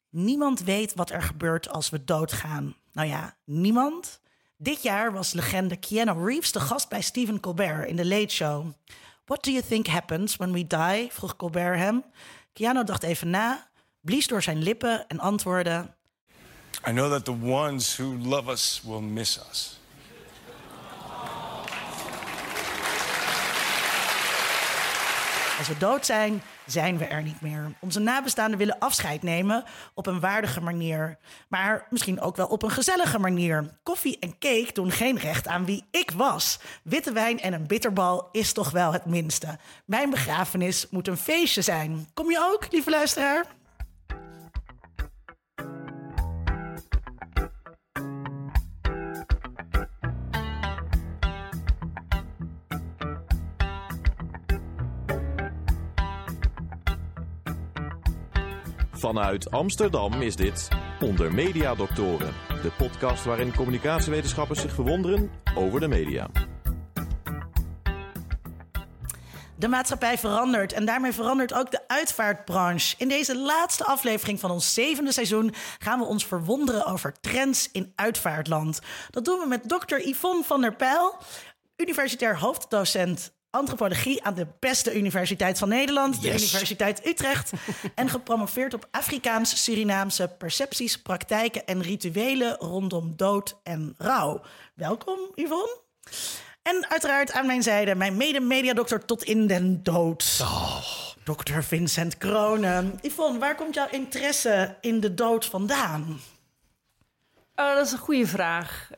Niemand weet wat er gebeurt als we doodgaan. Nou ja, niemand. Dit jaar was legende Keanu Reeves de gast bij Stephen Colbert in The Late Show. What do you think happens when we die? Vroeg Colbert hem. Keanu dacht even na, blies door zijn lippen en antwoordde: I know that the ones who love us will miss us. Als we dood zijn, zijn we er niet meer. Onze nabestaanden willen afscheid nemen op een waardige manier. Maar misschien ook wel op een gezellige manier. Koffie en cake doen geen recht aan wie ik was. Witte wijn en een bitterbal is toch wel het minste. Mijn begrafenis moet een feestje zijn. Kom je ook, lieve luisteraar? Vanuit Amsterdam is dit Onder Media Doctoren, de podcast waarin communicatiewetenschappers zich verwonderen over de media. De maatschappij verandert en daarmee verandert ook de uitvaartbranche. In deze laatste aflevering van ons 7e seizoen gaan we ons verwonderen over trends in uitvaartland. Dat doen we met dokter Yvonne van der Pijl, universitair hoofddocent antropologie aan de beste universiteit van Nederland, de Universiteit Utrecht. En gepromoveerd op Afrikaans-Surinaamse percepties, praktijken en rituelen rondom dood en rouw. Welkom, Yvonne. En uiteraard aan mijn zijde mijn mede-mediadokter tot in den dood. Dr. Vincent Kroonen. Yvonne, waar komt jouw interesse in de dood vandaan? Dat is een goede vraag.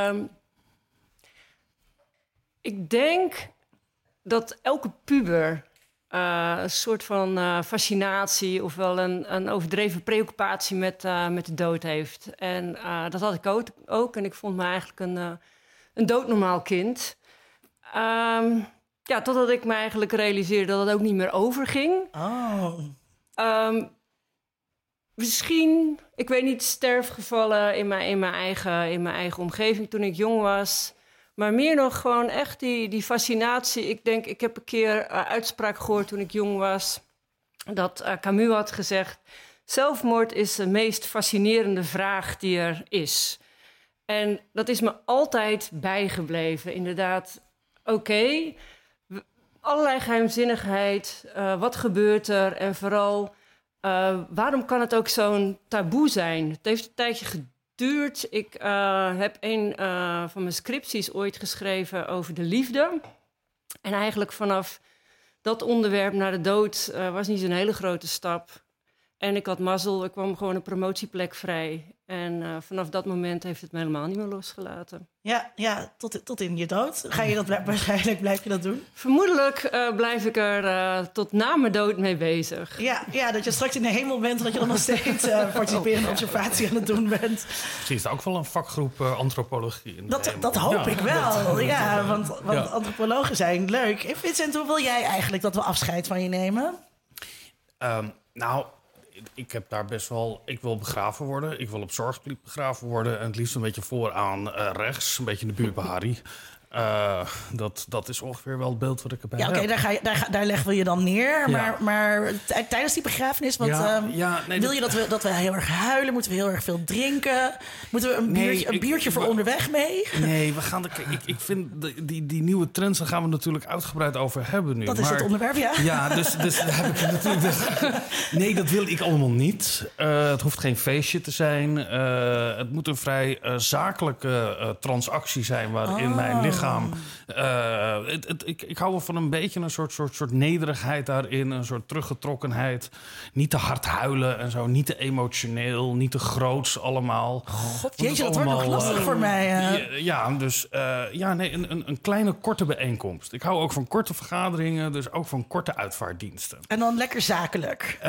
Ik denk dat elke puber een soort van fascinatie of wel een overdreven preoccupatie met de dood heeft. En dat had ik ook. En ik vond me eigenlijk een doodnormaal kind. Totdat ik me eigenlijk realiseerde dat het ook niet meer overging. Misschien, ik weet niet, sterfgevallen in mijn eigen omgeving toen ik jong was. Maar meer nog gewoon echt die fascinatie. Ik denk, ik heb een keer uitspraak gehoord toen ik jong was, dat Camus had gezegd: zelfmoord is de meest fascinerende vraag die er is. En dat is me altijd bijgebleven. Inderdaad, allerlei geheimzinnigheid. Wat gebeurt er? En vooral, waarom kan het ook zo'n taboe zijn? Het heeft een tijdje geduurd. Ik heb een van mijn scripties ooit geschreven over de liefde. En eigenlijk vanaf dat onderwerp naar de dood was niet zo'n hele grote stap. En ik had mazzel, er kwam gewoon een promotieplek vrij. En vanaf dat moment heeft het me helemaal niet meer losgelaten. Ja, tot in je dood. Ga je dat waarschijnlijk, blijf je dat doen? Vermoedelijk blijf ik er tot na mijn dood mee bezig. Ja, dat je straks in de hemel bent, dat je dan nog steeds participerende observatie aan het doen bent. Misschien is er ook wel een vakgroep antropologie. Dat hoop ik wel. Want antropologen zijn leuk. Vincent, hoe wil jij eigenlijk dat we afscheid van je nemen? Ik heb daar best wel. Ik wil begraven worden. Ik wil op zorgplicht begraven worden. En het liefst een beetje vooraan rechts. Een beetje in de buurt bij Harry. Dat is ongeveer wel het beeld wat ik erbij heb. Oké, daar leggen we je dan neer. Ja. Maar tijdens die begrafenis, wil je dat we heel erg huilen? Moeten we heel erg veel drinken? Moeten we een biertje voor onderweg mee? Nee, we gaan. Ik vind die nieuwe trends, daar gaan we natuurlijk uitgebreid over hebben nu. Dat is het onderwerp, ja. Ja, dus daar heb ik natuurlijk. Nee, dat wil ik allemaal niet. Het hoeft geen feestje te zijn. Het moet een vrij zakelijke transactie zijn waarin mijn lichaam. Ik hou wel van een beetje een soort nederigheid daarin. Een soort teruggetrokkenheid. Niet te hard huilen en zo. Niet te emotioneel. Niet te groots allemaal. God, jeetje, dat wordt nog lastig voor mij. Een kleine korte bijeenkomst. Ik hou ook van korte vergaderingen. Dus ook van korte uitvaartdiensten. En dan lekker zakelijk.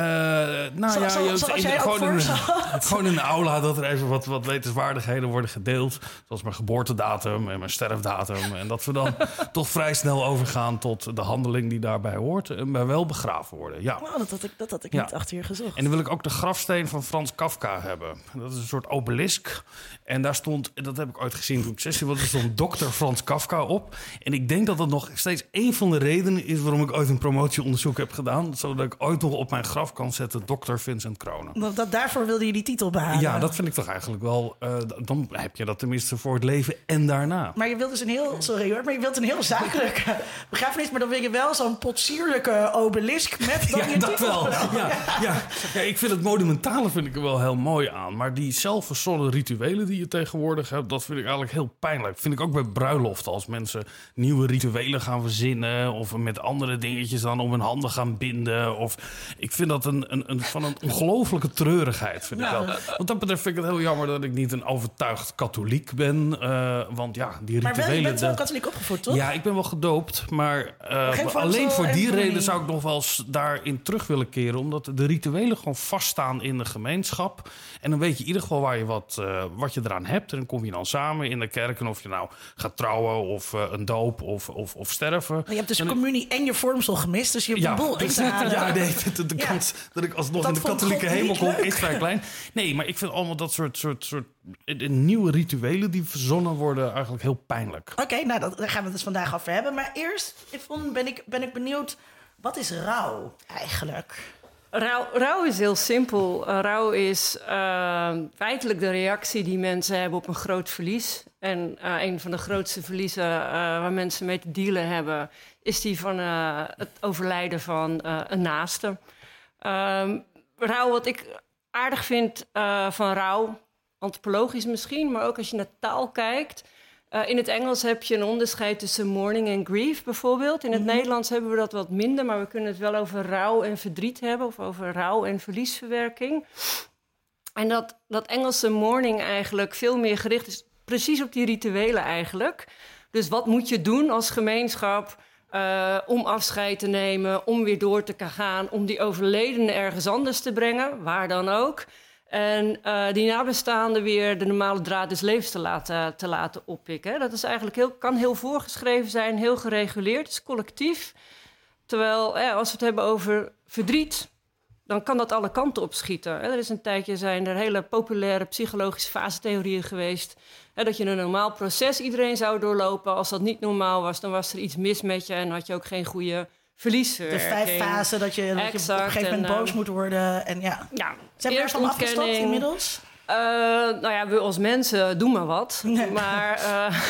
Gewoon in de aula dat er even wat wetenswaardigheden worden gedeeld. Zoals mijn geboortedatum en mijn sterfdatum. En dat we dan toch vrij snel overgaan tot de handeling die daarbij hoort. En bij wel begraven worden, ja. Oh, dat had ik niet achter je gezocht. En dan wil ik ook de grafsteen van Frans Kafka hebben. Dat is een soort obelisk. En daar stond, dat heb ik ooit gezien toen ik 16 was, er stond Dr. Frans Kafka op. En ik denk dat dat nog steeds een van de redenen is waarom ik ooit een promotieonderzoek heb gedaan. Zodat ik ooit nog op mijn graf kan zetten Dr. Vincent Kronen. Daarvoor wilde je die titel behalen. Ja, dat vind ik toch eigenlijk wel. Dan heb je dat tenminste voor het leven en daarna. Maar je wilt dus maar je wilt een heel zakelijke begrafenis, maar dan wil je wel zo'n potsierlijke obelisk met dan je dat titel. wel. Ja, ik vind het monumentale vind ik er wel heel mooi aan. Maar die zelfverzonnen rituelen die je tegenwoordig hebt, dat vind ik eigenlijk heel pijnlijk. Vind ik ook bij bruiloften. Als mensen nieuwe rituelen gaan verzinnen of met andere dingetjes dan om hun handen gaan binden. Of ik vind dat van een ongelofelijke treurigheid. Vind ik wel. Wat dat betreft vind ik het heel jammer dat ik niet een overtuigd katholiek ben. Want ja, die rituelen. Maar je bent wel katholiek opgevoed, toch? Ja, ik ben wel gedoopt. Maar alleen voor die reden zou ik nog wel eens daarin terug willen keren. Omdat de rituelen gewoon vaststaan in de gemeenschap. En dan weet je in ieder geval waar je wat je eraan hebt. En dan kom je dan samen in de kerk. En of je nou gaat trouwen of een doop of sterven. Maar je hebt dus communie en je vormsel gemist. Dus je hebt een boel in te halen. Ja, nee, de kans dat ik alsnog in de katholieke hemel kom is vrij klein. Nee, maar ik vind allemaal dat soort nieuwe rituelen die verzonnen worden eigenlijk heel pijnlijk. Oké, nou daar gaan we het dus vandaag over hebben. Maar eerst, Yvonne, ben ik benieuwd, wat is rouw eigenlijk? Rouw is heel simpel. Rouw is feitelijk de reactie die mensen hebben op een groot verlies. En een van de grootste verliezen waar mensen mee te dealen hebben, is die van het overlijden van een naaste. Rouw, wat ik aardig vind van rouw, antropologisch misschien, maar ook als je naar taal kijkt. In het Engels heb je een onderscheid tussen mourning en grief bijvoorbeeld. In het Nederlands hebben we dat wat minder, maar we kunnen het wel over rouw en verdriet hebben, of over rouw en verliesverwerking. En dat Engelse mourning eigenlijk veel meer gericht is precies op die rituelen eigenlijk. Dus wat moet je doen als gemeenschap om afscheid te nemen, om weer door te gaan, om die overledene ergens anders te brengen, waar dan ook. En die nabestaanden weer de normale draad des levens te laten oppikken. Dat is eigenlijk kan heel voorgeschreven zijn, heel gereguleerd, het is collectief. Terwijl als we het hebben over verdriet, dan kan dat alle kanten opschieten. Er is een tijdje zijn er hele populaire psychologische fasetheorieën geweest. Dat je een normaal proces iedereen zou doorlopen. Als dat niet normaal was, dan was er iets mis met je en had je ook geen goede verliesverwerking. De 5 fasen dat je op een gegeven moment boos moet worden. En zijn we ervan afgestapt inmiddels? We als mensen doen maar wat. Nee. Maar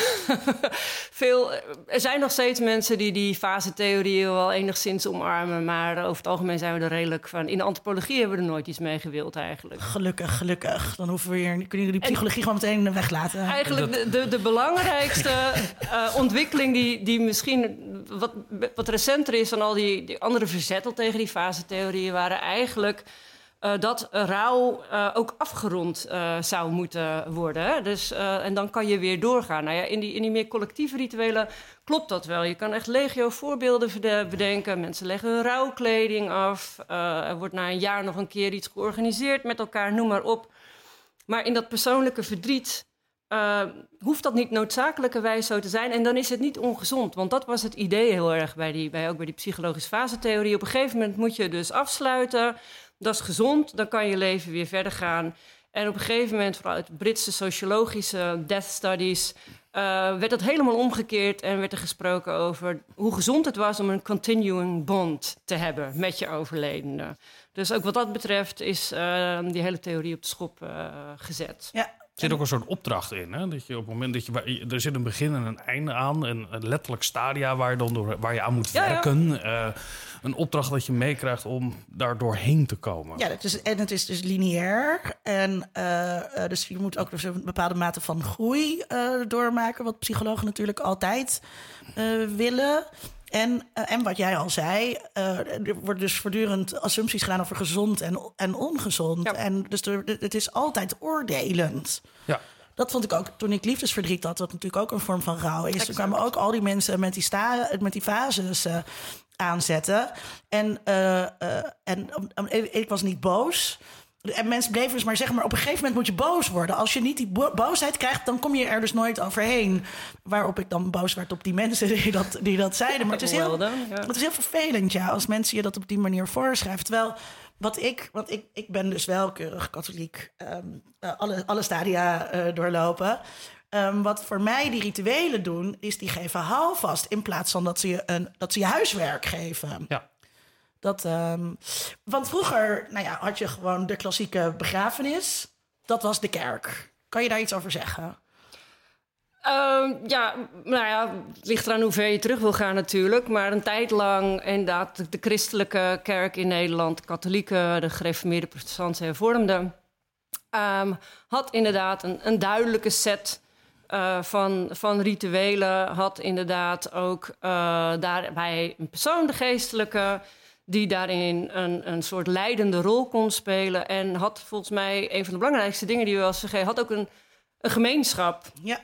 er zijn nog steeds mensen die fasetheorieën wel enigszins omarmen. Maar over het algemeen zijn we er redelijk van. In de antropologie hebben we er nooit iets mee gewild eigenlijk. Gelukkig. Dan kunnen jullie die psychologie gewoon meteen weglaten. Eigenlijk de belangrijkste ontwikkeling die misschien wat recenter is dan al die andere verzettel tegen die fasetheorieën waren eigenlijk dat rouw ook afgerond zou moeten worden. Hè? Dus, en dan kan je weer doorgaan. Nou ja, in die meer collectieve rituelen klopt dat wel. Je kan echt legio voorbeelden bedenken. Mensen leggen hun rouwkleding af. Er wordt na een jaar nog een keer iets georganiseerd met elkaar, noem maar op. Maar in dat persoonlijke verdriet hoeft dat niet noodzakelijkerwijs zo te zijn. En dan is het niet ongezond. Want dat was het idee heel erg ook bij die psychologische fasetheorie. Op een gegeven moment moet je dus afsluiten. Dat is gezond, dan kan je leven weer verder gaan. En op een gegeven moment, vooral uit Britse sociologische death studies, werd dat helemaal omgekeerd en werd er gesproken over hoe gezond het was om een continuing bond te hebben met je overledene. Dus ook wat dat betreft is die hele theorie op de schop gezet. Ja. Er zit ook een soort opdracht in. Hè? Dat je op het moment dat er zit een begin en een einde aan. En letterlijk stadia waar je aan moet werken. Ja. Een opdracht dat je meekrijgt om daar doorheen te komen. Ja, het is dus lineair. En dus je moet ook dus een bepaalde mate van groei doormaken. Wat psychologen natuurlijk altijd willen. En wat jij al zei, er worden dus voortdurend assumpties gedaan over gezond en ongezond. Ja. En dus het is altijd oordelend. Ja. Dat vond ik ook toen ik liefdesverdriet had, dat natuurlijk ook een vorm van rouw is. Er kwamen ook al die mensen met die fases aanzetten. En ik was niet boos. En mensen bleven dus maar zeggen, maar op een gegeven moment moet je boos worden. Als je niet die boosheid krijgt, dan kom je er dus nooit overheen. Waarop ik dan boos werd op die mensen die dat zeiden. Maar het is heel vervelend, ja, als mensen je dat op die manier voorschrijven. Terwijl, want ik ben dus wel keurig katholiek, alle stadia doorlopen. Wat voor mij die rituelen doen, is die geven houvast in plaats van dat ze je huiswerk geven. Ja. Want vroeger had je gewoon de klassieke begrafenis. Dat was de kerk. Kan je daar iets over zeggen? Het ligt eraan hoe ver je terug wil gaan natuurlijk. Maar een tijd lang inderdaad de christelijke kerk in Nederland... de katholieke, de gereformeerde, protestantse, hervormde... had inderdaad een duidelijke set van rituelen. Had inderdaad ook daarbij een persoon, de geestelijke... die daarin een soort leidende rol kon spelen. En had volgens mij een van de belangrijkste dingen die we wel eens vergeten... had ook een gemeenschap. Ja.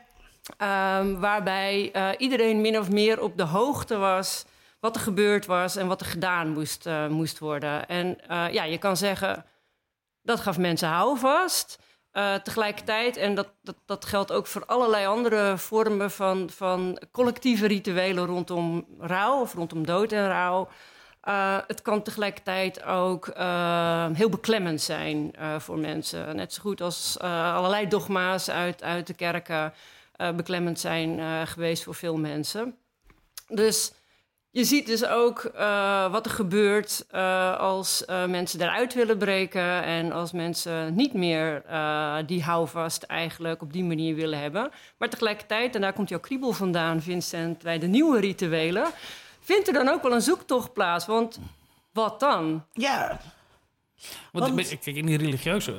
Waarbij iedereen min of meer op de hoogte was... wat er gebeurd was en wat er gedaan moest worden. En je kan zeggen, dat gaf mensen houvast. Tegelijkertijd, en dat geldt ook voor allerlei andere vormen... van collectieve rituelen rondom rouw of rondom dood en rouw... het kan tegelijkertijd ook heel beklemmend zijn voor mensen. Net zo goed als allerlei dogma's uit de kerken beklemmend zijn geweest voor veel mensen. Dus je ziet dus ook wat er gebeurt als mensen eruit willen breken... en als mensen niet meer die houvast eigenlijk op die manier willen hebben. Maar tegelijkertijd, en daar komt jouw kriebel vandaan, Vincent... bij de nieuwe rituelen... vindt er dan ook wel een zoektocht plaats? Want wat dan? Ja. Kijk, in die religieuze...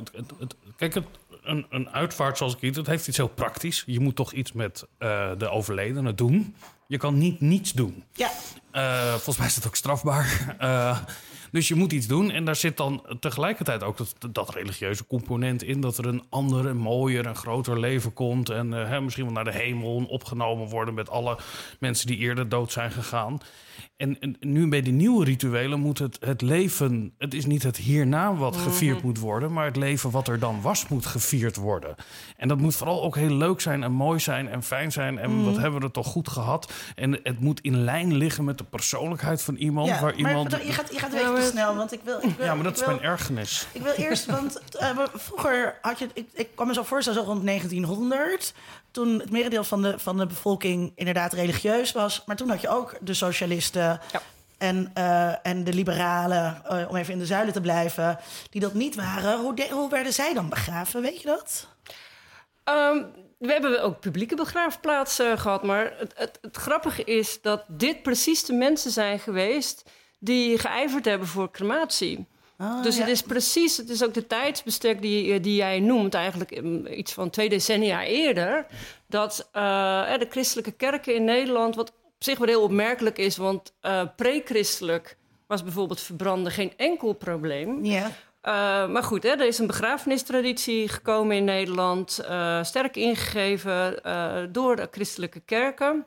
Een uitvaart zoals ik het, het heeft iets heel praktisch. Je moet toch iets met de overledene doen. Je kan niet niets doen. Ja. Volgens mij is dat ook strafbaar. Dus je moet iets doen. En daar zit dan tegelijkertijd ook dat religieuze component in... dat er een ander, een mooier, een groter leven komt... en misschien wel naar de hemel opgenomen worden... met alle mensen die eerder dood zijn gegaan. En nu bij die nieuwe rituelen moet het leven... het is niet het hierna wat gevierd moet worden... maar het leven wat er dan was moet gevierd worden. En dat moet vooral ook heel leuk zijn en mooi zijn en fijn zijn... en wat hebben we er toch goed gehad. En het moet in lijn liggen met de persoonlijkheid van iemand... Ja, waar iemand... je gaat een beetje te snel, want ik wil... Ja, maar dat is mijn ergernis. Ik wil eerst, want vroeger had je... Ik kan me zo voorstellen, zo rond 1900... toen het merendeel van de bevolking inderdaad religieus was. Maar toen had je ook de socialisten en de liberalen... om even in de zuilen te blijven, die dat niet waren. Hoe werden zij dan begraven, weet je dat? We hebben ook publieke begraafplaatsen gehad. Maar het grappige is dat dit precies de mensen zijn geweest... die geijverd hebben voor crematie. Dus het is precies, het is ook de tijdsbestek die jij noemt... eigenlijk iets van 2 decennia eerder... dat de christelijke kerken in Nederland... wat op zich wel heel opmerkelijk is... want pre-christelijk was bijvoorbeeld verbranden geen enkel probleem... Ja. Maar goed, er is een begrafenistraditie gekomen in Nederland... sterk ingegeven door de christelijke kerken...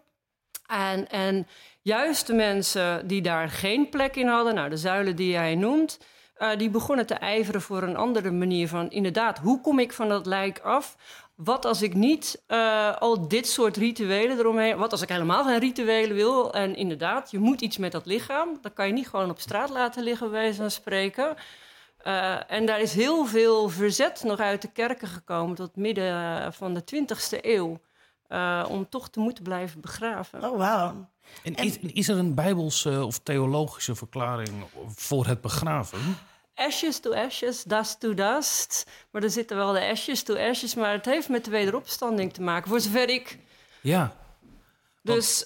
En juist de mensen die daar geen plek in hadden... nou, de zuilen die jij noemt... die begonnen te ijveren voor een andere manier van... inderdaad, hoe kom ik van dat lijk af? Wat als ik niet al dit soort rituelen eromheen... wat als ik helemaal geen rituelen wil? En inderdaad, je moet iets met dat lichaam. Dat kan je niet gewoon op straat laten liggen, bij wijze van spreken. En daar is heel veel verzet nog uit de kerken gekomen... tot midden van de 20e eeuw... om toch te moeten blijven begraven. Oh, wauw. En is er een bijbelse of theologische verklaring voor het begraven? Ashes to ashes, dust to dust. Maar er zitten wel de ashes to ashes... maar het heeft met de wederopstanding te maken, voor zover ik... Ja. Dus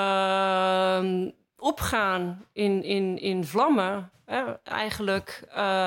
opgaan in vlammen... eigenlijk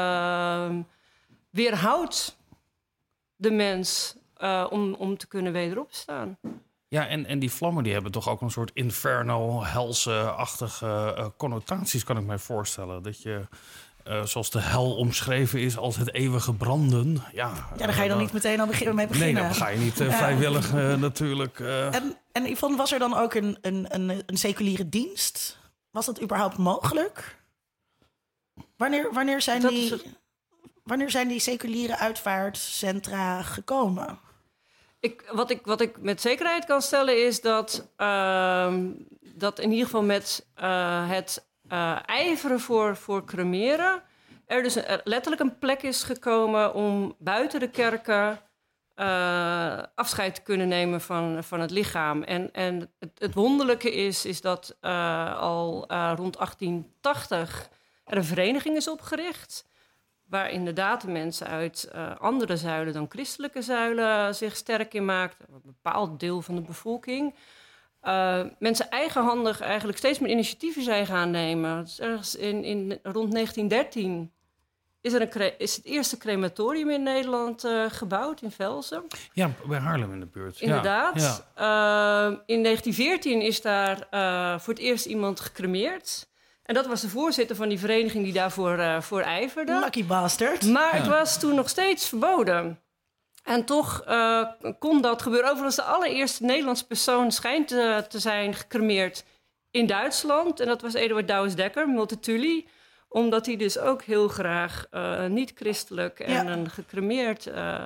weerhoudt de mens om te kunnen wederopstaan. Ja, en die vlammen die hebben toch ook een soort inferno, helse-achtige connotaties, kan ik mij voorstellen. Dat je, zoals de hel omschreven is als het eeuwige branden. Ja, daar ga je dan niet meteen al mee beginnen. Nee, dan ga je niet vrijwillig natuurlijk. En Yvonne, was er dan ook een seculiere dienst? Was dat überhaupt mogelijk? Wanneer zijn Wanneer zijn die seculiere uitvaartcentra gekomen? Wat ik met zekerheid kan stellen is dat in ieder geval met het ijveren voor cremeren er dus letterlijk een plek is gekomen om buiten de kerken afscheid te kunnen nemen van het lichaam. En het wonderlijke is dat al rond 1880 er een vereniging is opgericht, waar inderdaad de mensen uit andere zuilen dan christelijke zuilen zich sterk in maakten. Een bepaald deel van de bevolking. Mensen eigenhandig eigenlijk steeds meer initiatieven zijn gaan nemen. Dus ergens rond 1913 is het eerste crematorium in Nederland gebouwd in Velzen. Ja, bij Haarlem in de buurt. Inderdaad. Ja. In 1914 is daar voor het eerst iemand gecremeerd. En dat was de voorzitter van die vereniging die daarvoor voor ijverde. Lucky bastard. Maar het was toen nog steeds verboden. En toch kon dat gebeuren. Overigens de allereerste Nederlandse persoon schijnt te zijn gecremeerd in Duitsland. En dat was Eduard Douwes-Dekker, multatuli. Omdat hij dus ook heel graag niet-christelijk en een gecremeerd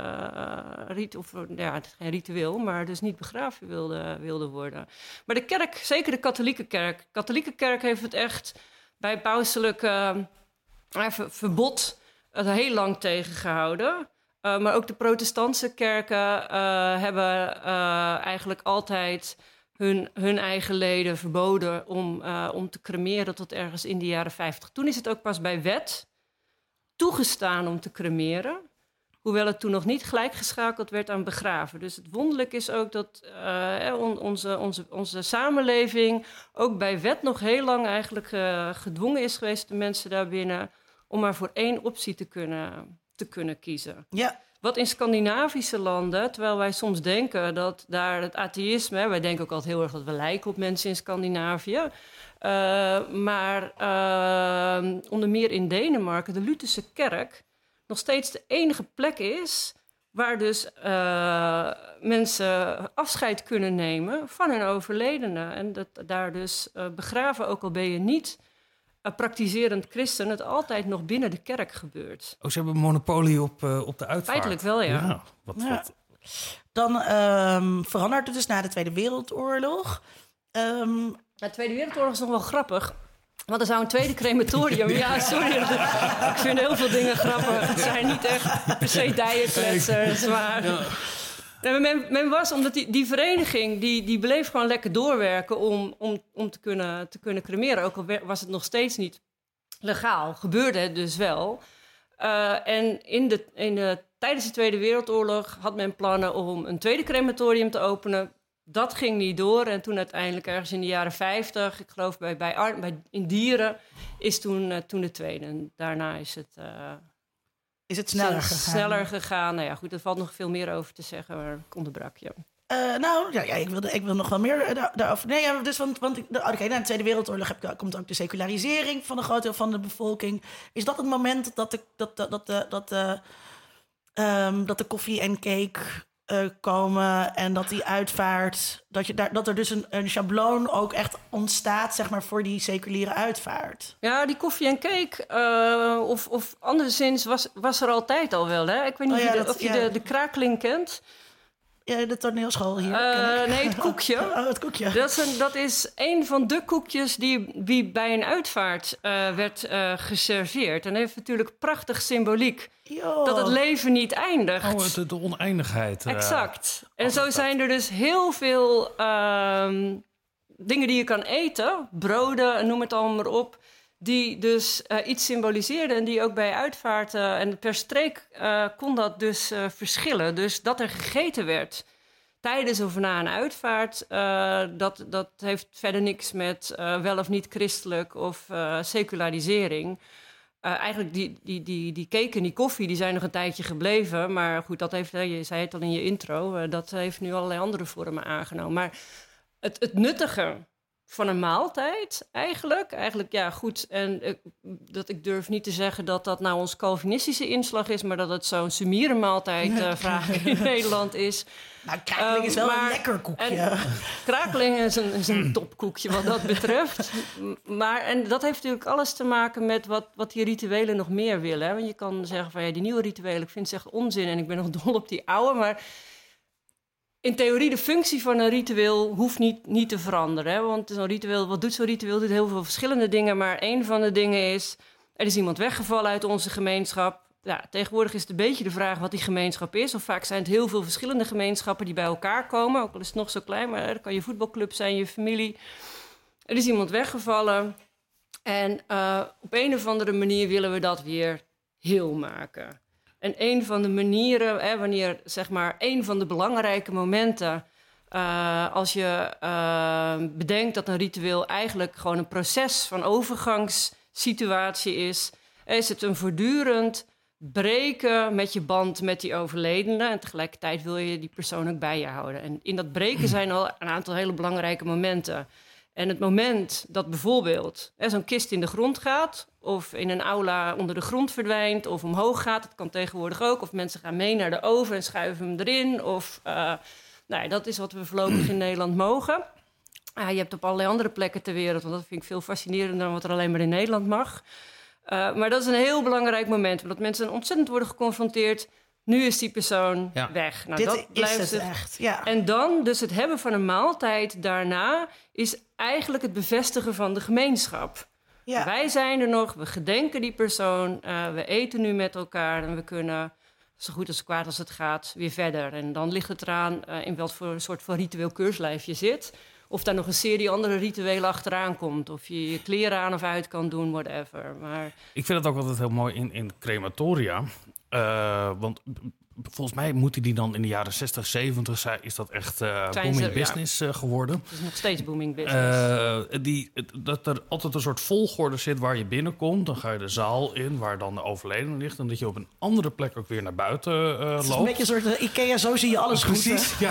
geen ritueel, maar dus niet begraven wilde worden. Maar de kerk, zeker de katholieke kerk heeft het echt bij pauselijk verbod heel lang tegengehouden. Maar ook de protestantse kerken hebben eigenlijk altijd hun eigen leden verboden om te cremeren tot ergens in de jaren 50. Toen is het ook pas bij wet toegestaan om te cremeren, hoewel het toen nog niet gelijkgeschakeld werd aan begraven. Dus het wonderlijk is ook dat onze samenleving ook bij wet nog heel lang eigenlijk gedwongen is geweest, de mensen daarbinnen, om maar voor één optie te kunnen kiezen. Ja. Wat in Scandinavische landen, terwijl wij soms denken dat daar het atheïsme, wij denken ook altijd heel erg dat we lijken op mensen in Scandinavië, maar onder meer in Denemarken de Lutherse kerk nog steeds de enige plek is waar dus mensen afscheid kunnen nemen van hun overledenen. En dat daar dus begraven, ook al ben je niet praktiserend christen, het altijd nog binnen de kerk gebeurt. Oh, ze hebben een monopolie op de uitvaart. Feitelijk wel, ja. Wat. Dan verandert het dus na de Tweede Wereldoorlog. De Tweede Wereldoorlog is nog wel grappig. Want er zou een tweede crematorium. Ja, sorry. Ik vind heel veel dingen grappig. Het zijn niet echt per se dijenkletsers, maar... Ja. Men was, omdat die vereniging, die bleef gewoon lekker doorwerken om te kunnen cremeren. Ook al was het nog steeds niet legaal. Gebeurde het dus wel. En tijdens de Tweede Wereldoorlog had men plannen om een tweede crematorium te openen. Dat ging niet door. En toen uiteindelijk ergens in de jaren 50, ik geloof in Dieren, is toen de tweede. En daarna is het... Is het sneller gegaan? Nou ja, goed, er valt nog veel meer over te zeggen, maar ik onderbrak je. Ik wil nog wel meer daarover. Nee, ja, dus want na de Tweede Wereldoorlog komt ook de secularisering van een groot deel van de bevolking. Is dat het moment dat de koffie en cake komen en dat die uitvaart, dat er dus een schabloon ook echt ontstaat, zeg maar, voor die seculiere uitvaart? Ja, die koffie en cake, of anderszins was er altijd al wel, hè? Ik weet niet of je de krakeling kent. Ja, de toneelschool hier. Nee, het koekje. Het koekje. Dat is een van de koekjes die bij een uitvaart werd geserveerd. En dat heeft natuurlijk prachtig symboliek. Dat het leven niet eindigt. Oh, de oneindigheid. Exact. En zo zijn er dus heel veel dingen die je kan eten. Broden, noem het allemaal maar op. Die dus iets symboliseerden en die ook bij uitvaarten... en per streek kon dat dus verschillen. Dus dat er gegeten werd tijdens of na een uitvaart... dat heeft verder niks met wel of niet christelijk of secularisering. Eigenlijk die cake en die koffie die zijn nog een tijdje gebleven. Maar goed, dat heeft, je zei het al in je intro... dat heeft nu allerlei andere vormen aangenomen. Maar het nuttige van een maaltijd, eigenlijk. Eigenlijk, ja, goed. En ik durf niet te zeggen dat dat nou ons Calvinistische inslag is, maar dat het zo'n Sumierenmaaltijd vraag in Nederland is. Nou, krakeling is wel een lekker koekje. Krakeling is een topkoekje wat dat betreft. En dat heeft natuurlijk alles te maken met wat die rituelen nog meer willen. Hè? Want je kan zeggen van, die nieuwe rituelen, ik vind ze echt onzin en ik ben nog dol op die oude, maar in theorie, de functie van een ritueel hoeft niet te veranderen. Hè? Want zo'n ritueel, wat doet zo'n ritueel? Doet heel veel verschillende dingen. Maar een van de dingen is, er is iemand weggevallen uit onze gemeenschap. Ja, tegenwoordig is het een beetje de vraag wat die gemeenschap is. Of vaak zijn het heel veel verschillende gemeenschappen die bij elkaar komen. Ook al is het nog zo klein, maar dat kan je voetbalclub zijn, je familie. Er is iemand weggevallen. En op een of andere manier willen we dat weer heel maken. En een van de manieren, wanneer zeg maar een van de belangrijke momenten, als je bedenkt dat een ritueel eigenlijk gewoon een proces van overgangssituatie is het een voortdurend breken met je band met die overledene. En tegelijkertijd wil je die persoon ook bij je houden. En in dat breken zijn al een aantal hele belangrijke momenten. En het moment dat bijvoorbeeld zo'n kist in de grond gaat, of in een aula onder de grond verdwijnt, of omhoog gaat, dat kan tegenwoordig ook, of mensen gaan mee naar de oven en schuiven hem erin, of dat is wat we voorlopig in Nederland mogen. Je hebt op allerlei andere plekken ter wereld, want dat vind ik veel fascinerender dan wat er alleen maar in Nederland mag. Maar dat is een heel belangrijk moment, omdat mensen ontzettend worden geconfronteerd. Nu is die persoon weg. Nou, Dit dat blijft is het echt, ja. En dan, dus het hebben van een maaltijd daarna is eigenlijk het bevestigen van de gemeenschap. Ja. Wij zijn er nog, we gedenken die persoon, we eten nu met elkaar en we kunnen zo goed als kwaad als het gaat weer verder. En dan ligt het eraan in wat voor een soort van ritueel keurslijf je zit. Of daar nog een serie andere rituelen achteraan komt. Of je je kleren aan of uit kan doen, whatever. Maar ik vind het ook altijd heel mooi in crematoria. Want volgens mij moeten die dan in de jaren 60, 70 zijn. Is dat echt booming business geworden? Het is nog steeds booming business. Dat er altijd een soort volgorde zit waar je binnenkomt. Dan ga je de zaal in waar dan de overledene ligt. En dat je op een andere plek ook weer naar buiten loopt. Het is een beetje een soort Ikea, zo zie je alles precies, goed. Ja.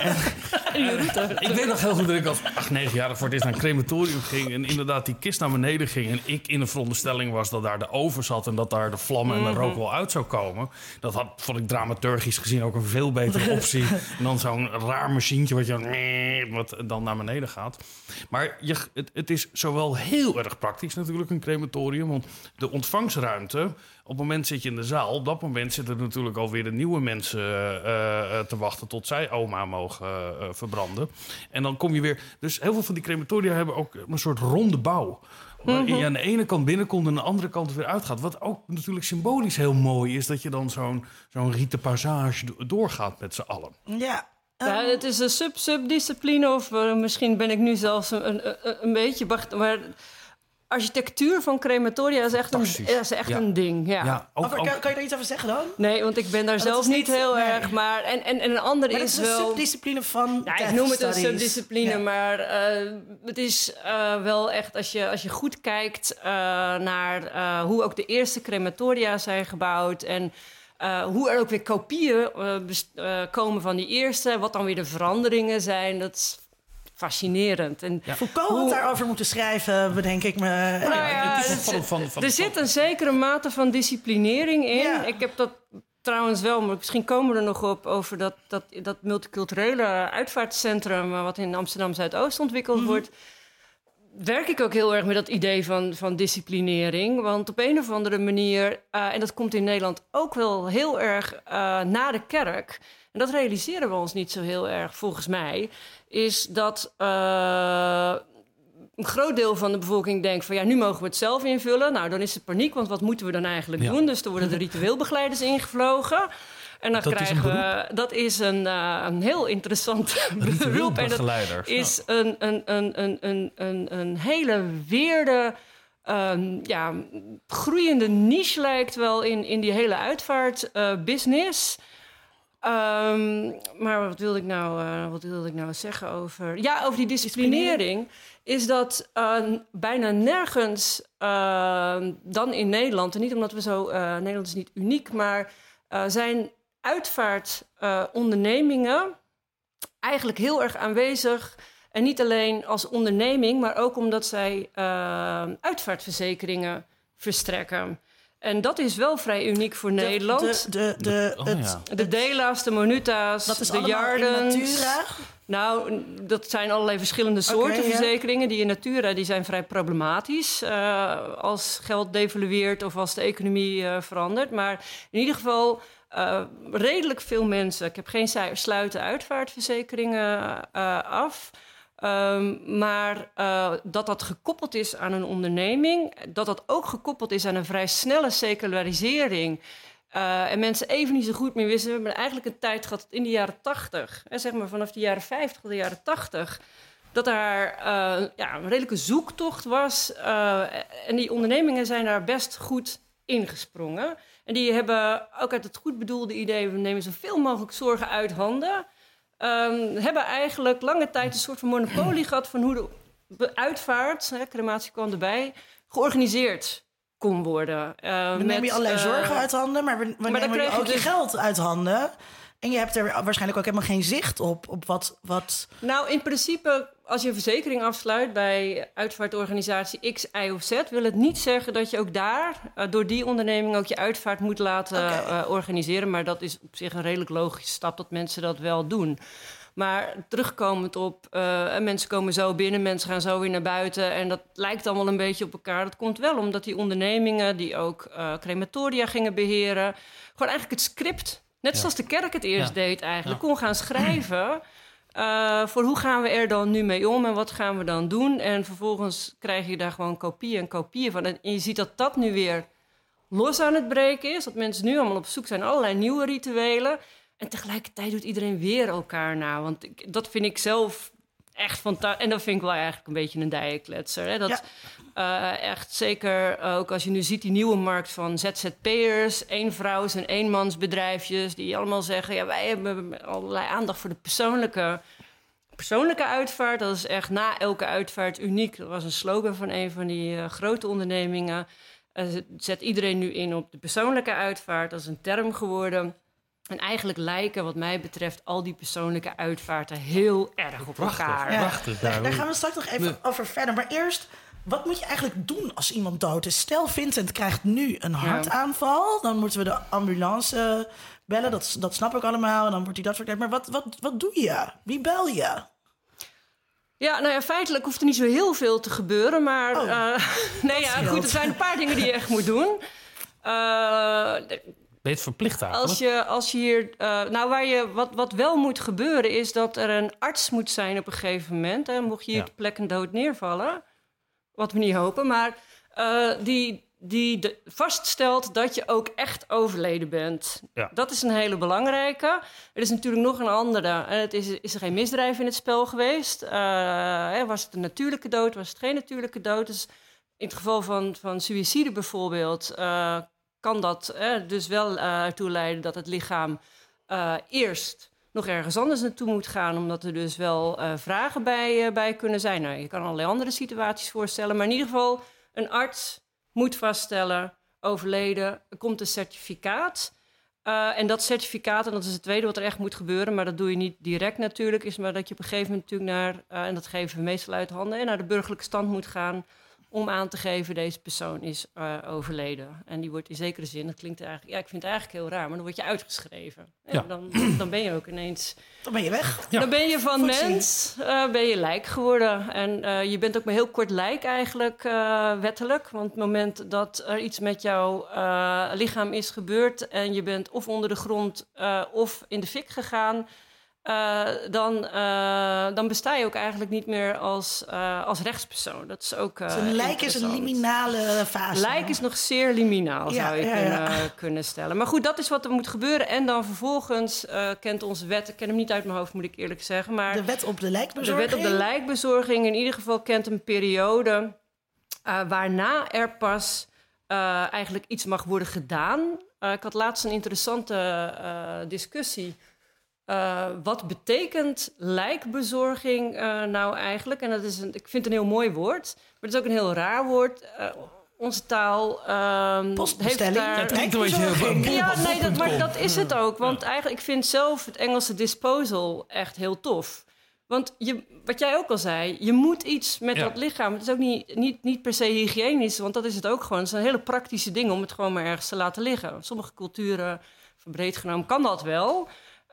Ik weet nog heel goed dat ik als 8, 9 jaar voor het eerst naar een crematorium ging. En inderdaad die kist naar beneden ging. En ik in de veronderstelling was dat daar de oven zat. En dat daar de vlammen en de rook wel uit zou komen. Dat vond ik dramaturgisch gezien ook een veel betere optie. En dan zo'n raar machientje wat dan naar beneden gaat. Maar het is zowel heel erg praktisch natuurlijk een crematorium. Want de ontvangstruimte, op het moment zit je in de zaal. Op dat moment zitten er natuurlijk alweer de nieuwe mensen te wachten tot zij oma mogen verbranden. En dan kom je weer. Dus heel veel van die crematoria hebben ook een soort ronde bouw. Waarin je aan de ene kant binnenkomt en aan de andere kant weer uitgaat. Wat ook natuurlijk symbolisch heel mooi is, dat je dan zo'n rieten passage doorgaat met z'n allen. Ja. Ja, het is een subdiscipline, of misschien ben ik nu zelfs een beetje. Maar architectuur van crematoria is echt een ding. Ja. Kan je daar iets over zeggen dan? Nee, want ik ben daar zelf niet heel erg. Maar en een ander maar is wel. Het is een subdiscipline van. Ja, ik noem het een subdiscipline, maar het is wel echt als je goed kijkt naar hoe ook de eerste crematoria zijn gebouwd en hoe er ook weer kopieën komen van die eerste, wat dan weer de veranderingen zijn. Dat is fascinerend. En Foucault had daarover moeten schrijven, bedenk ik me. Er zit een zekere mate van disciplinering in. Ja. Ik heb dat trouwens wel, maar misschien komen we er nog op over dat multiculturele uitvaartcentrum wat in Amsterdam Zuidoost ontwikkeld wordt. Werk ik ook heel erg met dat idee van disciplinering. Want op een of andere manier, en dat komt in Nederland ook wel heel erg na de kerk. En dat realiseren we ons niet zo heel erg, volgens mij. Is dat een groot deel van de bevolking denkt van nu mogen we het zelf invullen. Nou, dan is er paniek, want wat moeten we dan eigenlijk doen? Dus er worden de ritueelbegeleiders ingevlogen. En dan krijgen we. Dat is een heel interessant beroep. En dat is een hele weerde, groeiende niche lijkt wel in die hele uitvaartbusiness. Maar wat wilde ik nou zeggen over. Ja, over die disciplinering. Is dat bijna nergens dan in Nederland. En niet omdat we zo. Nederland is niet uniek, maar zijn uitvaartondernemingen eigenlijk heel erg aanwezig En niet alleen als onderneming, maar ook omdat zij uitvaartverzekeringen verstrekken. En dat is wel vrij uniek voor Nederland. De Dela's, de Monuta's, dat is de Jardens. In Natura? Nou, dat zijn allerlei verschillende soorten verzekeringen. Die in Natura die zijn vrij problematisch als geld devalueert of als de economie verandert. Maar in ieder geval redelijk veel mensen. Ik heb geen sluiten uitvaartverzekeringen af. Maar dat gekoppeld is aan een onderneming, dat ook gekoppeld is aan een vrij snelle secularisering. En mensen even niet zo goed meer wisten. We hebben eigenlijk een tijd gehad in de jaren 80, zeg maar vanaf de jaren 50 tot de jaren 80, dat daar een redelijke zoektocht was. En die ondernemingen zijn daar best goed ingesprongen. En die hebben ook uit het goed bedoelde idee, we nemen zoveel mogelijk zorgen uit handen. Hebben eigenlijk lange tijd een soort van monopolie gehad van hoe de uitvaart, crematie kwam erbij, georganiseerd kon worden. We nemen je allerlei zorgen uit handen, maar we nemen je ook je geld uit handen. En je hebt er waarschijnlijk ook helemaal geen zicht op wat... Nou, in principe, als je een verzekering afsluit bij uitvaartorganisatie X, Y of Z, wil het niet zeggen dat je ook daar door die onderneming ook je uitvaart moet laten organiseren. Maar dat is op zich een redelijk logische stap dat mensen dat wel doen. Maar terugkomend op, mensen komen zo binnen, mensen gaan zo weer naar buiten. En dat lijkt allemaal een beetje op elkaar. Dat komt wel omdat die ondernemingen die ook crematoria gingen beheren, gewoon eigenlijk het script, net zoals de kerk het eerst deed eigenlijk, kon gaan schrijven voor hoe gaan we er dan nu mee om en wat gaan we dan doen. En vervolgens krijg je daar gewoon kopieën van. En je ziet dat dat nu weer los aan het breken is. Dat mensen nu allemaal op zoek zijn naar allerlei nieuwe rituelen. En tegelijkertijd doet iedereen weer elkaar na. Want dat vind ik zelf echt fantastisch. En dat vind ik wel eigenlijk een beetje een dijenkletser. Hè? Dat echt zeker ook als je nu ziet die nieuwe markt van ZZP'ers, eenvrouws- en eenmansbedrijfjes, die allemaal zeggen, wij hebben allerlei aandacht voor de persoonlijke uitvaart. Dat is echt na elke uitvaart uniek. Dat was een slogan van een van die grote ondernemingen. Zet iedereen nu in op de persoonlijke uitvaart. Dat is een term geworden. En eigenlijk lijken, wat mij betreft, al die persoonlijke uitvaarten heel erg op elkaar. Ja. Prachtig. Daar gaan we straks nog even over verder. Maar eerst, wat moet je eigenlijk doen als iemand dood is? Stel, Vincent krijgt nu een hartaanval. Dan moeten we de ambulance bellen. Dat snap ik allemaal. En dan wordt hij dat verkleed. Maar wat doe je? Wie bel je? Ja, nou ja, feitelijk hoeft er niet zo heel veel te gebeuren. Maar goed, er zijn een paar dingen die je echt moet doen. Ben je het verplicht eigenlijk? Als je hier... wat wel moet gebeuren is dat er een arts moet zijn op een gegeven moment. Hè, mocht je hier ter plekke dood neervallen. Wat we niet hopen. Maar die vaststelt dat je ook echt overleden bent. Ja. Dat is een hele belangrijke. Er is natuurlijk nog een andere. Is er geen misdrijf in het spel geweest? Was het een natuurlijke dood? Was het geen natuurlijke dood? Dus in het geval van suïcide bijvoorbeeld kan dat dus wel ertoe leiden dat het lichaam eerst nog ergens anders naartoe moet gaan, omdat er dus wel vragen bij kunnen zijn. Nou, je kan allerlei andere situaties voorstellen, maar in ieder geval een arts moet vaststellen, overleden, er komt een certificaat. En dat certificaat, en dat is het tweede wat er echt moet gebeuren, maar dat doe je niet direct natuurlijk, is maar dat je op een gegeven moment natuurlijk en dat geven we meestal uit handen, naar de burgerlijke stand moet gaan om aan te geven, deze persoon is overleden. En die wordt in zekere zin, dat klinkt eigenlijk, ik vind het eigenlijk heel raar, maar dan word je uitgeschreven. En dan ben je ook ineens... Dan ben je weg. Ja. Dan ben je van mens, ben je lijk geworden. En je bent ook maar heel kort lijk eigenlijk, wettelijk. Want op het moment dat er iets met jouw lichaam is gebeurd en je bent of onder de grond of in de fik gegaan, dan besta je ook eigenlijk niet meer als rechtspersoon. Dat is ook een lijk is een liminale fase. Lijk is nog zeer liminaal, zou je kunnen stellen. Maar goed, dat is wat er moet gebeuren. En dan vervolgens kent onze wet, ik ken hem niet uit mijn hoofd, moet ik eerlijk zeggen, maar de wet op de lijkbezorging? De wet op de lijkbezorging in ieder geval kent een periode waarna er pas eigenlijk iets mag worden gedaan. Ik had laatst een interessante discussie. Wat betekent lijkbezorging nou eigenlijk? En dat is ik vind het een heel mooi woord, maar het is ook een heel raar woord. Onze taal postbestelling. heeft klinkt een beetje maar dat is het ook. Want eigenlijk, ik vind zelf het Engelse disposal echt heel tof. Want wat jij ook al zei, je moet iets met dat lichaam. Het is ook niet per se hygiënisch, want dat is het ook gewoon. Het zijn hele praktische dingen om het gewoon maar ergens te laten liggen. Sommige culturen, verbreed genomen, kan dat wel.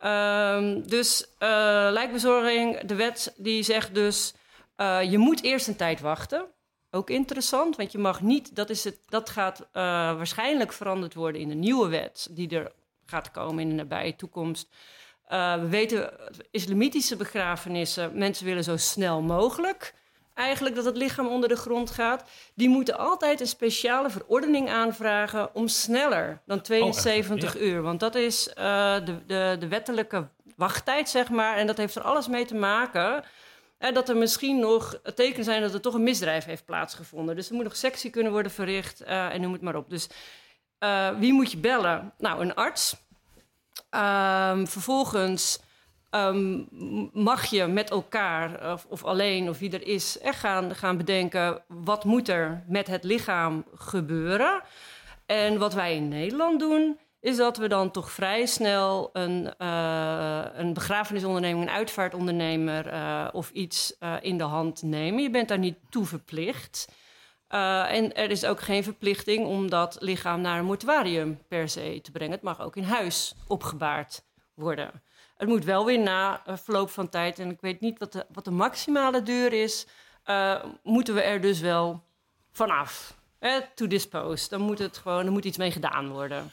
Lijkbezorging, de wet die zegt dus... je moet eerst een tijd wachten. Ook interessant, want je mag niet... Dat gaat waarschijnlijk veranderd worden in de nieuwe wet... die er gaat komen in de nabije toekomst... we weten, islamitische begrafenissen... mensen willen zo snel mogelijk eigenlijk dat het lichaam onder de grond gaat. Die moeten altijd een speciale verordening aanvragen... om sneller dan 72 uur. Want dat is de wettelijke wachttijd, zeg maar. En dat heeft er alles mee te maken... dat er misschien nog tekenen zijn dat er toch een misdrijf heeft plaatsgevonden. Dus er moet nog sectie kunnen worden verricht en noem het maar op. Dus wie moet je bellen? Nou, een arts... vervolgens mag je met elkaar of alleen of wie er is... echt gaan bedenken wat moet er met het lichaam gebeuren. En wat wij in Nederland doen... is dat we dan toch vrij snel een begrafenisonderneming... een uitvaartondernemer of iets in de hand nemen. Je bent daar niet toe verplicht... en er is ook geen verplichting om dat lichaam naar een mortuarium per se te brengen. Het mag ook in huis opgebaard worden. Het moet wel weer na verloop van tijd, en ik weet niet wat de maximale duur is... moeten we er dus wel vanaf. To dispose. Dan moet iets mee gedaan worden.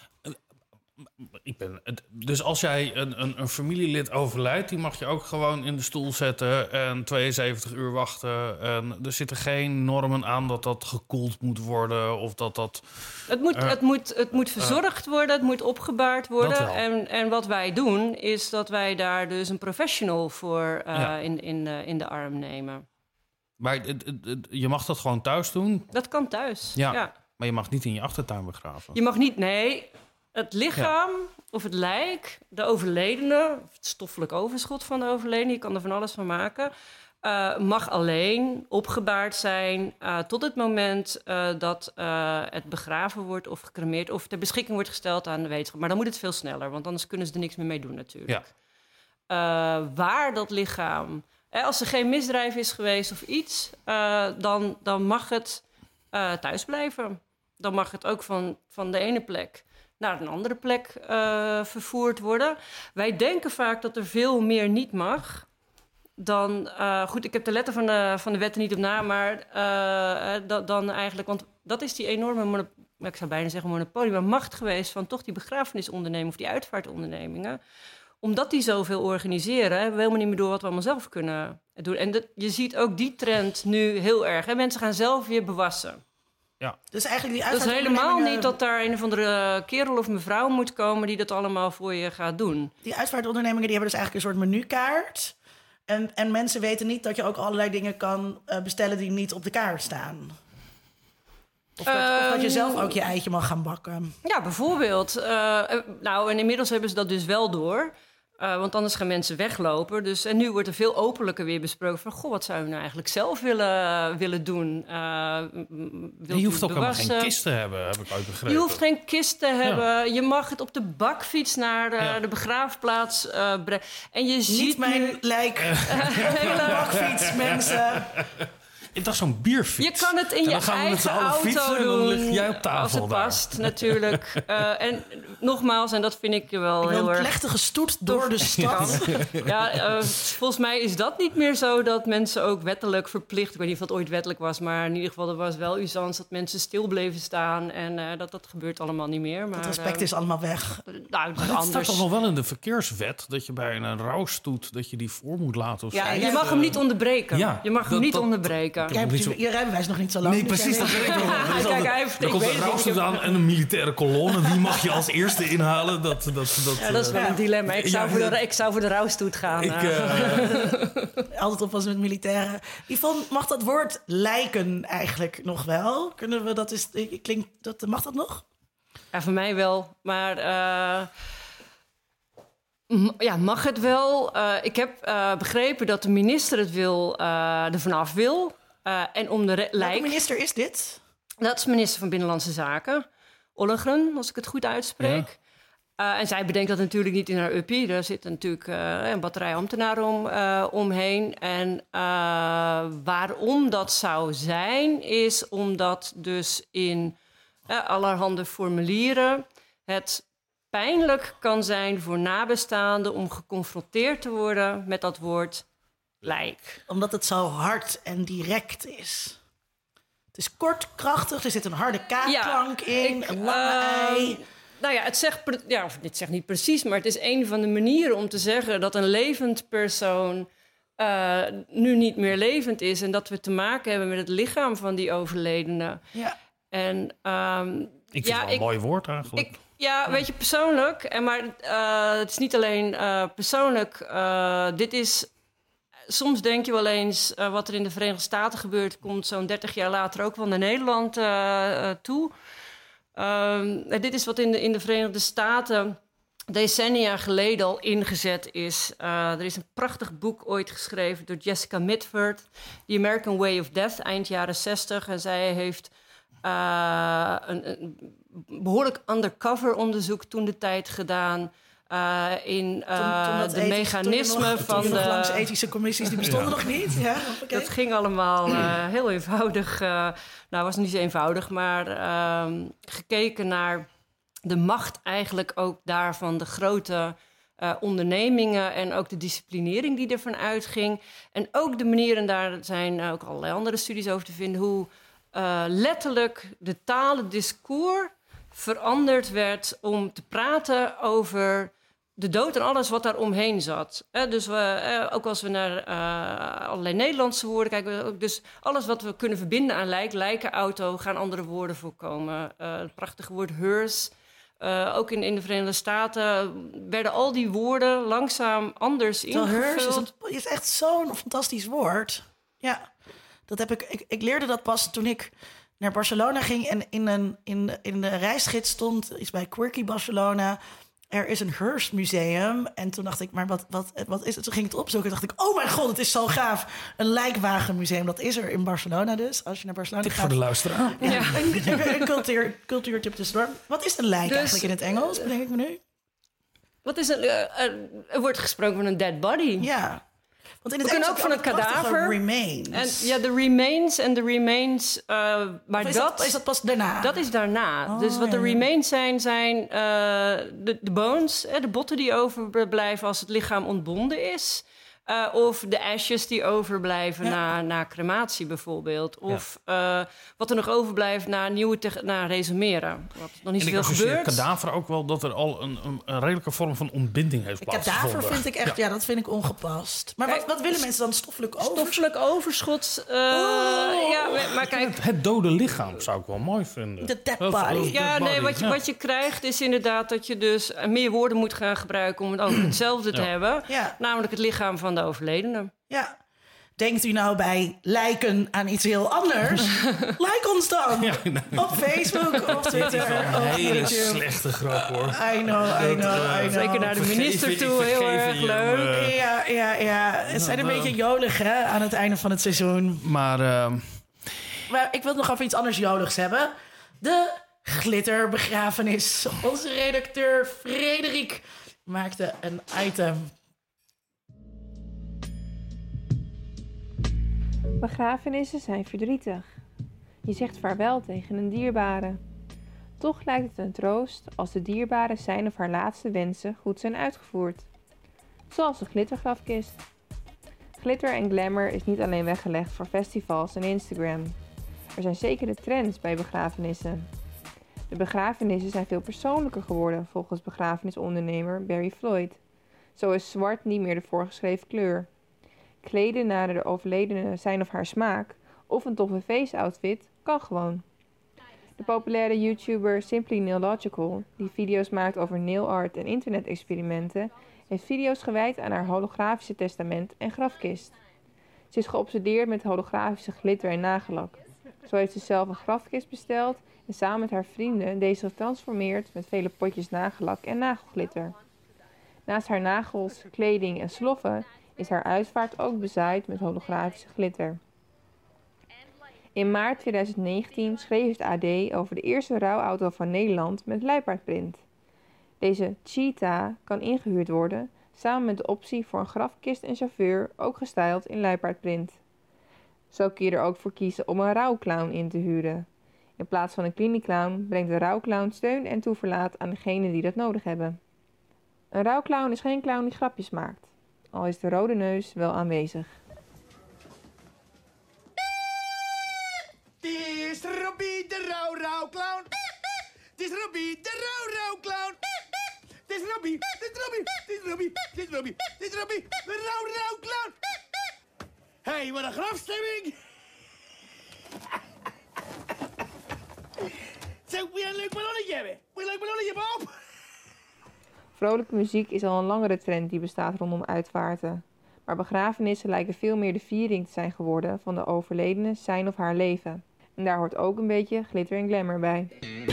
Dus als jij een familielid overlijdt... die mag je ook gewoon in de stoel zetten... en 72 uur wachten. En er zitten geen normen aan dat gekoeld moet worden... of dat... Het moet verzorgd worden, het moet opgebaard worden. En wat wij doen, is dat wij daar dus een professional voor in de arm nemen. Maar je mag dat gewoon thuis doen? Dat kan thuis, ja. Maar je mag niet in je achtertuin begraven? Je mag niet, nee... Het lichaam of het lijk, de overledene... of het stoffelijk overschot van de overledene... je kan er van alles van maken... mag alleen opgebaard zijn... tot het moment dat het begraven wordt of gecremeerd... of ter beschikking wordt gesteld aan de wetenschap. Maar dan moet het veel sneller, want anders kunnen ze er niks meer mee doen natuurlijk. Ja. Waar dat lichaam... als er geen misdrijf is geweest of iets... dan mag het thuis blijven. Dan mag het ook van de ene plek... naar een andere plek vervoerd worden. Wij denken vaak dat er veel meer niet mag dan... goed, ik heb de letter van de wet er niet op na... maar dan eigenlijk... want dat is die enorme, ik zou bijna zeggen monopolie... maar macht geweest van toch die begrafenisondernemingen... of die uitvaartondernemingen. Omdat die zoveel organiseren... hebben we helemaal niet meer door wat we allemaal zelf kunnen doen. En je ziet ook die trend nu heel erg. Hè? Mensen gaan zelf weer bewassen. Ja. Dus eigenlijk die dat is helemaal niet dat daar een of andere kerel of mevrouw moet komen... die dat allemaal voor je gaat doen. Die uitvaartondernemingen die hebben dus eigenlijk een soort menukaart. En mensen weten niet dat je ook allerlei dingen kan bestellen... die niet op de kaart staan. Of dat je zelf ook je eitje mag gaan bakken. Ja, bijvoorbeeld. En inmiddels hebben ze dat dus wel door... want anders gaan mensen weglopen. En nu wordt er veel openlijker weer besproken... van, goh, wat zou je nou eigenlijk zelf willen doen? Je hoeft ook helemaal geen kist te hebben, heb ik ook begrepen. Je hoeft geen kist te hebben. Ja. Je mag het op de bakfiets naar de begraafplaats brengen. En je ziet niet mijn lijk. Hele bakfiets, mensen. Ik dacht zo'n bierfiets. Je kan het in je eigen auto doen. Dan lig jij op tafel als het daar. past, natuurlijk. En nogmaals, en dat vind ik wel heel erg... een plechtige stoet door de stad. Volgens mij is dat niet meer zo dat mensen ook wettelijk verplicht... ik weet niet of dat ooit wettelijk was... maar in ieder geval er was wel usance dat mensen stil bleven staan... en dat gebeurt allemaal niet meer. Maar, het respect is allemaal weg. Nou, dat anders. staat toch nog wel in de verkeerswet... dat je bij een rouwstoet dat je die voor moet laten. Of je mag hem niet onderbreken. Ja, je mag hem niet onderbreken. Jij hebt je rijbewijs nog niet zo lang. Nee, precies. Dat weet ik nog. Er komt een rouwstoet aan en een militaire kolonne. Wie mag je als eerste inhalen? Dat is wel een dilemma. Ik zou voor de rouwstoet gaan. Altijd oppassen met militairen. Yvonne, mag dat woord lijken eigenlijk nog wel? Kunnen we dat mag dat nog? Ja, voor mij wel. Maar mag het wel? Ik heb begrepen dat de minister het er vanaf wil. En om de Welke minister is dit? Dat is minister van Binnenlandse Zaken. Ollongren, als ik het goed uitspreek. En zij bedenkt dat natuurlijk niet in haar uppie. Daar zit natuurlijk een batterij ambtenaren omheen. En waarom dat zou zijn, is omdat dus in allerhande formulieren het pijnlijk kan zijn voor nabestaanden om geconfronteerd te worden met dat woord lijk. Omdat het zo hard en direct is. Het is kort, krachtig, er zit een harde K-klank in, een lange ei. Nou ja, dit zegt niet precies, maar het is een van de manieren om te zeggen dat een levend persoon nu niet meer levend is en dat we te maken hebben met het lichaam van die overledene. Ja. En, Ik vind het wel een mooi woord eigenlijk. Weet je, persoonlijk. Maar het is niet alleen persoonlijk. Dit is... Soms denk je wel eens wat er in de Verenigde Staten gebeurt, komt zo'n 30 jaar later ook wel naar Nederland toe. Dit is wat in de Verenigde Staten decennia geleden al ingezet is. Er is een prachtig boek ooit geschreven door Jessica Mitford, The American Way of Death, eind jaren 60. En zij heeft een behoorlijk undercover onderzoek toen de tijd gedaan in de mechanismen van de... langs ethische commissies, die bestonden nog niet. Ja, okay. Dat ging allemaal heel eenvoudig. Was niet zo eenvoudig, maar gekeken naar de macht eigenlijk ook daarvan, de grote ondernemingen en ook de disciplinering die ervan uitging. En ook de manieren, daar zijn ook allerlei andere studies over te vinden, hoe letterlijk de taal, het discours veranderd werd om te praten over de dood en alles wat daar omheen zat. Dus ook als we naar allerlei Nederlandse woorden kijken, dus alles wat we kunnen verbinden aan lijkenauto, gaan andere woorden voorkomen. Het prachtige woord hearse. Ook in de Verenigde Staten werden al die woorden langzaam anders ingevuld. Hearse is echt zo'n fantastisch woord. Ja, dat heb ik leerde dat pas toen ik naar Barcelona ging en in de reisgids stond iets bij Quirky Barcelona. Er is een Hearst museum. En toen dacht ik, maar wat is het? Toen ging ik het opzoeken en dacht ik, oh mijn god, het is zo gaaf. Een lijkwagenmuseum, dat is er in Barcelona dus. Als je naar Barcelona gaat. Voor de luisteraar. Ja. Een cultuurtip tussendoor. Wat is een lijk eigenlijk in het Engels, bedenk ik me nu? Wat is er wordt gesproken van een dead body. Ja. Want in het we kunnen ook van een kadaver. Remains. En de remains. Maar is dat pas daarna? Dat is daarna. Dus wat de remains zijn de bones, de botten die overblijven als het lichaam ontbonden is. Of de ashes die overblijven na crematie bijvoorbeeld. Of wat er nog overblijft na resumeren. Wat nog niet zoveel gebeurt. En kadaver ook wel dat er al een redelijke vorm van ontbinding heeft plaatsgevonden. Kadaver vind ik echt, dat vind ik ongepast. Maar kijk, wat willen mensen dan? Stoffelijk overschot? Maar kijk, het dode lichaam zou ik wel mooi vinden. De dead body. Wat je krijgt is inderdaad dat je dus meer woorden moet gaan gebruiken om het over hetzelfde te hebben. Ja. Namelijk het lichaam van de overledene. Ja. Denkt u nou bij lijken aan iets heel anders? Like ons dan. Ja, op Facebook, op Twitter. Een hele slechte grap, hoor. I know. Zeker naar de minister toe, heel erg leuk. Ja. Het zijn een beetje jolig, hè, aan het einde van het seizoen. Maar ik wil nog even iets anders joligs hebben. De glitterbegrafenis. Onze redacteur Frederik maakte een item. Begrafenissen zijn verdrietig. Je zegt vaarwel tegen een dierbare. Toch lijkt het een troost als de dierbare zijn of haar laatste wensen goed zijn uitgevoerd. Zoals de glittergrafkist. Glitter en glamour is niet alleen weggelegd voor festivals en Instagram. Er zijn zekere trends bij begrafenissen. De begrafenissen zijn veel persoonlijker geworden volgens begrafenisondernemer Barry Floyd. Zo is zwart niet meer de voorgeschreven kleur. Kleden naar de overledene zijn of haar smaak of een toffe feestoutfit kan gewoon. De populaire YouTuber Simply Nailogical, die video's maakt over nail art en internetexperimenten, heeft video's gewijd aan haar holografische testament en grafkist. Ze is geobsedeerd met holografische glitter en nagellak. Zo heeft ze zelf een grafkist besteld en samen met haar vrienden deze getransformeerd met vele potjes nagellak en nagelglitter. Naast haar nagels, kleding en sloffen is haar uitvaart ook bezaaid met holografische glitter. In maart 2019 schreef het AD over de eerste rouwauto van Nederland met luipaardprint. Deze cheetah kan ingehuurd worden, samen met de optie voor een grafkist en chauffeur, ook gestyled in luipaardprint. Zo kun je er ook voor kiezen om een rouwclown in te huren. In plaats van een klinieclown brengt de rouwclown steun en toeverlaat aan degenen die dat nodig hebben. Een rouwclown is geen clown die grapjes maakt, al is de rode neus wel aanwezig. Het is Robbie de rouwclown. Het is Robbie de rouwclown. Het is Robbie, het is Robbie, het is Robbie, het is Robbie, het is Robbie, de rouwclown. Hé, wat een grafstemming. Zo, moet je een leuk ballonnetje hebben? Moet je een leuk ballonnetje, Bob? Vrolijke muziek is al een langere trend die bestaat rondom uitvaarten. Maar begrafenissen lijken veel meer de viering te zijn geworden van de overledene zijn of haar leven. En daar hoort ook een beetje glitter en glamour bij.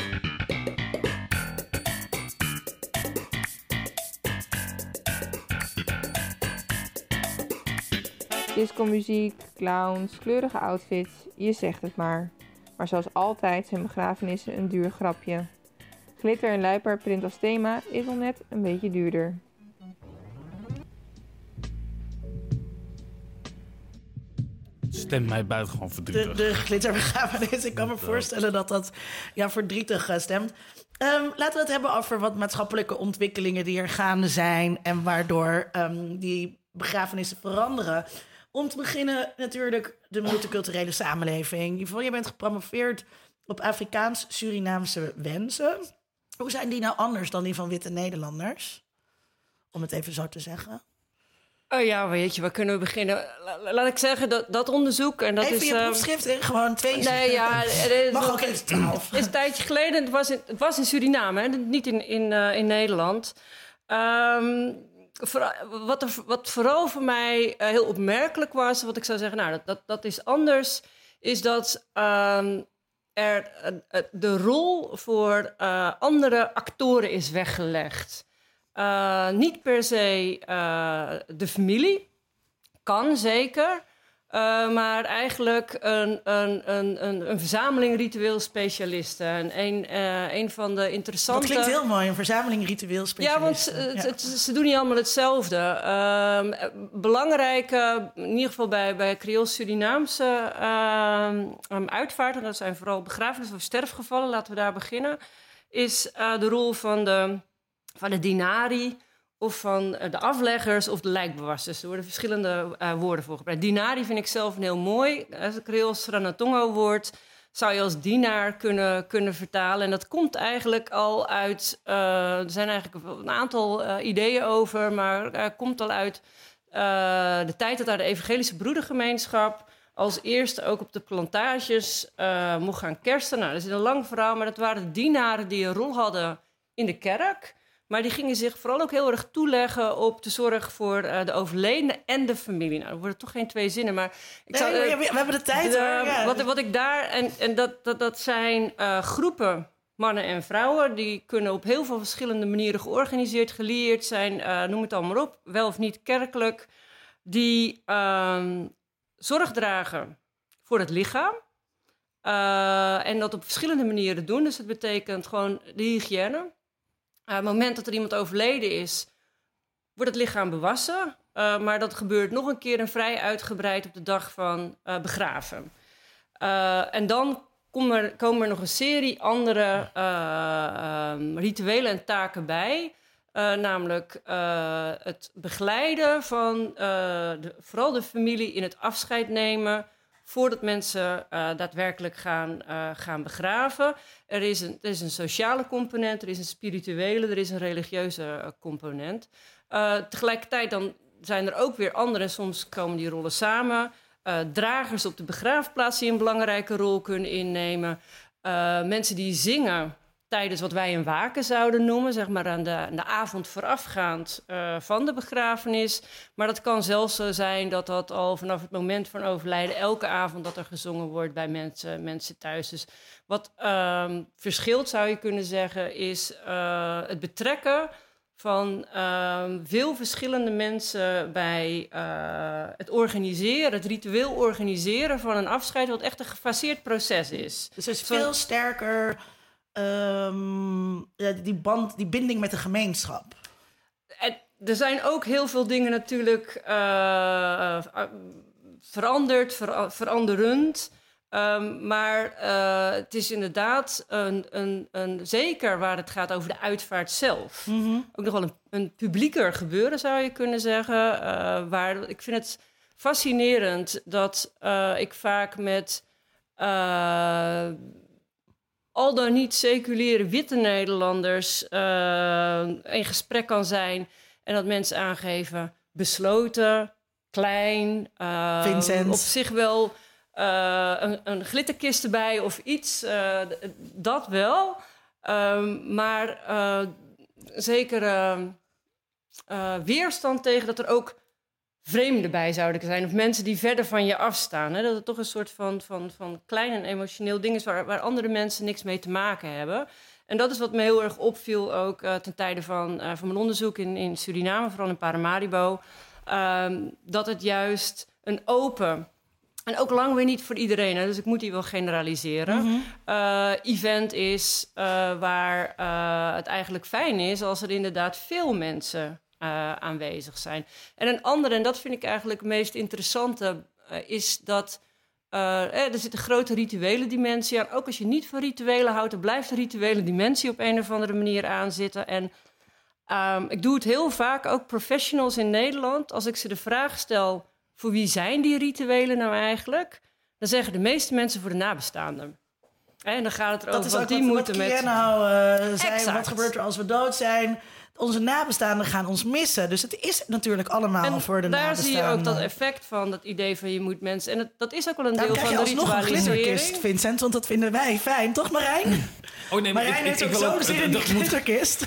Discomuziek, clowns, kleurige outfits, je zegt het maar. Maar zoals altijd zijn begrafenissen een duur grapje. Glitter en luipaardprint als thema is al net een beetje duurder. Stemt mij buitengewoon verdrietig. De glitterbegrafenis. Ik kan me voorstellen dat dat verdrietig stemt. Laten we het hebben over wat maatschappelijke ontwikkelingen die er gaande zijn en waardoor die begrafenissen veranderen. Om te beginnen natuurlijk de multiculturele samenleving. Yvonne, je bent gepromoveerd op Afrikaans-Surinaamse wensen. Hoe zijn die nou anders dan die van witte Nederlanders? Om het even zo te zeggen. Oh ja, weet je, waar kunnen we beginnen? Laat ik zeggen, dat onderzoek... En dat even is, je proefschrift, gewoon 2 Nee, ja... Mag ook even 12. Het is een tijdje geleden, het was in Suriname, hè, niet in Nederland. Wat vooral voor mij heel opmerkelijk was, wat ik zou zeggen, nou, dat is anders, is dat de rol voor andere actoren is weggelegd. Niet per se de familie, kan zeker, maar eigenlijk een verzameling ritueel specialisten. En een van de interessante... Dat klinkt heel mooi, een verzameling ritueel specialisten. Ja, want ze doen niet allemaal hetzelfde. Belangrijk, in ieder geval bij Creools-Surinaamse uitvaarten, dat zijn vooral begrafenissen of sterfgevallen, laten we daar beginnen, is de rol van de dinari of van de afleggers of de lijkbewassers. Er worden verschillende woorden voor gebruikt. Dinari vind ik zelf een heel mooi. Als het Creools Ranatongo-woord zou je als dienaar kunnen vertalen. En dat komt eigenlijk al uit... er zijn eigenlijk een aantal ideeën over, maar komt al uit de tijd dat daar de evangelische broedergemeenschap als eerste ook op de plantages mocht gaan kersten. Nou, dat is een lang verhaal, maar dat waren de dienaren die een rol hadden in de kerk. Maar die gingen zich vooral ook heel erg toeleggen op de zorg voor de overledene en de familie. Nou, er worden toch geen 2 zinnen, maar... we hebben de tijd, hoor. Ja. Wat ik daar... En dat zijn groepen mannen en vrouwen. Die kunnen op heel veel verschillende manieren georganiseerd, gelieerd zijn. Noem het allemaal op. Wel of niet kerkelijk. Die zorg dragen voor het lichaam. En dat op verschillende manieren doen. Dus het betekent gewoon de hygiëne. Op het moment dat er iemand overleden is, wordt het lichaam bewassen. Maar dat gebeurt nog een keer en vrij uitgebreid op de dag van begraven. En dan komen er nog een serie andere rituelen en taken bij. Namelijk het begeleiden van vooral de familie in het afscheid nemen voordat mensen daadwerkelijk gaan begraven. Er is een sociale component, er is een spirituele, er is een religieuze component. Tegelijkertijd dan zijn er ook weer andere, soms komen die rollen samen. Dragers op de begraafplaats die een belangrijke rol kunnen innemen. Mensen die zingen tijdens wat wij een waken zouden noemen, zeg maar aan de avond voorafgaand van de begrafenis. Maar dat kan zelfs zo zijn dat al vanaf het moment van overlijden elke avond dat er gezongen wordt bij mensen thuis. Dus wat verschilt, zou je kunnen zeggen, is het betrekken van veel verschillende mensen bij het ritueel organiseren van een afscheid, wat echt een gefaseerd proces is. Dus er is veel sterker die binding met de gemeenschap. En er zijn ook heel veel dingen natuurlijk veranderend. Maar het is inderdaad een zeker waar het gaat over de uitvaart zelf. Ook nog wel een publieker gebeuren, zou je kunnen zeggen. Ik vind het fascinerend dat ik vaak met al dan niet seculiere witte Nederlanders in gesprek kan zijn. En dat mensen aangeven besloten, klein, Vincent. op zich wel een glitterkist erbij of iets. Dat wel. Maar zeker weerstand tegen dat er ook vreemden bij zouden zijn. Of mensen die verder van je afstaan. Hè? Dat het toch een soort van klein en emotioneel ding is waar andere mensen niks mee te maken hebben. En dat is wat me heel erg opviel ook ten tijde van mijn onderzoek in Suriname, vooral in Paramaribo. Dat het juist een open, en ook lang weer niet voor iedereen, hè, dus ik moet die wel generaliseren, event is waar het eigenlijk fijn is als er inderdaad veel mensen aanwezig zijn. En een andere, en dat vind ik eigenlijk het meest interessante, is dat er zit een grote rituele dimensie aan. Ook als je niet van rituelen houdt, er blijft een rituele dimensie op een of andere manier aan zitten. En ik doe het heel vaak, ook professionals in Nederland. Als ik ze de vraag stel, voor wie zijn die rituelen nou eigenlijk? Dan zeggen de meeste mensen voor de nabestaanden. En dan gaat het erover, Dat is ook die moeten wat met... zei. Exact. Wat gebeurt er als we dood zijn? Onze nabestaanden gaan ons missen. Dus het is natuurlijk allemaal voor de daar nabestaanden. zie je ook dat effect van, dat idee van je moet mensen... En dat is ook wel een Daarom deel krijg van je de alsnog een glitterkist, ritualisering. Vincent, want dat vinden wij fijn. Toch, Marijn? Oh nee, maar Marijn heeft ook wil zo'n ook- zin in die dat moet- glitterkist.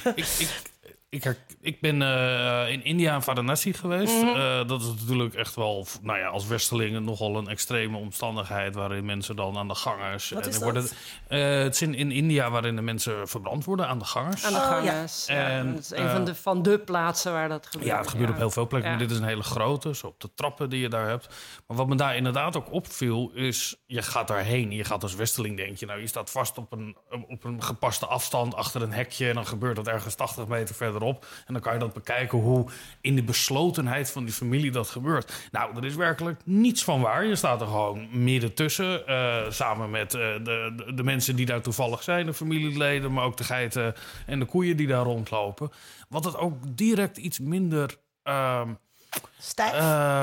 Ik ben in India in Varanasi geweest. Dat is natuurlijk echt wel, nou ja, als westerling nogal een extreme omstandigheid waarin mensen dan aan de gangers... Wat is er dat? worden, het is in India waarin de mensen verbrand worden aan de gangers. Aan de Oh, gangers. Ja. En, Dat is een van de plaatsen waar dat gebeurt. Ja, het gebeurt op heel veel plekken, Ja. maar dit is een hele grote, zo op de trappen die je daar hebt. Maar wat me daar inderdaad ook opviel, is je gaat daarheen. Je gaat als westerling, denk je, nou, je staat vast op een gepaste afstand achter een hekje en dan gebeurt dat ergens 80 meter verderop. En dan kan je dat bekijken hoe in de beslotenheid van die familie dat gebeurt. Nou, er is werkelijk niets van waar. Je staat er gewoon midden tussen, samen met de mensen die daar toevallig zijn, de familieleden, maar ook de geiten en de koeien die daar rondlopen. Wat het ook direct iets minder... Stijf.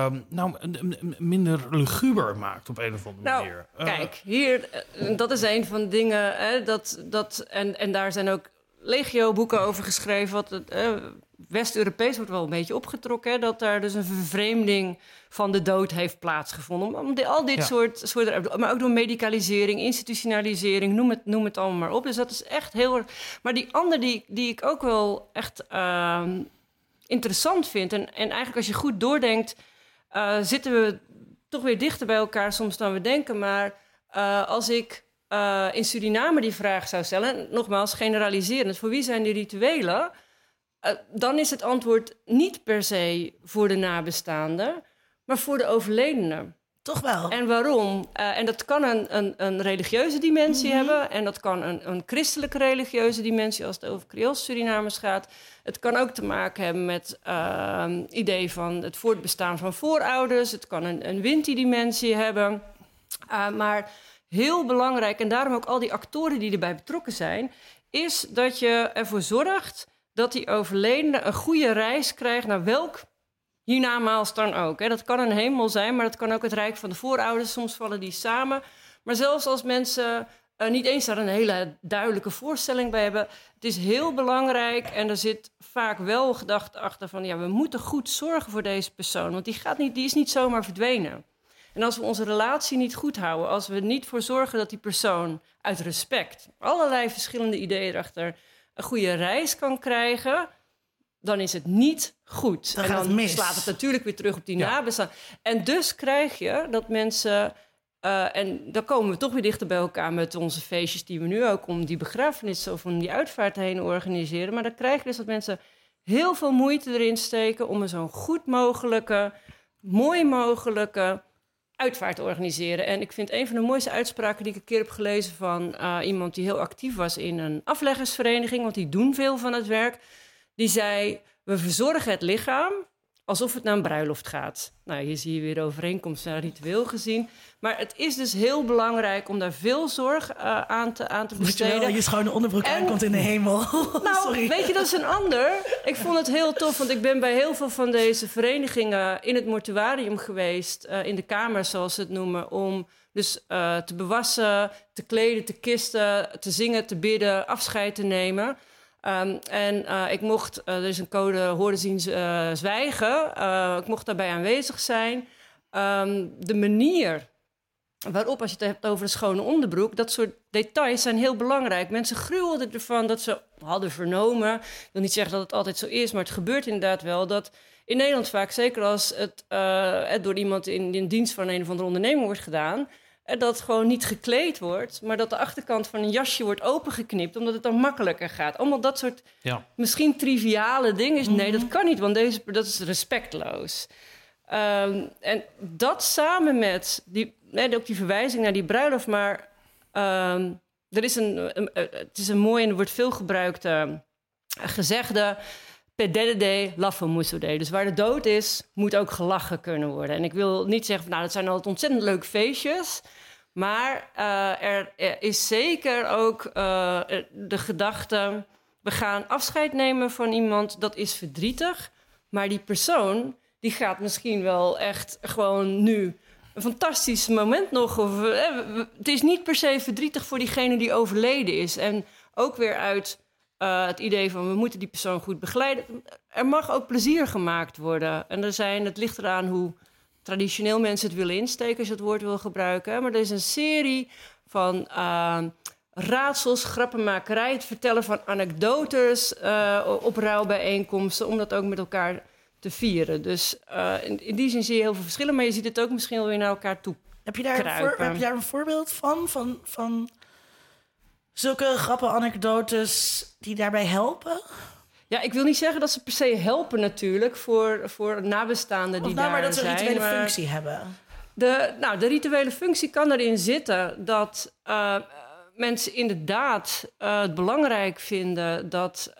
minder luguber maakt op een of andere Nou, manier. kijk, hier, dat is een van de dingen. Hè, en daar zijn ook legio-boeken over geschreven. Wat West-Europees wordt wel een beetje opgetrokken. Hè, dat daar dus een vervreemding van de dood heeft plaatsgevonden. Al dit soort, maar ook door medicalisering, institutionalisering, noem het allemaal maar op. Dus dat is echt heel erg. Maar die andere die ik ook wel echt interessant vind. En eigenlijk als je goed doordenkt, zitten we toch weer dichter bij elkaar soms dan we denken. Maar als ik in Suriname die vraag zou stellen, en nogmaals generaliserend, voor wie zijn die rituelen? Dan is het antwoord niet per se voor de nabestaanden, maar voor de overledenen. Toch wel. En waarom? En dat kan een religieuze dimensie hebben. En dat kan een christelijke religieuze dimensie als het over Creools Surinamers gaat. Het kan ook te maken hebben met idee van het voortbestaan van voorouders. Het kan een Winti-dimensie hebben. Maar heel belangrijk, en daarom ook al die actoren die erbij betrokken zijn, is dat je ervoor zorgt dat die overledene een goede reis krijgt naar welk hiernamaals dan ook. Hè. Dat kan een hemel zijn, maar dat kan ook het rijk van de voorouders. Soms vallen die samen. Maar zelfs als mensen niet eens daar een hele duidelijke voorstelling bij hebben, het is heel belangrijk en er zit vaak wel gedachte achter van, ja, we moeten goed zorgen voor deze persoon, want die is niet zomaar verdwenen. En als we onze relatie niet goed houden, als we niet voor zorgen dat die persoon uit respect, allerlei verschillende ideeën erachter, een goede reis kan krijgen, dan is het niet goed. Dan en gaat het dan mis. slaat het natuurlijk weer terug op die nabestaanden. En dus krijg je dat mensen, en dan komen we toch weer dichter bij elkaar met onze feestjes die we nu ook om die begrafenis of om die uitvaart heen organiseren. Maar dan krijg je dus dat mensen heel veel moeite erin steken om een zo goed mogelijke, mooi mogelijke uitvaart organiseren. En ik vind een van de mooiste uitspraken die ik een keer heb gelezen van iemand die heel actief was in een afleggersvereniging, want die doen veel van het werk. Die zei, we verzorgen het lichaam alsof het naar een bruiloft gaat. Nou, hier zie je weer de overeenkomst naar ritueel gezien. Maar het is dus heel belangrijk om daar veel zorg aan te besteden. Terwijl je schone onderbroek aankomt in de hemel. Nou, Sorry. weet je, dat is een ander. Ik vond het heel tof, want ik ben bij heel veel van deze verenigingen in het mortuarium geweest. In de kamers, zoals ze het noemen. Om dus te bewassen, te kleden, te kisten, te zingen, te bidden, afscheid te nemen. Ik mocht, er is een code horen zien zwijgen. Ik mocht daarbij aanwezig zijn. De manier waarop, als je het hebt over een schone onderbroek, dat soort details zijn heel belangrijk. Mensen gruwelden ervan dat ze hadden vernomen. Ik wil niet zeggen dat het altijd zo is, maar het gebeurt inderdaad wel dat in Nederland vaak, zeker als het door iemand in dienst van een of andere onderneming wordt gedaan, dat het gewoon niet gekleed wordt, maar dat de achterkant van een jasje wordt opengeknipt, omdat het dan makkelijker gaat. Allemaal dat soort misschien triviale dingen. Nee, dat kan niet, want dat is respectloos. En dat samen met ook die verwijzing naar die bruiloft, maar het is een mooi en er wordt veel gebruikt gezegde, pedede laffe musude. Dus waar de dood is, moet ook gelachen kunnen worden. En ik wil niet zeggen, van, dat zijn altijd ontzettend leuke feestjes. Maar er is zeker ook de gedachte, we gaan afscheid nemen van iemand, dat is verdrietig. Maar die persoon, die gaat misschien wel echt gewoon nu een fantastisch moment nog. Het is niet per se verdrietig voor diegene die overleden is. En ook weer uit het idee van, we moeten die persoon goed begeleiden. Er mag ook plezier gemaakt worden. En het ligt eraan hoe traditioneel mensen het willen insteken, als je het woord wil gebruiken. Maar er is een serie van raadsels, grappenmakerij, het vertellen van anekdotes op ruilbijeenkomsten, om dat ook met elkaar te vieren. Dus in die zin zie je heel veel verschillen, maar je ziet het ook misschien wel weer naar elkaar toe kruipen. Heb je daar een voorbeeld van zulke grappen, anekdotes die daarbij helpen? Ja, ik wil niet zeggen dat ze per se helpen natuurlijk voor nabestaanden die daar zijn. Maar dat ze een rituele functie hebben. De rituele functie kan erin zitten dat mensen inderdaad het belangrijk vinden dat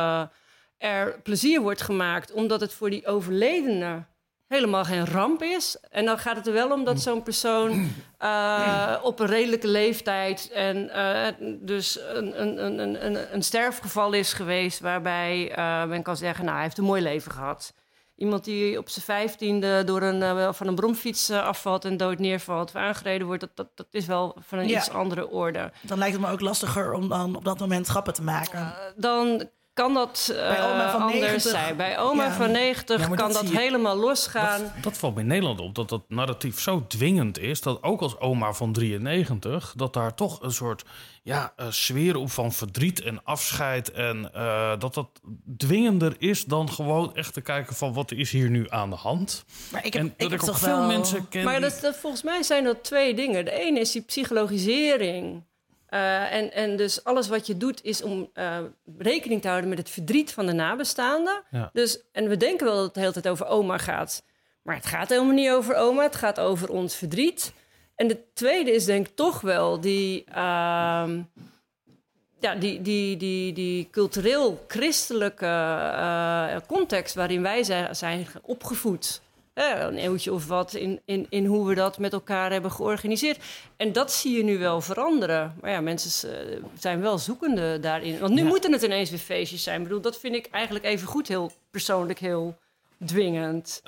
er plezier wordt gemaakt, omdat het voor die overledene helemaal geen ramp is. En dan gaat het er wel om dat zo'n persoon op een redelijke leeftijd en dus een sterfgeval is geweest, waarbij men kan zeggen, hij heeft een mooi leven gehad. Iemand die op zijn 15e van een bromfiets afvalt en dood neervalt of aangereden wordt, dat is wel van een iets andere orde. Dan lijkt het me ook lastiger om dan op dat moment grappen te maken. Dan kan dat anders zijn. Bij oma van 90 kan dat helemaal losgaan. Dat valt me in Nederland op, dat narratief zo dwingend is, dat ook als oma van 93, dat daar toch een soort sfeer op van verdriet en afscheid en dat dwingender is dan gewoon echt te kijken van wat is hier nu aan de hand. Maar ik heb toch veel mensen ken. Maar volgens mij zijn dat twee dingen. De ene is die psychologisering. En dus alles wat je doet is om rekening te houden met het verdriet van de nabestaanden. Ja. Dus, en we denken wel dat het de hele tijd over oma gaat. Maar het gaat helemaal niet over oma. Het gaat over ons verdriet. En de tweede is denk ik toch wel die cultureel-christelijke context waarin wij zijn opgevoed. Een eeuwtje of wat in hoe we dat met elkaar hebben georganiseerd. En dat zie je nu wel veranderen. Maar ja, mensen zijn wel zoekende daarin. Want nu moeten het ineens weer feestjes zijn. Ik bedoel, dat vind ik eigenlijk even goed heel persoonlijk heel dwingend.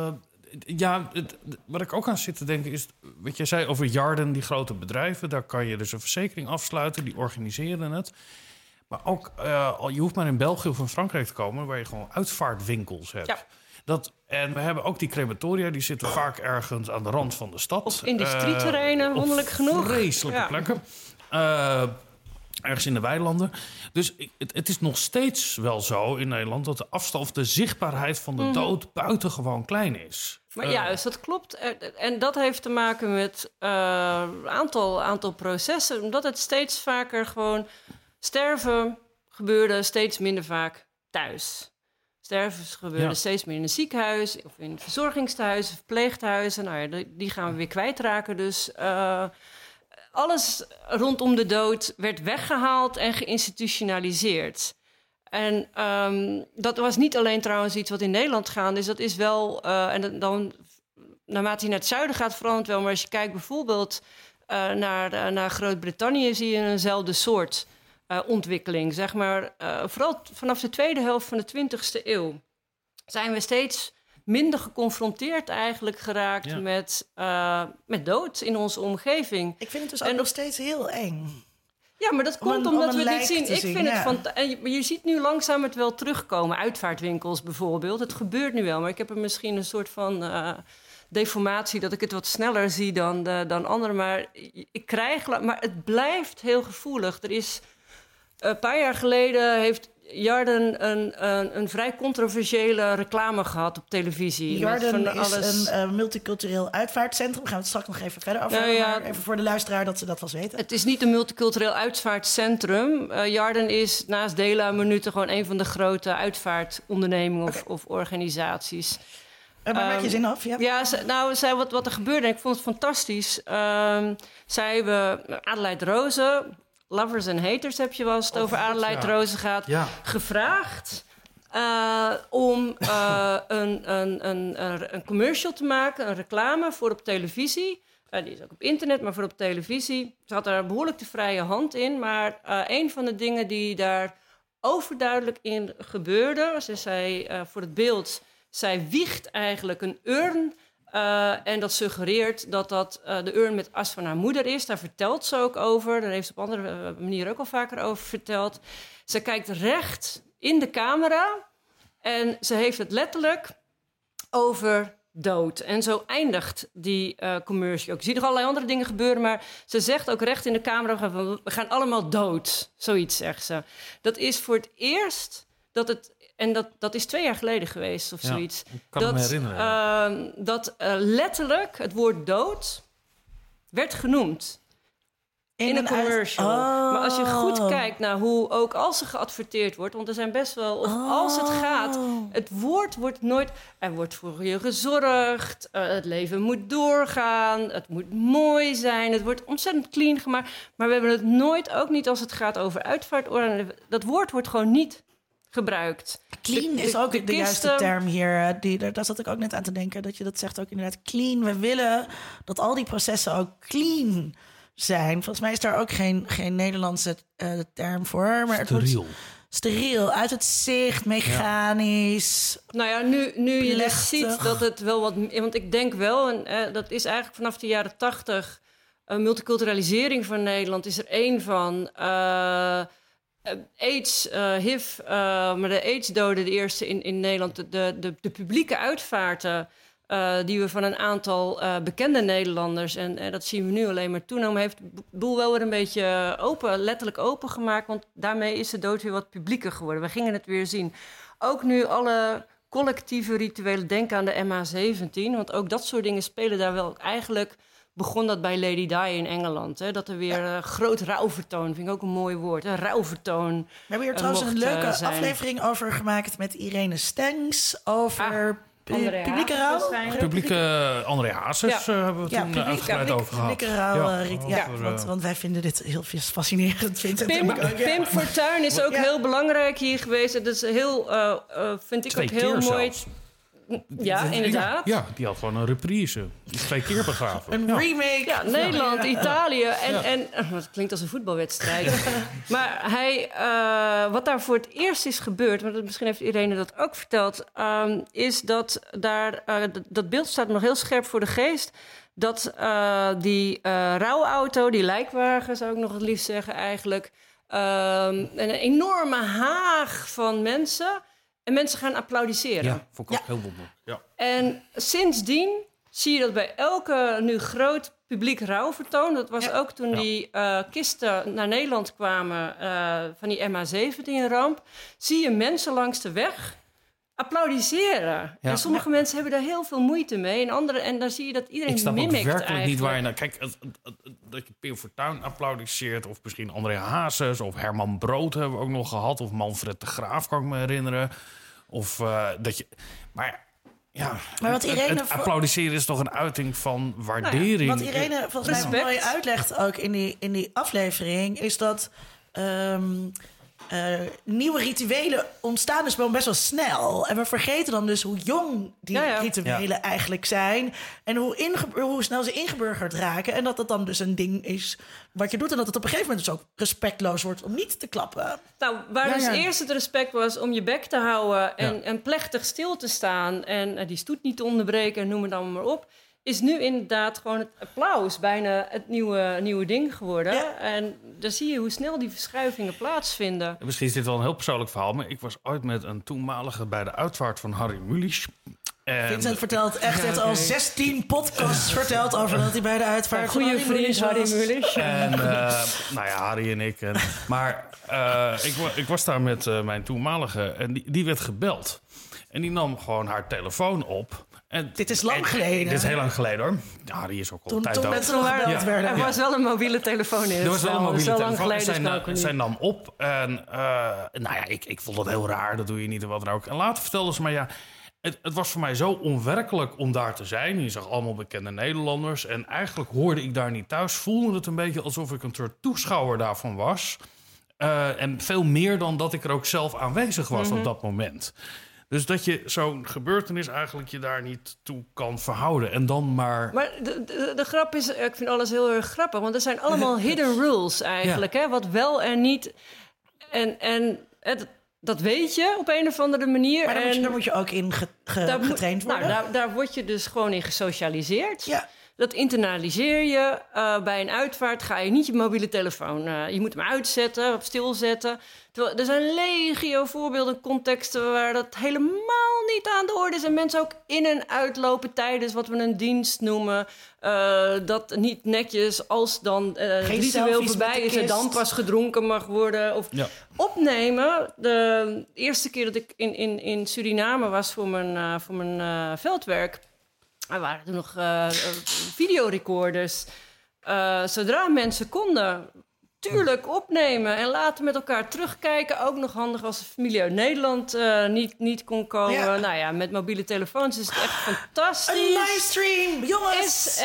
Wat ik ook aan zit te denken is, wat jij zei over Jarden, die grote bedrijven, daar kan je dus een verzekering afsluiten, die organiseren het. Maar ook, je hoeft maar in België of in Frankrijk te komen, waar je gewoon uitvaartwinkels hebt. Ja. En we hebben ook die crematoria, die zitten vaak ergens aan de rand van de stad. Of industrieterreinen, wonderlijk genoeg. Vreselijke plekken. Ergens in de weilanden. Dus het is nog steeds wel zo in Nederland dat de afstand of de zichtbaarheid van de dood buitengewoon klein is. Maar juist, dat klopt. En dat heeft te maken met aantal processen. Omdat het steeds vaker gewoon sterven gebeurde steeds minder vaak thuis. sterven gebeurde steeds meer in een ziekenhuis... of in verzorgingstehuizen, verpleeghuizen. Nou ja, die gaan we weer kwijtraken. Dus alles rondom de dood werd weggehaald en geïnstitutionaliseerd. En dat was niet alleen trouwens iets wat in Nederland gaande is. Dat is wel... dan naarmate je naar het zuiden gaat verandert wel. Maar als je kijkt bijvoorbeeld naar Groot-Brittannië... zie je eenzelfde soort ontwikkeling. Zeg maar, vooral vanaf de tweede helft van de 20e eeuw... zijn we steeds minder geconfronteerd eigenlijk geraakt... met dood in onze omgeving. Ik vind het dus ook nog steeds heel eng. Ja, maar dat komt omdat we dit zien. Ik vind het je ziet nu langzaam het wel terugkomen. Uitvaartwinkels bijvoorbeeld. Het gebeurt nu wel, maar ik heb er misschien een soort van... deformatie, dat ik het wat sneller zie dan anderen. Maar maar het blijft heel gevoelig. Er is een paar jaar geleden heeft Jarden een vrij controversiële reclame gehad op televisie. Jarden is een multicultureel uitvaartcentrum. Daar gaan we het straks nog even verder over hebben. Maar even voor de luisteraar dat ze dat vast weten. Het is niet een multicultureel uitvaartcentrum. Jarden is naast Dela Minuten gewoon een van de grote uitvaartondernemingen of organisaties. Maar maak je zin af? Zij wat er gebeurde, en ik vond het fantastisch. Zij hebben Adelheid Rozen, Lovers and Haters heb je wel eens het over Adelheid Rozen gaat, gevraagd om een commercial te maken, een reclame voor op televisie. Die is ook op internet, maar voor op televisie. Ze had er behoorlijk de vrije hand in, maar een van de dingen die daar overduidelijk in gebeurde, ze zei voor het beeld... Zij wiegt eigenlijk een urn en dat suggereert dat de urn met as van haar moeder is. Daar vertelt ze ook over. Daar heeft ze op andere manieren ook al vaker over verteld. Ze kijkt recht in de camera en ze heeft het letterlijk over dood. En zo eindigt die commercial ook. Je ziet nog allerlei andere dingen gebeuren, maar ze zegt ook recht in de camera... we gaan allemaal dood, zoiets zegt ze. Dat is voor het eerst dat het... En dat is 2 jaar geleden geweest of zoiets. Ik kan me herinneren. Dat letterlijk het woord dood werd genoemd. In een commercial. Maar als je goed kijkt naar hoe, ook als er geadverteerd wordt... want er zijn best wel, of als het gaat... het woord wordt nooit... er wordt voor je gezorgd, het leven moet doorgaan... het moet mooi zijn, het wordt ontzettend clean gemaakt... maar we hebben het nooit, ook niet als het gaat over uitvaartorden... dat woord wordt gewoon niet gebruikt. Clean is ook de juiste term hier. Daar zat ik ook net aan te denken, dat je dat zegt ook inderdaad. Clean, we willen dat al die processen ook clean zijn. Volgens mij is daar ook geen Nederlandse term voor. Maar steriel. Steriel, uit het zicht, mechanisch. Nou ja, nu je dus ziet dat het wel wat... Want ik denk wel, en dat is eigenlijk vanaf de jaren 80... multiculturalisering van Nederland is er één van... AIDS, HIV, maar de AIDS-doden, de eerste in Nederland... de publieke uitvaarten... die we van een aantal bekende Nederlanders... en dat zien we nu alleen maar toenomen... heeft de boel wel weer een beetje letterlijk open gemaakt... want daarmee is de dood weer wat publieker geworden. We gingen het weer zien. Ook nu alle collectieve rituelen, denk aan de MH17... want ook dat soort dingen spelen daar wel eigenlijk... begon dat bij Lady Di in Engeland. Hè? Dat er weer groot rouwvertoon, vind ik ook een mooi woord. Een rouwvertoon. We hebben hier trouwens een leuke aflevering over gemaakt... met Irene Stengs over publieke rouw. Publieke André Hazes hebben we toen uitgebreid over gehad. Publieke rouw, want wij vinden dit heel fascinerend. Pim Fortuyn is ook heel belangrijk hier geweest. Dat is heel, vind ik 2 ook heel mooi... Zelfs. Ja, inderdaad. Ja, die had gewoon een reprise. 2 keer begraven. Een remake. Ja, Nederland, Italië. En het klinkt als een voetbalwedstrijd. Maar wat daar voor het eerst is gebeurd... maar misschien heeft Irene dat ook verteld... is dat daar... dat beeld staat nog heel scherp voor de geest... dat die rouwauto, die lijkwagen... zou ik nog het liefst zeggen eigenlijk... een enorme haag van mensen... En mensen gaan applaudisseren. Ja, vond ik ook heel wonderlijk. Ja. En sindsdien zie je dat bij elke nu groot publiek rouwvertoon... dat was ook toen die kisten naar Nederland kwamen... van die MH17-ramp... zie je mensen langs de weg applaudisseren. Ja. En sommige mensen hebben daar heel veel moeite mee. En dan zie je dat iedereen mimikt eigenlijk. Ik snap ook werkelijk niet waar je... Kijk, dat je Pim Fortuyn applaudisseert... of misschien André Hazes of Herman Brood hebben we ook nog gehad... of Manfred de Graaf, kan ik me herinneren... Of dat je... Maar ja, Maar wat Irene het applaudisseren is toch een uiting van waardering. Wat Irene volgens mij mooi uitlegt ook in die aflevering... is dat nieuwe rituelen ontstaan dus wel best wel snel. En we vergeten dan dus hoe jong die rituelen eigenlijk zijn... en hoe snel ze ingeburgerd raken. En dat het dan dus een ding is wat je doet... en dat het op een gegeven moment dus ook respectloos wordt om niet te klappen. Nou, waar dus eerst het respect was om je bek te houden... en plechtig stil te staan en die stoet niet te onderbreken... en noem het allemaal maar op... is nu inderdaad gewoon het applaus bijna het nieuwe ding geworden. Ja. En dan zie je hoe snel die verschuivingen plaatsvinden. Misschien is dit wel een heel persoonlijk verhaal... maar ik was ooit met een toenmalige bij de uitvaart van Harry Mulisch. Vincent vertelt echt het al 16 podcasts verteld... over dat hij bij de uitvaart van Harry Mulisch Harry Mulisch. En Harry en ik. Maar ik was daar met mijn toenmalige... en die werd gebeld. En die nam gewoon haar telefoon op... En, dit is lang geleden. Dit is heel lang geleden, hoor. Ja, die is ook al tijd dood. Toen mensen nog gebeld werden. Er was wel een mobiele telefoon in. Er was wel een mobiele telefoon. Zij nam op. En ik vond dat heel raar. Dat doe je niet en wat dan ook. En later vertelde ze me, het was voor mij zo onwerkelijk om daar te zijn. Je zag allemaal bekende Nederlanders. En eigenlijk hoorde ik daar niet thuis. Voelde het een beetje alsof ik een soort toeschouwer daarvan was. En veel meer dan dat ik er ook zelf aanwezig was op dat moment. Dus dat je zo'n gebeurtenis eigenlijk je daar niet toe kan verhouden. En dan maar... Maar de grap is, ik vind alles heel erg grappig. Want er zijn allemaal hidden rules eigenlijk. Hè? Wat wel en niet. En dat weet je op een of andere manier. Maar daar moet je ook in getraind worden. Nou, daar word je dus gewoon in gesocialiseerd. Ja. Dat internaliseer je. Bij een uitvaart ga je niet je mobiele telefoon... je moet hem uitzetten, op stil zetten. Terwijl, er zijn legio voorbeelden, contexten... waar dat helemaal niet aan de orde is. En mensen ook in en uitlopen tijdens wat we een dienst noemen. Dat niet netjes als dan het ritueel voorbij is... en dan pas gedronken mag worden. Of opnemen. De eerste keer dat ik in Suriname was voor mijn veldwerk... Er waren toen nog videorecorders. Zodra mensen konden, tuurlijk opnemen en later met elkaar terugkijken. Ook nog handig als de familie uit Nederland niet kon komen. Ja. Nou ja, met mobiele telefoons is het echt fantastisch. Een livestream, jongens! Is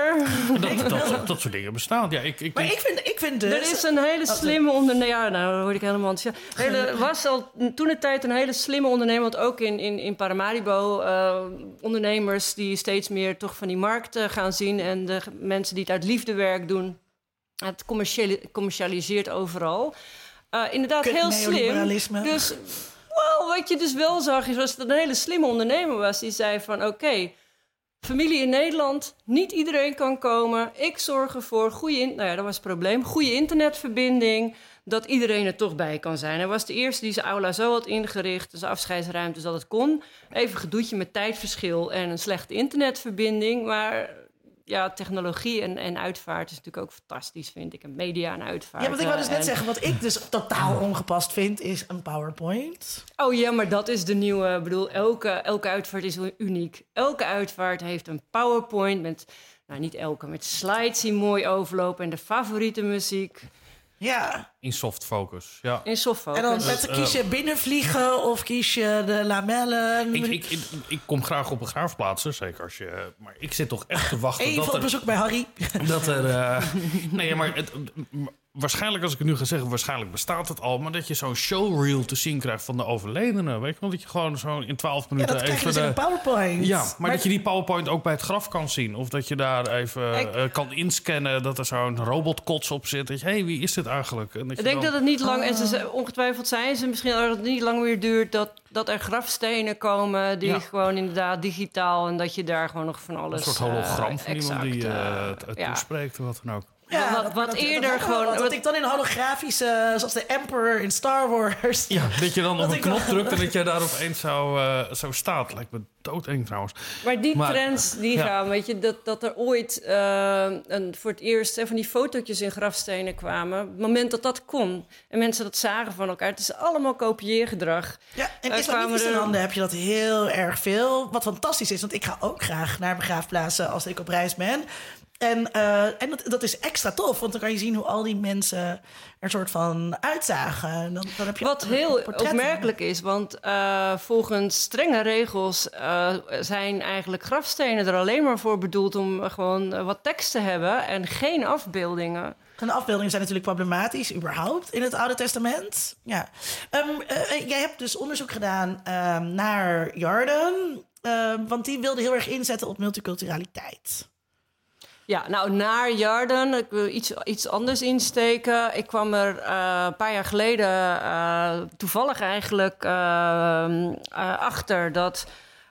er. Dat soort dingen bestaan. Ja, ik vind dus... Er is een hele slimme ondernemer... Ja, nou, dan word ik helemaal enthousiast. Er was al toen de tijd een hele slimme ondernemer... want ook in Paramaribo ondernemers... die steeds meer toch van die markt gaan zien... en de mensen die het uit liefdewerk doen... Het commercialiseert overal. Inderdaad, heel slim. Dus wat je dus wel zag, is dat het een hele slimme ondernemer was. Die zei van, oké, familie in Nederland, niet iedereen kan komen. Ik zorg ervoor, dat was het probleem, goede internetverbinding... dat iedereen er toch bij kan zijn. Hij was de eerste die zijn aula zo had ingericht... dus afscheidsruimte, dat het kon. Even gedoetje met tijdverschil en een slechte internetverbinding... maar... Ja, technologie en uitvaart is natuurlijk ook fantastisch, vind ik. En media en uitvaart. Ja, want ik wou dus net zeggen, wat ik dus totaal ongepast vind, is een PowerPoint. Oh ja, maar dat is de nieuwe... Ik bedoel, elke uitvaart is uniek. Elke uitvaart heeft een PowerPoint met... Nou, niet elke, met slides die mooi overlopen... en de favoriete muziek. Ja. In soft focus, ja. In soft focus. En dan kies je binnenvliegen of kies je de lamellen. Ik kom graag op begraafplaatsen, zeker als je... Maar ik zit toch echt te wachten... Even op bezoek bij Harry. Dat er... nee, maar waarschijnlijk, als ik het nu ga zeggen... waarschijnlijk bestaat het al... maar dat je zo'n showreel te zien krijgt van de overledene. Weet je wel? Dat je gewoon zo in 12 minuten... Ja, dat krijg je dus in een PowerPoint. Ja, maar dat je die PowerPoint ook bij het graf kan zien. Of dat je daar even kan inscannen... dat er zo'n robotkots op zit. Dat je, hey, wie is dit eigenlijk? En ik denk dat het niet lang... En ongetwijfeld zijn ze misschien dat het niet lang meer duurt... dat er grafstenen komen die gewoon inderdaad digitaal... en dat je daar gewoon nog van alles... Een soort hologram van iemand die toespreekt of wat dan ook. Ja, wat eerder gewoon... Dat ik dan in holografische, zoals de Emperor in Star Wars... Ja, dat je dan op een knop drukt en dat jij daar opeens zo staat. Lijkt me doodeng trouwens. Maar die trends die gaan, weet je... dat er ooit voor het eerst van die fotootjes in grafstenen kwamen... op het moment dat dat kon en mensen dat zagen van elkaar... het is allemaal kopieergedrag. Ja, en islamitische landen heb je dat heel erg veel. Wat fantastisch is, want ik ga ook graag naar begraafplaatsen als ik op reis ben... En dat is extra tof, want dan kan je zien hoe al die mensen er soort van uitzagen. Dan heb je wat heel opmerkelijk is, want volgens strenge regels zijn eigenlijk grafstenen er alleen maar voor bedoeld om gewoon wat tekst te hebben en geen afbeeldingen. En de afbeeldingen zijn natuurlijk problematisch, überhaupt, in het Oude Testament. Ja. Jij hebt dus onderzoek gedaan naar Yarden, want die wilde heel erg inzetten op multiculturaliteit. Ja, nou, naar Yarden, ik wil iets anders insteken. Ik kwam er een paar jaar geleden toevallig eigenlijk achter dat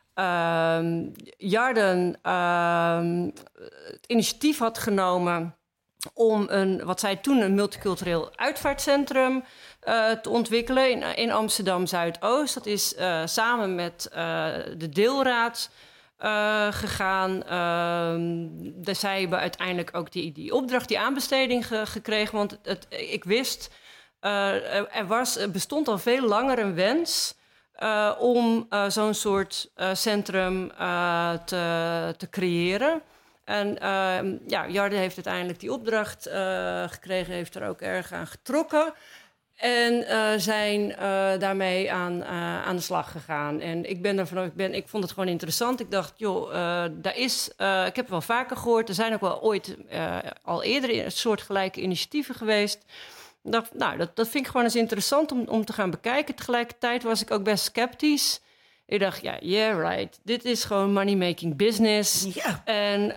Yarden het initiatief had genomen om wat zij toen een multicultureel uitvaartcentrum te ontwikkelen in Amsterdam Zuidoost. Dat is samen met de deelraad gegaan. Zij hebben uiteindelijk ook die opdracht, die aanbesteding gekregen. Want ik wist, er bestond al veel langer een wens om zo'n soort centrum te creëren. En Yarden heeft uiteindelijk die opdracht gekregen, heeft er ook erg aan getrokken. En zijn daarmee aan de slag gegaan. En ik vond het gewoon interessant. Ik dacht, ik heb het wel vaker gehoord. Er zijn ook wel ooit al eerder soortgelijke initiatieven geweest. Ik dacht, nou, dat vind ik gewoon eens interessant om te gaan bekijken. Tegelijkertijd was ik ook best sceptisch. Ik dacht, right. Dit is gewoon money-making business. Ja. En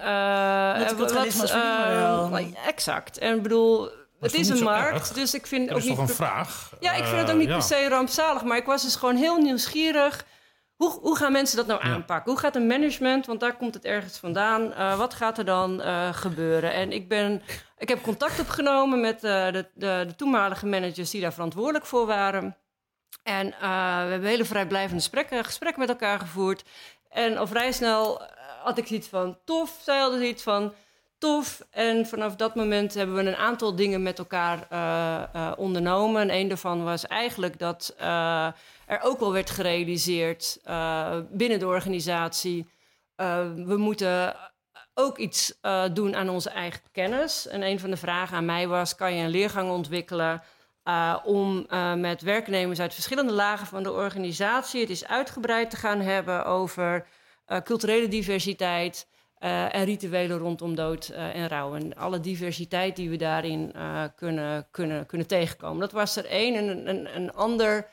exact. En ik bedoel, het is een markt, dus ik vind dat ook is niet... toch een vraag? Ja, ik vind het ook niet per se rampzalig, maar ik was dus gewoon heel nieuwsgierig. Hoe gaan mensen dat nou aanpakken? Hoe gaat een management, want daar komt het ergens vandaan, wat gaat er dan gebeuren? En ik heb contact opgenomen met de toenmalige managers die daar verantwoordelijk voor waren. En we hebben hele vrijblijvende gesprekken met elkaar gevoerd. En al vrij snel had ik zoiets van tof. Zij hadden zoiets van tof. En vanaf dat moment hebben we een aantal dingen met elkaar ondernomen. En een daarvan was eigenlijk dat er ook wel werd gerealiseerd binnen de organisatie. We moeten ook iets doen aan onze eigen kennis. En een van de vragen aan mij was, kan je een leergang ontwikkelen om met werknemers uit verschillende lagen van de organisatie het is uitgebreid te gaan hebben over culturele diversiteit en rituelen rondom dood en rouw. En alle diversiteit die we daarin kunnen tegenkomen. Dat was er één. En een ander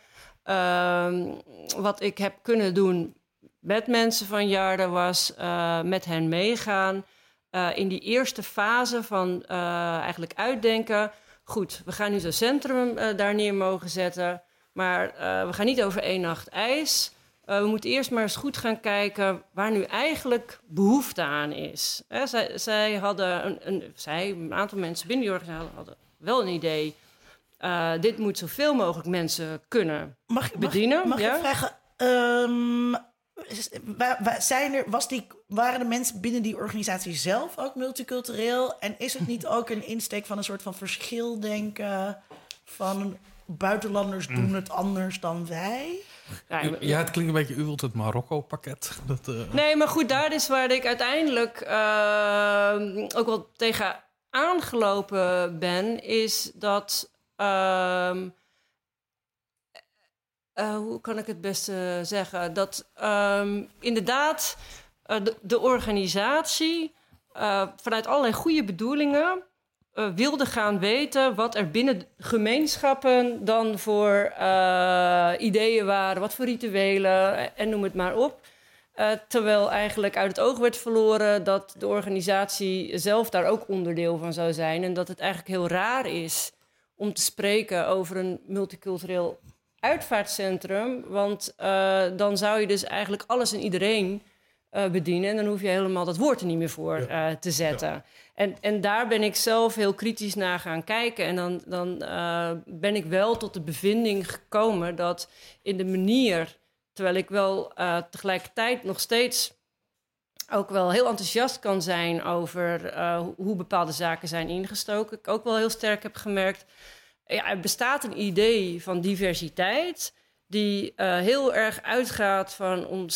wat ik heb kunnen doen met mensen van Yarden was met hen meegaan in die eerste fase van eigenlijk uitdenken. Goed, we gaan nu zo'n centrum daar neer mogen zetten. Maar we gaan niet over 1 nacht ijs. We moeten eerst maar eens goed gaan kijken waar nu eigenlijk behoefte aan is. Zij hadden een aantal mensen binnen die organisatie hadden wel een idee. Dit moet zoveel mogelijk mensen kunnen bedienen. Mag ik vragen, waren de mensen binnen die organisatie zelf ook multicultureel? En is het niet ook een insteek van een soort van verschildenken van buitenlanders doen het anders dan wij? Ja, het klinkt een beetje, u wilt het Marokko-pakket. Nee, maar goed, daar is waar ik uiteindelijk ook wel tegen aangelopen ben, is dat hoe kan ik het beste zeggen? Dat inderdaad de organisatie vanuit allerlei goede bedoelingen wilde gaan weten wat er binnen gemeenschappen dan voor ideeën waren, wat voor rituelen en noem het maar op. Terwijl eigenlijk uit het oog werd verloren dat de organisatie zelf daar ook onderdeel van zou zijn. En dat het eigenlijk heel raar is om te spreken over een multicultureel uitvaartcentrum. Want dan zou je dus eigenlijk alles en iedereen bedienen. En dan hoef je helemaal dat woord er niet meer voor te zetten. Ja. En daar ben ik zelf heel kritisch naar gaan kijken. En dan ben ik wel tot de bevinding gekomen dat in de manier, terwijl ik wel tegelijkertijd nog steeds ook wel heel enthousiast kan zijn over hoe bepaalde zaken zijn ingestoken. Ik ook wel heel sterk heb gemerkt, er bestaat een idee van diversiteit die heel erg uitgaat van ons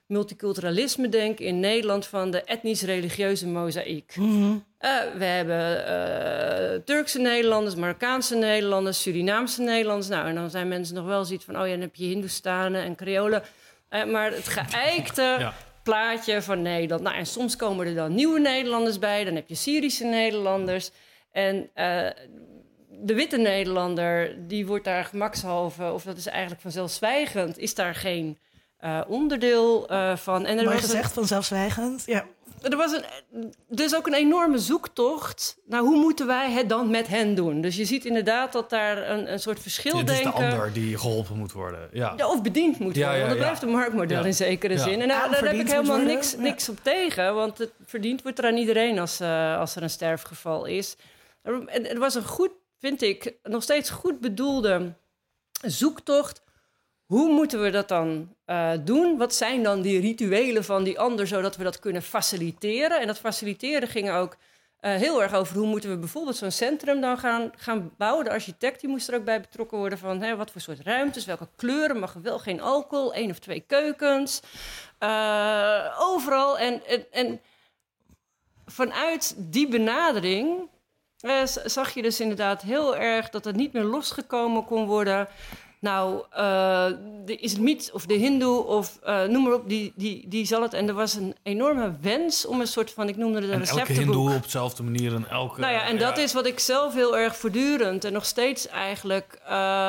multiculturalisme denk in Nederland van de etnisch-religieuze mozaïek. We hebben Turkse Nederlanders, Marokkaanse Nederlanders, Surinaamse Nederlanders. Nou, en dan zijn mensen nog wel zoiets van, oh ja, dan heb je Hindoestanen en Creolen. Maar het geëikte plaatje van Nederland. Nou, en soms komen er dan nieuwe Nederlanders bij. Dan heb je Syrische Nederlanders. En de witte Nederlander, die wordt daar gemakshalve, of dat is eigenlijk vanzelfzwijgend, is daar geen onderdeel van. En Mooi gezegd, vanzelfzwijgend. Ja. Er was dus ook een enorme zoektocht naar hoe moeten wij het dan met hen doen. Dus je ziet inderdaad dat daar een soort verschil denken. Het is de ander die geholpen moet worden. Ja. Ja, of bediend moet worden. Want dat blijft een marktmodel in zekere zin. En daar heb ik helemaal niks op tegen. Want het verdiend wordt er aan iedereen als er een sterfgeval is. Het was een goed, vind ik, nog steeds goed bedoelde zoektocht. Hoe moeten we dat dan doen? Wat zijn dan die rituelen van die ander, zodat we dat kunnen faciliteren? En dat faciliteren ging ook heel erg over hoe moeten we bijvoorbeeld zo'n centrum dan gaan bouwen. De architect die moest er ook bij betrokken worden van wat voor soort ruimtes, welke kleuren, mag er wel geen alcohol, 1 of 2 keukens. Overal. En vanuit die benadering zag je dus inderdaad heel erg dat het niet meer losgekomen kon worden. Nou, de islamiet of de hindoe of noem maar op, die zal het. En er was een enorme wens om een soort van, ik noemde het een receptenboek. Elke hindoe op dezelfde manier en elke... Nou ja, en dat is wat ik zelf heel erg voortdurend en nog steeds eigenlijk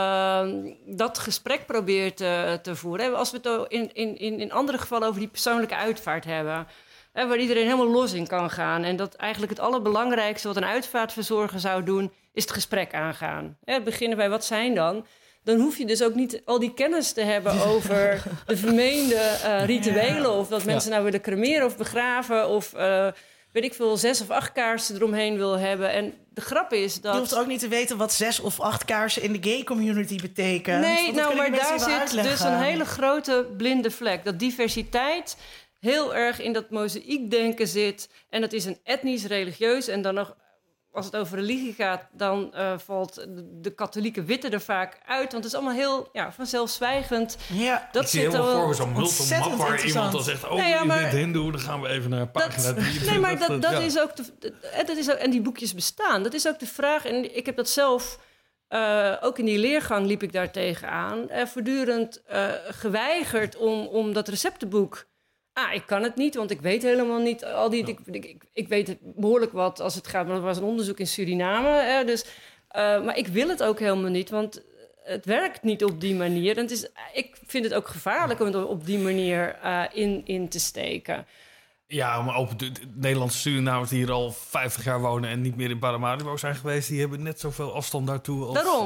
dat gesprek probeer te voeren. Als we het in andere gevallen over die persoonlijke uitvaart hebben, waar iedereen helemaal los in kan gaan. En dat eigenlijk het allerbelangrijkste wat een uitvaartverzorger zou doen, is het gesprek aangaan. Beginnen bij wat zijn dan hoef je dus ook niet al die kennis te hebben over de vermeende rituelen. Of dat mensen nou willen cremeren of begraven. Of weet ik veel, 6 of 8 kaarsen eromheen wil hebben. En de grap is dat... Je hoeft ook niet te weten wat 6 of 8 kaarsen in de gay community betekent. Nee, nou, maar daar zit dus een hele grote blinde vlek. Dat diversiteit heel erg in dat mozaïekdenken zit. En dat is een etnisch-religieus en dan nog... Als het over religie gaat, dan valt de katholieke witte er vaak uit. Want het is allemaal heel vanzelfzwijgend. Ja, dat ik zie zit helemaal voor zo'n multimap waar iemand dan zegt... je bent hindoe, dan gaan we even naar pagina 3. Nee, maar dat is ook... En die boekjes bestaan. Dat is ook de vraag. En ik heb dat zelf... ook in die leergang liep ik daar tegenaan. Voortdurend geweigerd om dat receptenboek... ik kan het niet, want ik weet helemaal niet al die... Ik weet behoorlijk wat als het gaat... maar er was een onderzoek in Suriname. Maar ik wil het ook helemaal niet, want het werkt niet op die manier. En ik vind het ook gevaarlijk om het op die manier in te steken. Ja, maar ook de Nederlandse Surinamers die hier al 50 jaar wonen... en niet meer in Paramaribo zijn geweest... die hebben net zoveel afstand daartoe als... Daarom,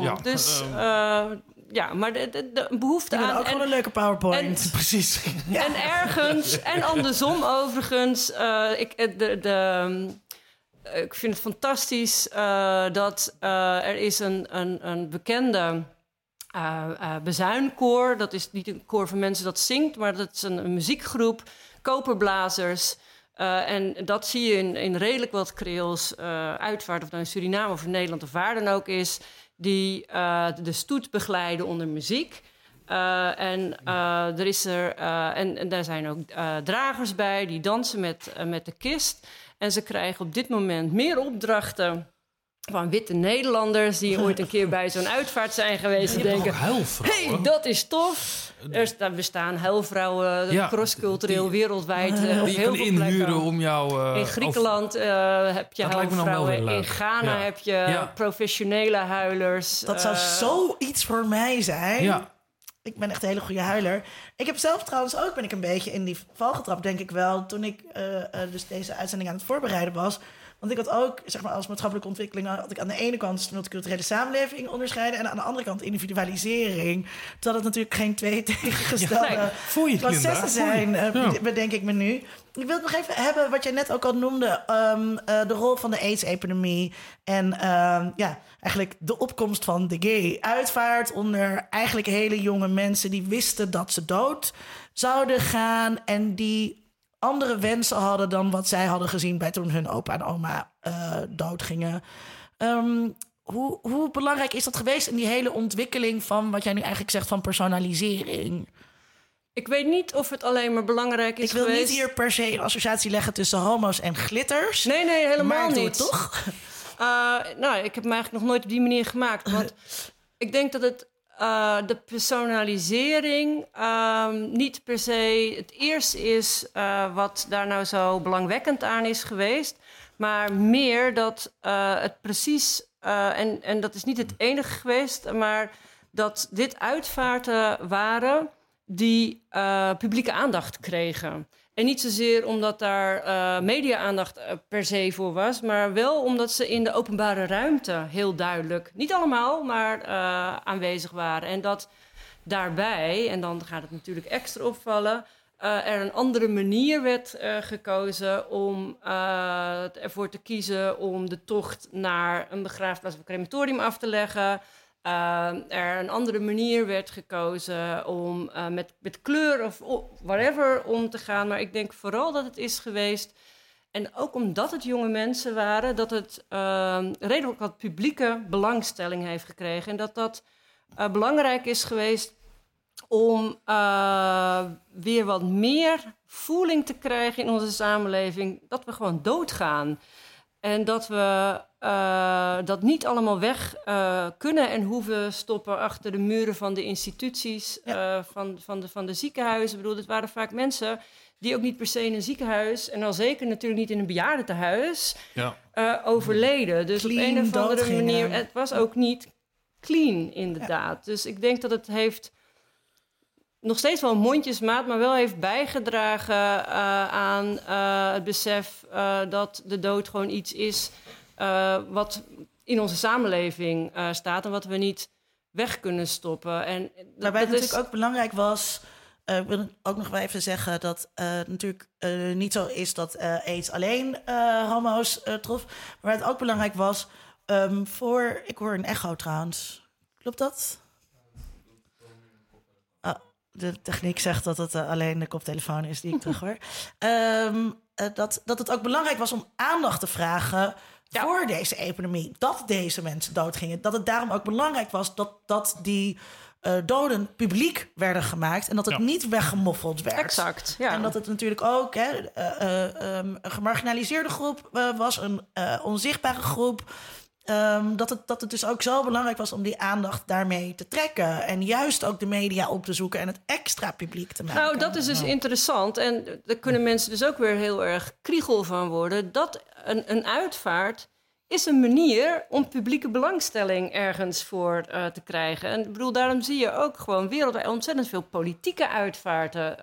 maar de behoefte aan... ook wel een leuke PowerPoint. Precies. Ja. En ergens, en andersom overigens... ik vind het fantastisch dat er is een bekende bezuinkoor. Dat is niet een koor van mensen dat zingt... maar dat is een muziekgroep, koperblazers... en dat zie je in redelijk wat Creools uitvaart... of nou in Suriname of in Nederland of waar dan ook is... die de stoet begeleiden onder muziek. En daar zijn ook dragers bij die dansen met de kist. En ze krijgen op dit moment meer opdrachten van witte Nederlanders... die ooit een keer bij zo'n uitvaart zijn geweest. Die denken, hey, dat is tof. Er bestaan huilvrouwen, crosscultureel, wereldwijd. Die je heel kan veel inhuren om jou... in Griekenland heb je huilvrouwen. In Ghana heb je professionele huilers. Dat zou zoiets voor mij zijn. Ja. Ik ben echt een hele goede huiler. Ik heb zelf trouwens ook, ben ik een beetje in die val getrapt, denk ik wel... toen ik dus deze uitzending aan het voorbereiden was... Want ik had ook, zeg maar, als maatschappelijke ontwikkeling... had ik aan de ene kant de multiculturele samenleving onderscheiden... en aan de andere kant individualisering. Terwijl het natuurlijk geen twee tegengestelde processen zijn, bedenk ik me nu. Ik wil het nog even hebben, wat jij net ook al noemde... de rol van de AIDS-epidemie... en eigenlijk de opkomst van de gay. Uitvaart onder eigenlijk hele jonge mensen... die wisten dat ze dood zouden gaan... en die andere wensen hadden dan wat zij hadden gezien... bij toen hun opa en oma doodgingen. Hoe belangrijk is dat geweest in die hele ontwikkeling... van wat jij nu eigenlijk zegt van personalisering? Ik weet niet of het alleen maar belangrijk is geweest. Ik wil niet hier per se een associatie leggen tussen homo's en glitters. Nee, helemaal maar niet. Toch? Ik heb me eigenlijk nog nooit op die manier gemaakt. Want ik denk dat het de personalisering niet per se het eerste is wat daar nou zo belangwekkend aan is geweest. Maar meer dat het precies, en dat is niet het enige geweest, maar dat dit uitvaarten waren die publieke aandacht kregen. En niet zozeer omdat daar media-aandacht per se voor was, maar wel omdat ze in de openbare ruimte heel duidelijk, niet allemaal, maar aanwezig waren. En dat daarbij, en dan gaat het natuurlijk extra opvallen, er een andere manier werd gekozen om ervoor te kiezen om de tocht naar een begraafplaats of crematorium af te leggen. Er een andere manier werd gekozen om met kleur of whatever om te gaan. Maar ik denk vooral dat het is geweest, en ook omdat het jonge mensen waren, dat het redelijk wat publieke belangstelling heeft gekregen. En dat belangrijk is geweest om weer wat meer voeling te krijgen in onze samenleving dat we gewoon doodgaan. En dat we dat niet allemaal weg kunnen en hoeven stoppen achter de muren van de instituties, van de ziekenhuizen. Ik bedoel, het waren vaak mensen die ook niet per se in een ziekenhuis, en al zeker natuurlijk niet in een bejaardentehuis, overleden. Dus Clean op een of andere doodgingen. manier, het was ook niet clean inderdaad. Dus ik denk dat het heeft nog steeds wel mondjesmaat, maar wel heeft bijgedragen aan het besef dat de dood gewoon iets is wat in onze samenleving staat en wat we niet weg kunnen stoppen. En Waarbij het natuurlijk ook belangrijk was, ik wil ook nog wel even zeggen dat het natuurlijk niet zo is dat AIDS alleen homo's trof, maar het ook belangrijk was ik hoor een echo trouwens. Klopt dat? De techniek zegt dat het alleen de koptelefoon is die ik terug hoor. Dat het ook belangrijk was om aandacht te vragen voor deze epidemie. Dat deze mensen doodgingen. Dat het daarom ook belangrijk was dat die doden publiek werden gemaakt. En dat het niet weggemoffeld werd. Exact, ja. En dat het natuurlijk ook een gemarginaliseerde groep was. Een onzichtbare groep. Dat het dus ook zo belangrijk was om die aandacht daarmee te trekken. En juist ook de media op te zoeken en het extra publiek te maken. Nou, dat is dus interessant. En daar kunnen mensen dus ook weer heel erg kriegel van worden. Dat een uitvaart is een manier om publieke belangstelling ergens voor te krijgen. En ik bedoel, daarom zie je ook gewoon wereldwijd ontzettend veel politieke uitvaarten.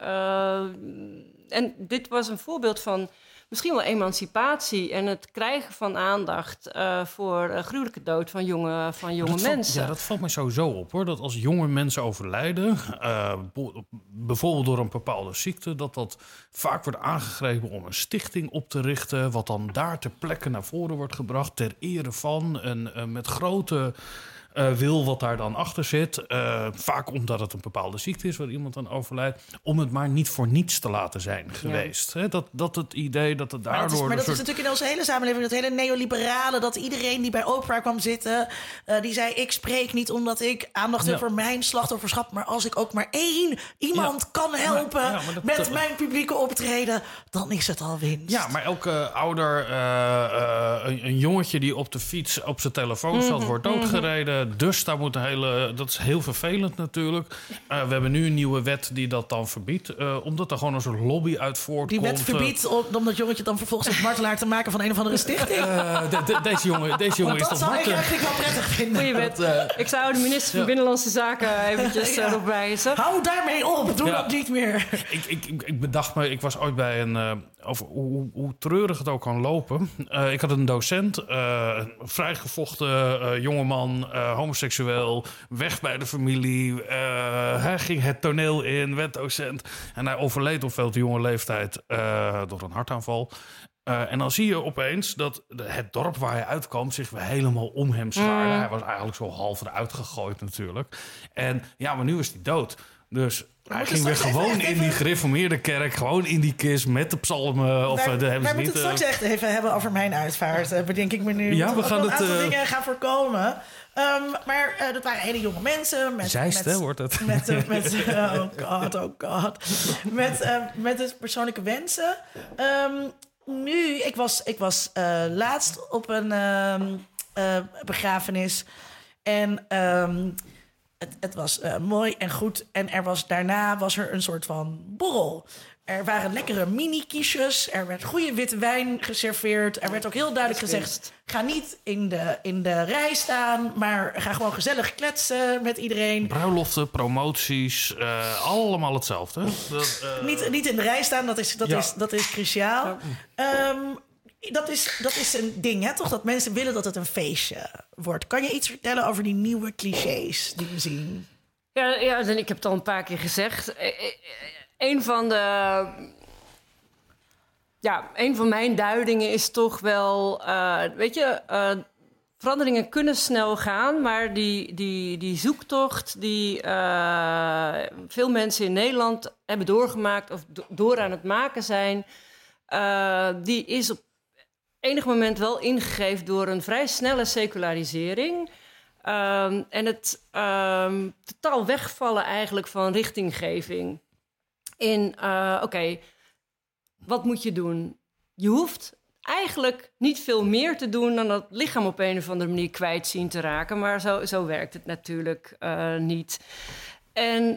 En dit was een voorbeeld van misschien wel emancipatie en het krijgen van aandacht voor gruwelijke dood van jonge mensen. Dat valt mij sowieso op, hoor. Dat als jonge mensen overlijden, bijvoorbeeld door een bepaalde ziekte, dat vaak wordt aangegrepen om een stichting op te richten, wat dan daar ter plekke naar voren wordt gebracht, ter ere van en met grote wil wat daar dan achter zit. Vaak omdat het een bepaalde ziekte is waar iemand aan overlijdt. Om het maar niet voor niets te laten zijn geweest. Hè? Dat het idee dat het daardoor... Maar dat is natuurlijk in onze hele samenleving, dat hele neoliberale, dat iedereen die bij Oprah kwam zitten, die zei, ik spreek niet omdat ik aandacht heb voor mijn slachtofferschap, maar als ik ook maar één iemand kan helpen met mijn publieke optreden, dan is het al winst. Ja, maar elke ouder, een jongetje die op de fiets op zijn telefoon staat, wordt doodgereden. Dus daar moet dat is heel vervelend natuurlijk. We hebben nu een nieuwe wet die dat dan verbiedt. Omdat er gewoon een soort lobby uit voortkomt. Die wet verbiedt om dat jongetje dan vervolgens een martelaar te maken van een of andere stichting. Deze jongen is toch dat zou ik eigenlijk wel prettig vinden. Goeie wet. Ik zou de minister van Binnenlandse Zaken eventjes erop wijzen. Hou daarmee op. Doe dat niet meer. Ik bedacht me, ik was ooit bij een... over hoe treurig het ook kan lopen. Ik had een docent, vrijgevochten jongeman, homoseksueel, weg bij de familie. Hij ging het toneel in, werd docent. En hij overleed op veel te jonge leeftijd door een hartaanval. En dan zie je opeens dat het dorp waar hij uitkwam zich weer helemaal om hem schaarde. Hij was eigenlijk zo half eruit gegooid natuurlijk. En ja, maar nu is hij dood. Dus Hij ging weer gewoon in die gereformeerde kerk, gewoon in die kist met de psalmen. Of Maar, de hebben we ze moeten niet. het straks echt even hebben over mijn uitvaart. Bedenk ik me nu. Ja, we gaan een het, aantal dingen gaan voorkomen. Maar dat waren hele jonge mensen. Zeist, hè, wordt het. Oh god. Met dus persoonlijke wensen. Ik was laatst op een begrafenis. En het was mooi en goed. En daarna was er een soort van borrel. Er waren lekkere mini-quiches. Er werd goede witte wijn geserveerd. Er werd ook heel duidelijk gezegd... ga niet in de rij staan... maar ga gewoon gezellig kletsen met iedereen. Bruiloften, promoties, allemaal hetzelfde. Niet in de rij staan, dat is cruciaal. Dat is een ding, hè, toch? Dat mensen willen dat het een feestje wordt. Kan je iets vertellen over die nieuwe clichés die we zien? Ja, ik heb het al een paar keer gezegd. Een van mijn duidingen is toch wel... veranderingen kunnen snel gaan... maar die zoektocht die veel mensen in Nederland hebben doorgemaakt... of door aan het maken zijn... die is op enig moment wel ingegeven door een vrij snelle secularisering... en het totaal wegvallen eigenlijk van richtinggeving... wat moet je doen? Je hoeft eigenlijk niet veel meer te doen... dan dat lichaam op een of andere manier kwijt zien te raken. Maar zo werkt het natuurlijk niet. En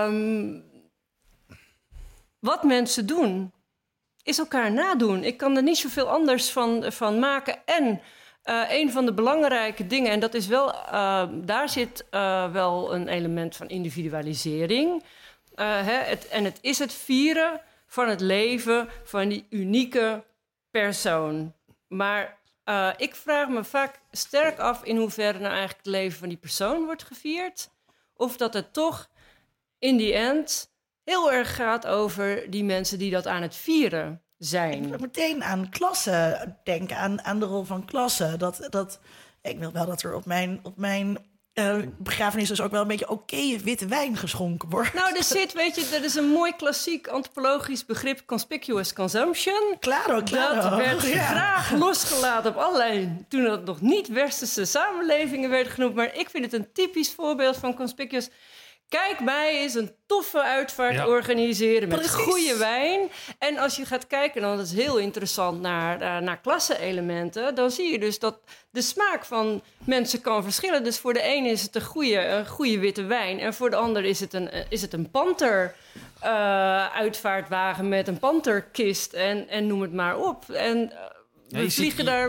wat mensen doen, is elkaar nadoen. Ik kan er niet zoveel anders van maken. En een van de belangrijke dingen... en dat is wel, daar zit wel een element van individualisering... het is het vieren van het leven van die unieke persoon. Maar ik vraag me vaak sterk af... in hoeverre nou eigenlijk het leven van die persoon wordt gevierd. Of dat het toch in the end heel erg gaat over die mensen die dat aan het vieren zijn. Ik moet meteen aan klassen denken, aan de rol van klassen. Ik wil wel dat er op mijn begrafenis dus ook wel een beetje oké witte wijn geschonken wordt. Nou, er is een mooi klassiek antropologisch begrip... conspicuous consumption. Claro. Dat werd graag losgelaten op allerlei... toen het nog niet westerse samenlevingen werd genoemd. Maar ik vind het een typisch voorbeeld van conspicuous... Kijk mij eens een toffe uitvaart organiseren met goede wijn. En als je gaat kijken, dan is het heel interessant naar klasse-elementen. Dan zie je dus dat de smaak van mensen kan verschillen. Dus voor de ene is het een goede witte wijn. En voor de ander is het een panter uitvaartwagen met een panterkist. En noem het maar op. En we vliegen daar...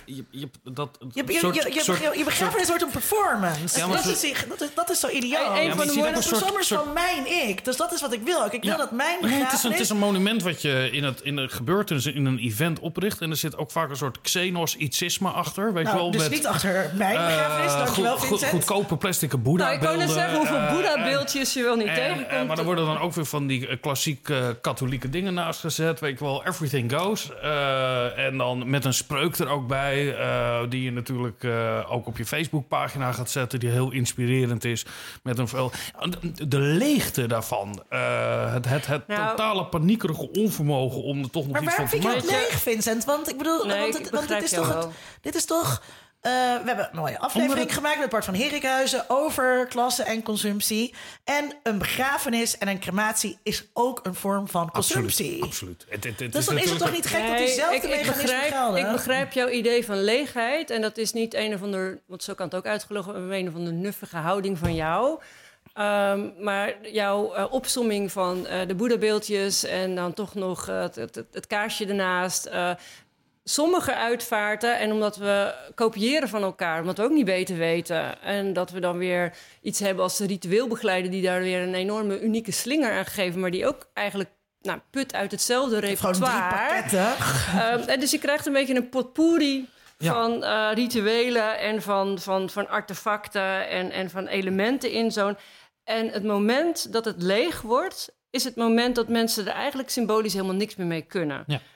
Je begrafenis wordt een performance. Ja, dat is zo ideaal. Een van de mooiste sommers van mijn ik. Dus dat is wat ik wil. Ik wil dat mijn begrafenis... Het is een monument wat je in een gebeurtenis, in een event opricht. En er zit ook vaak een soort xenos-ietsisme achter. Weet je wel, dus niet achter mijn begrafenis. Dankjewel, Vincent. Goedkope plastic Boeddha-beelden. Ik kan net zeggen hoeveel Boeddha-beeldjes je wel niet tegenkomt. Maar er worden dan ook weer van die klassiek katholieke dingen naast gezet. Weet je wel, everything goes. En dan met een spreuk er ook bij, die je natuurlijk ook op je Facebookpagina gaat zetten, die heel inspirerend is. Met een de leegte daarvan. Het totale paniekerige onvermogen om er toch nog iets van te maken. Maar waar vind je het leeg, Vincent? Want ik bedoel, dit is toch... we hebben een mooie aflevering gemaakt met Bart van Herikhuizen over klasse en consumptie. En een begrafenis en een crematie is ook een vorm van consumptie. Absoluut. Dus dan is het toch niet gek dat diezelfde mechanismen gelden? Ik begrijp jouw idee van leegheid. En dat is niet een of ander, want zo kan het ook uitgelogd, een of andere nuffige houding van jou. Maar jouw opsomming van de Boeddha-beeldjes en dan toch nog het kaarsje ernaast... sommige uitvaarten, en omdat we kopiëren van elkaar, omdat we ook niet beter weten, en dat we dan weer iets hebben als de ritueelbegeleider die daar weer een enorme unieke slinger aan geven, maar die ook eigenlijk put uit hetzelfde repertoire. En dus je krijgt een beetje een potpourri van rituelen en van artefacten en van elementen in zo'n... En het moment dat het leeg wordt, is het moment dat mensen er eigenlijk symbolisch helemaal niks meer mee kunnen. Ja.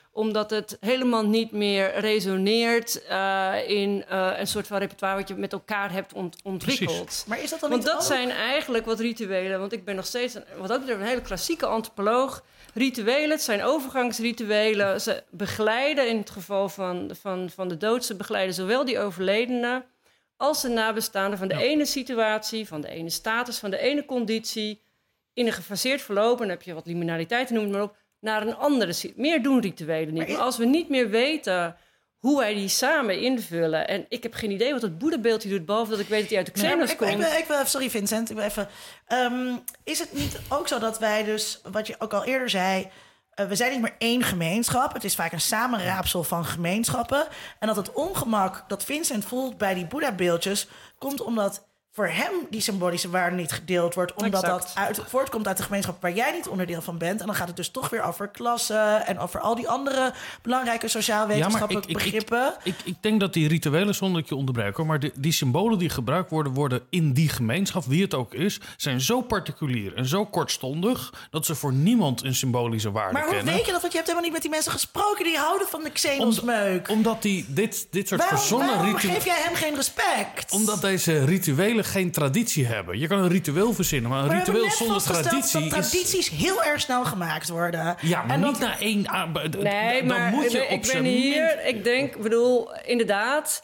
Omdat het helemaal niet meer resoneert in een soort van repertoire wat je met elkaar hebt ontwikkeld. Precies. Maar is dat dan Want niet dat ook? zijn eigenlijk wat rituelen. Want ik ben nog steeds wat ook een hele klassieke antropoloog. Rituelen, het zijn overgangsrituelen. Ze begeleiden in het geval van de dood, ze begeleiden zowel die overledene als de nabestaanden van de ene situatie, van de ene status, van de ene conditie, in een gefaseerd verloop, en dan heb je wat liminaliteit, noem het maar op, naar een andere meer doen rituelen niet. Maar als we niet meer weten hoe wij die samen invullen, en ik heb geen idee wat het Boeddha-beeldje doet, behalve dat ik weet dat hij uit de Xenos komt. Sorry Vincent, ik wil even... is het niet ook zo dat wij dus, wat je ook al eerder zei, we zijn niet meer één gemeenschap. Het is vaak een samenraapsel van gemeenschappen. En dat het ongemak dat Vincent voelt bij die Boeddha-beeldjes komt omdat voor hem die symbolische waarde niet gedeeld wordt, omdat dat voortkomt uit de gemeenschap waar jij niet onderdeel van bent. En dan gaat het dus toch weer over klassen en over al die andere belangrijke sociaal-wetenschappelijke begrippen. Ik denk dat die rituelen, zonder dat je onderbreekt, hoor, maar die symbolen die gebruikt worden in die gemeenschap, wie het ook is, zijn zo particulier en zo kortstondig dat ze voor niemand een symbolische waarde kennen. Maar hoe weet je dat? Want je hebt helemaal niet met die mensen gesproken die houden van de Xenos-meuk. Omdat dit soort verzonnen waarom rituelen... geef jij hem geen respect? Omdat deze rituelen geen traditie hebben. Je kan een ritueel verzinnen, maar een ritueel zonder traditie dat tradities heel erg snel gemaakt worden. Ja, maar niet na één... Nee, maar moet je ik ben hier... Ik bedoel, inderdaad,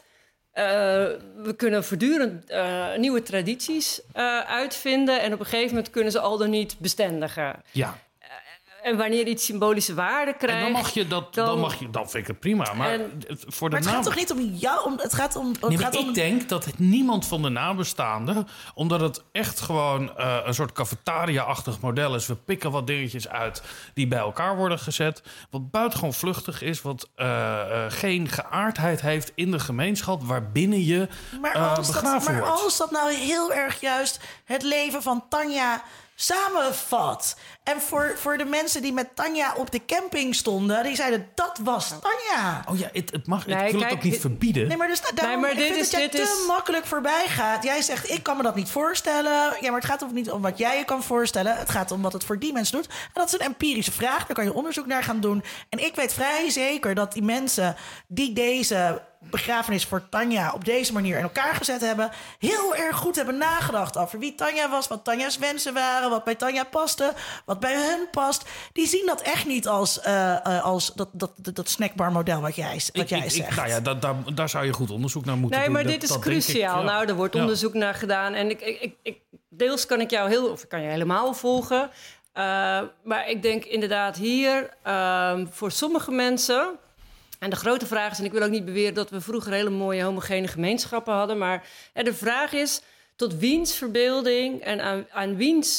we kunnen voortdurend nieuwe tradities uitvinden en op een gegeven moment kunnen ze al dan niet bestendigen. Ja. En wanneer iets symbolische waarde krijgt... En dan mag je dat... Dan vind ik het prima. Maar voor de het gaat toch niet om jou? Het gaat om... Ik denk dat niemand van de nabestaanden, omdat het echt gewoon een soort cafetaria-achtig model is. We pikken wat dingetjes uit die bij elkaar worden gezet. Wat buitengewoon vluchtig is. Wat geen geaardheid heeft in de gemeenschap waarbinnen je begraven wordt. Maar als dat nou heel erg juist het leven van Tanja samenvat. En voor de mensen die met Tanja op de camping stonden, die zeiden dat was Tanja. Oh ja, het mag. Ik wil het ook niet verbieden. Nee, maar dus daarom, maar ik vind dat jij te makkelijk voorbij gaat. Jij zegt, ik kan me dat niet voorstellen. Ja, maar het gaat niet om wat jij je kan voorstellen. Het gaat om wat het voor die mensen doet. En dat is een empirische vraag. Daar kan je onderzoek naar gaan doen. En ik weet vrij zeker dat die mensen die deze begrafenis voor Tanja op deze manier in elkaar gezet hebben, heel erg goed hebben nagedacht over wie Tanja was, wat Tanja's wensen waren, wat bij Tanja paste, wat bij hun past. Die zien dat echt niet als dat snackbar model wat jij zegt. Nou ja, daar zou je goed onderzoek naar moeten doen. Nee, maar dit is cruciaal. Nou, er wordt onderzoek naar gedaan. En deels kan ik jou helemaal volgen. Maar ik denk inderdaad hier, voor sommige mensen, en de grote vraag is, en ik wil ook niet beweren dat we vroeger hele mooie homogene gemeenschappen hadden, maar de vraag is, tot wiens verbeelding en aan wiens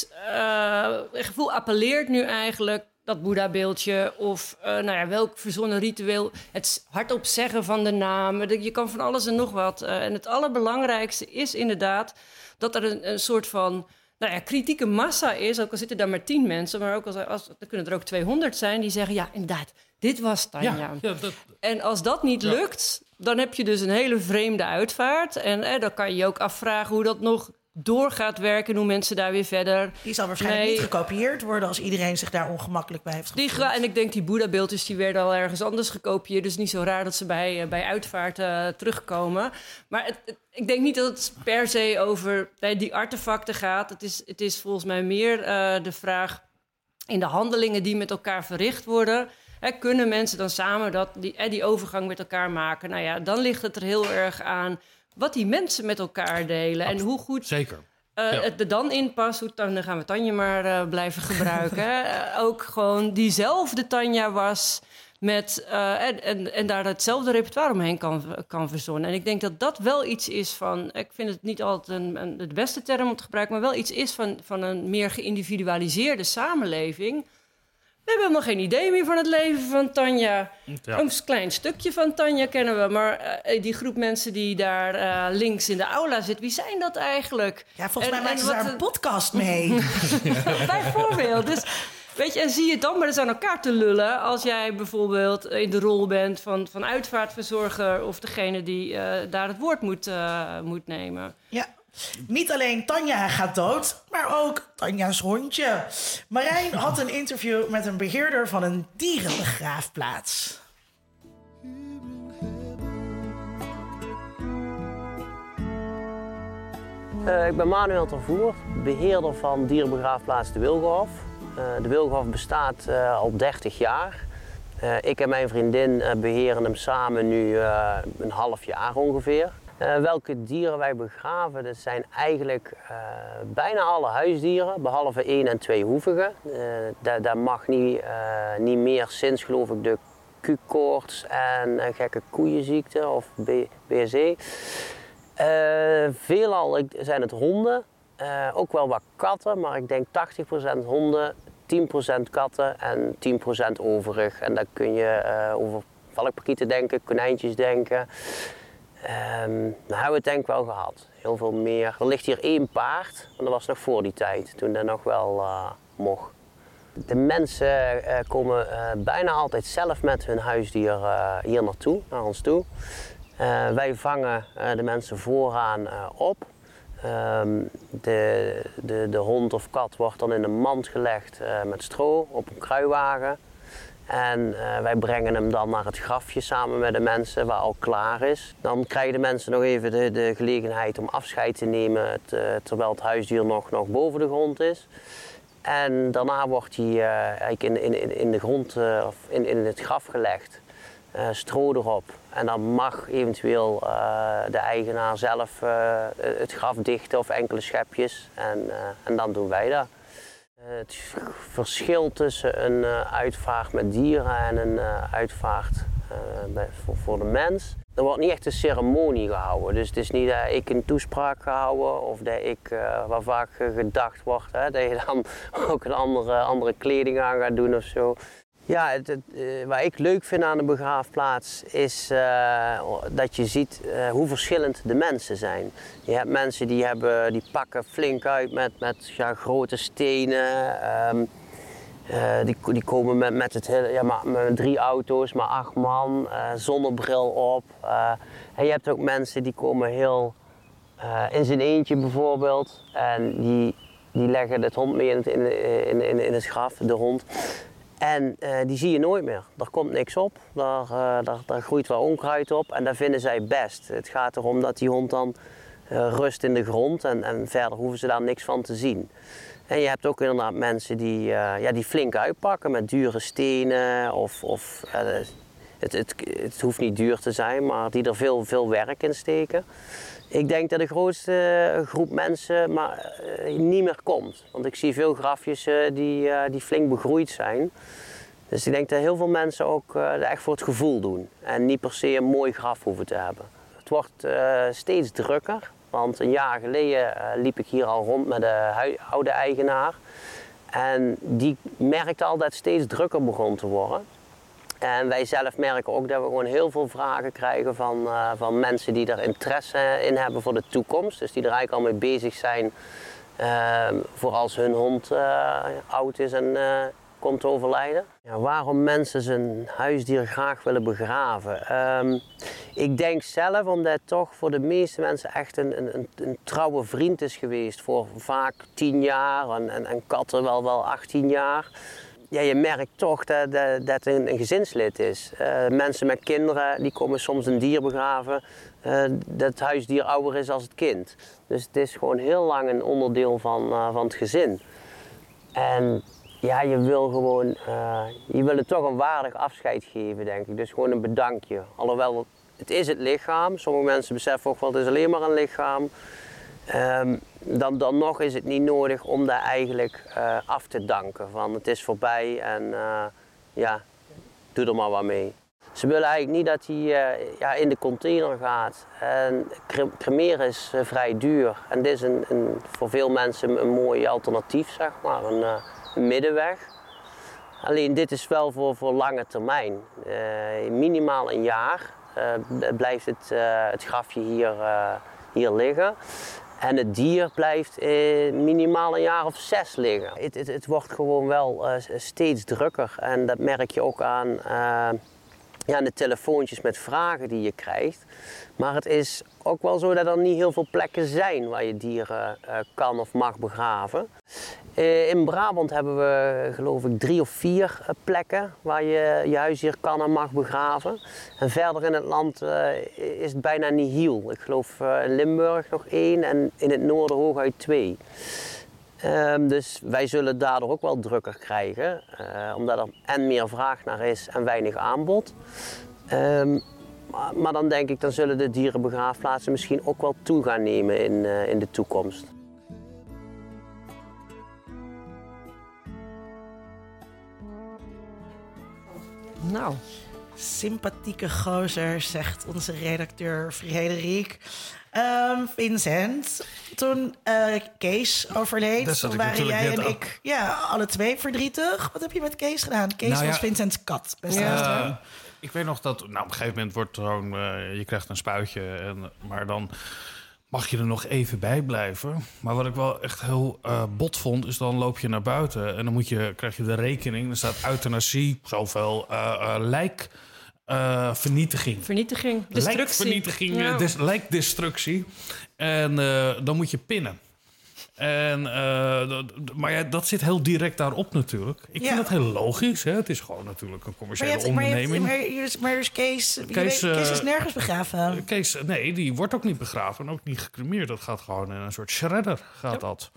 gevoel appelleert nu eigenlijk dat Boeddha-beeldje of welk verzonnen ritueel, het hardop zeggen van de naam. Je kan van alles en nog wat. En het allerbelangrijkste is inderdaad dat er een soort van kritieke massa is, ook al zitten daar maar 10 mensen, maar ook er kunnen er ook 200 zijn die zeggen, ja, inderdaad, dit was Tanja. Ja, en als dat niet lukt, dan heb je dus een hele vreemde uitvaart. En dan kan je je ook afvragen hoe dat nog door gaat werken, hoe mensen daar weer verder... Die zal waarschijnlijk niet gekopieerd worden als iedereen zich daar ongemakkelijk bij heeft gevoeld. En ik denk die Boeddha-beeldjes die werden al ergens anders gekopieerd. Dus niet zo raar dat ze bij uitvaart terugkomen. Maar ik denk niet dat het per se over die artefacten gaat. Het is volgens mij meer de vraag in de handelingen die met elkaar verricht worden. Kunnen mensen dan samen die overgang met elkaar maken? Nou ja, dan ligt het er heel erg aan wat die mensen met elkaar delen. En hoe goed het er dan in past. Dan gaan we Tanja maar blijven gebruiken. Ook gewoon diezelfde Tanja was met, en daar hetzelfde repertoire omheen kan verzonnen. En ik denk dat dat wel iets is van, ik vind het niet altijd de beste term om te gebruiken, maar wel iets is van een meer geïndividualiseerde samenleving. We hebben helemaal geen idee meer van het leven van Tanja. Ja. Een klein stukje van Tanja kennen we. Maar die groep mensen die daar links in de aula zit, wie zijn dat eigenlijk? Ja, volgens mij maken ze daar een podcast mee. Bijvoorbeeld. Dus, weet je, en zie je dan maar eens aan elkaar te lullen als jij bijvoorbeeld in de rol bent van uitvaartverzorger of degene die daar het woord moet nemen. Ja. Niet alleen Tanja gaat dood, maar ook Tanja's hondje. Marijn had een interview met een beheerder van een dierenbegraafplaats. Ik ben Manuel Tervoer, beheerder van dierenbegraafplaats De Wilgenhof. De Wilgenhof bestaat al 30 jaar. Ik en mijn vriendin beheren hem samen nu een half jaar ongeveer. Welke dieren wij begraven, dat zijn eigenlijk bijna alle huisdieren, behalve 1 en 2 hoevigen. Daar mag niet meer sinds geloof ik de Q-koorts en gekke koeienziekte of BSE. Veelal zijn het honden, ook wel wat katten, maar ik denk 80% honden, 10% katten en 10% overig. En dan kun je over valkparkieten denken, konijntjes denken. Nou hebben we het denk ik wel gehad, heel veel meer. Er ligt hier 1 paard, maar dat was nog voor die tijd, toen dat nog wel mocht. De mensen komen bijna altijd zelf met hun huisdier hier naartoe, naar ons toe. Wij vangen de mensen vooraan op. De hond of kat wordt dan in een mand gelegd met stro op een kruiwagen. En wij brengen hem dan naar het grafje samen met de mensen waar al klaar is. Dan krijgen de mensen nog even de gelegenheid om afscheid te nemen terwijl het huisdier nog boven de grond is. En daarna wordt hij eigenlijk in de grond of in het graf gelegd. Stro erop. En dan mag eventueel de eigenaar zelf het graf dichten of enkele schepjes. En dan doen wij dat. Het verschil tussen een uitvaart met dieren en een uitvaart voor de mens. Er wordt niet echt een ceremonie gehouden. Dus het is niet dat ik een toespraak ga houden of dat ik, waar vaak gedacht wordt, dat je dan ook een andere kleding aan gaat doen of zo. Ja, wat ik leuk vind aan de begraafplaats is dat je ziet hoe verschillend de mensen zijn. Je hebt mensen die pakken flink uit met grote stenen. Die komen met het hele, met 3 auto's, maar 8 man, zonnebril op. En je hebt ook mensen die komen heel in zijn eentje bijvoorbeeld. En die leggen het hond mee in het graf, de hond. En die zie je nooit meer. Daar komt niks op, daar groeit wel onkruid op en dat vinden zij best. Het gaat erom dat die hond dan rust in de grond en verder hoeven ze daar niks van te zien. En je hebt ook inderdaad mensen die flink uitpakken met dure stenen het hoeft niet duur te zijn, maar die er veel werk in steken. Ik denk dat de grootste groep mensen niet meer komt. Want ik zie veel grafjes die flink begroeid zijn. Dus ik denk dat heel veel mensen ook echt voor het gevoel doen. En niet per se een mooi graf hoeven te hebben. Het wordt steeds drukker. Want een jaar geleden liep ik hier al rond met de oude eigenaar. En die merkte al dat het steeds drukker begon te worden. En wij zelf merken ook dat we gewoon heel veel vragen krijgen van mensen die er interesse in hebben voor de toekomst. Dus die er eigenlijk al mee bezig zijn voor als hun hond oud is en komt te overlijden. Ja, waarom mensen zijn huisdier graag willen begraven? Ik denk zelf omdat het toch voor de meeste mensen echt een trouwe vriend is geweest voor vaak 10 jaar en katten wel 18 jaar. Ja, je merkt toch dat het een gezinslid is. Mensen met kinderen die komen soms een dier begraven dat het huisdier ouder is als het kind. Dus het is gewoon heel lang een onderdeel van het gezin. En ja, je wil het toch een waardig afscheid geven, denk ik. Dus gewoon een bedankje. Alhoewel, het is het lichaam. Sommige mensen beseffen ook wel, het is alleen maar een lichaam. Dan nog is het niet nodig om daar eigenlijk af te danken. Van het is voorbij en doe er maar wat mee. Ze willen eigenlijk niet dat hij in de container gaat. En cremeren is vrij duur. En dit is voor veel mensen een mooi alternatief, zeg maar. Een middenweg. Alleen dit is wel voor lange termijn. Minimaal een jaar blijft het grafje hier liggen. En het dier blijft minimaal een jaar of 6 liggen. Het wordt gewoon wel steeds drukker. En dat merk je ook aan en de telefoontjes met vragen die je krijgt. Maar het is ook wel zo dat er niet heel veel plekken zijn waar je dieren kan of mag begraven. In Brabant hebben we geloof ik 3 of 4 plekken waar je je huisdier kan en mag begraven. En verder in het land is het bijna nihil. Ik geloof in Limburg nog 1 en in het noorden hooguit 2. Dus wij zullen daardoor ook wel drukker krijgen, omdat er en meer vraag naar is en weinig aanbod. Maar dan denk ik, dan zullen de dierenbegraafplaatsen misschien ook wel toe gaan nemen in de toekomst. Nou, sympathieke gozer, zegt onze redacteur Frederik. Vincent, toen Kees overleed, toen waren jij en ik alle 2 verdrietig. Wat heb je met Kees gedaan? Kees was Vincents kat. Ik weet nog dat op een gegeven moment wordt gewoon, je krijgt een spuitje, maar dan mag je er nog even bij blijven. Maar wat ik wel echt heel bot vond, is dan loop je naar buiten en dan krijg je de rekening. Er staat euthanasie, zoveel lijkvernietiging. Destructie. Lijkvernietiging, lijkdestructie. En dan moet je pinnen. Maar dat zit heel direct daarop natuurlijk. Ik vind dat heel logisch. Hè? Het is gewoon natuurlijk een commerciële onderneming. Maar is Kees is nergens begraven. Kees, nee, die wordt ook niet begraven en ook niet gecremeerd. Dat gaat gewoon in een soort shredder, gaat dat.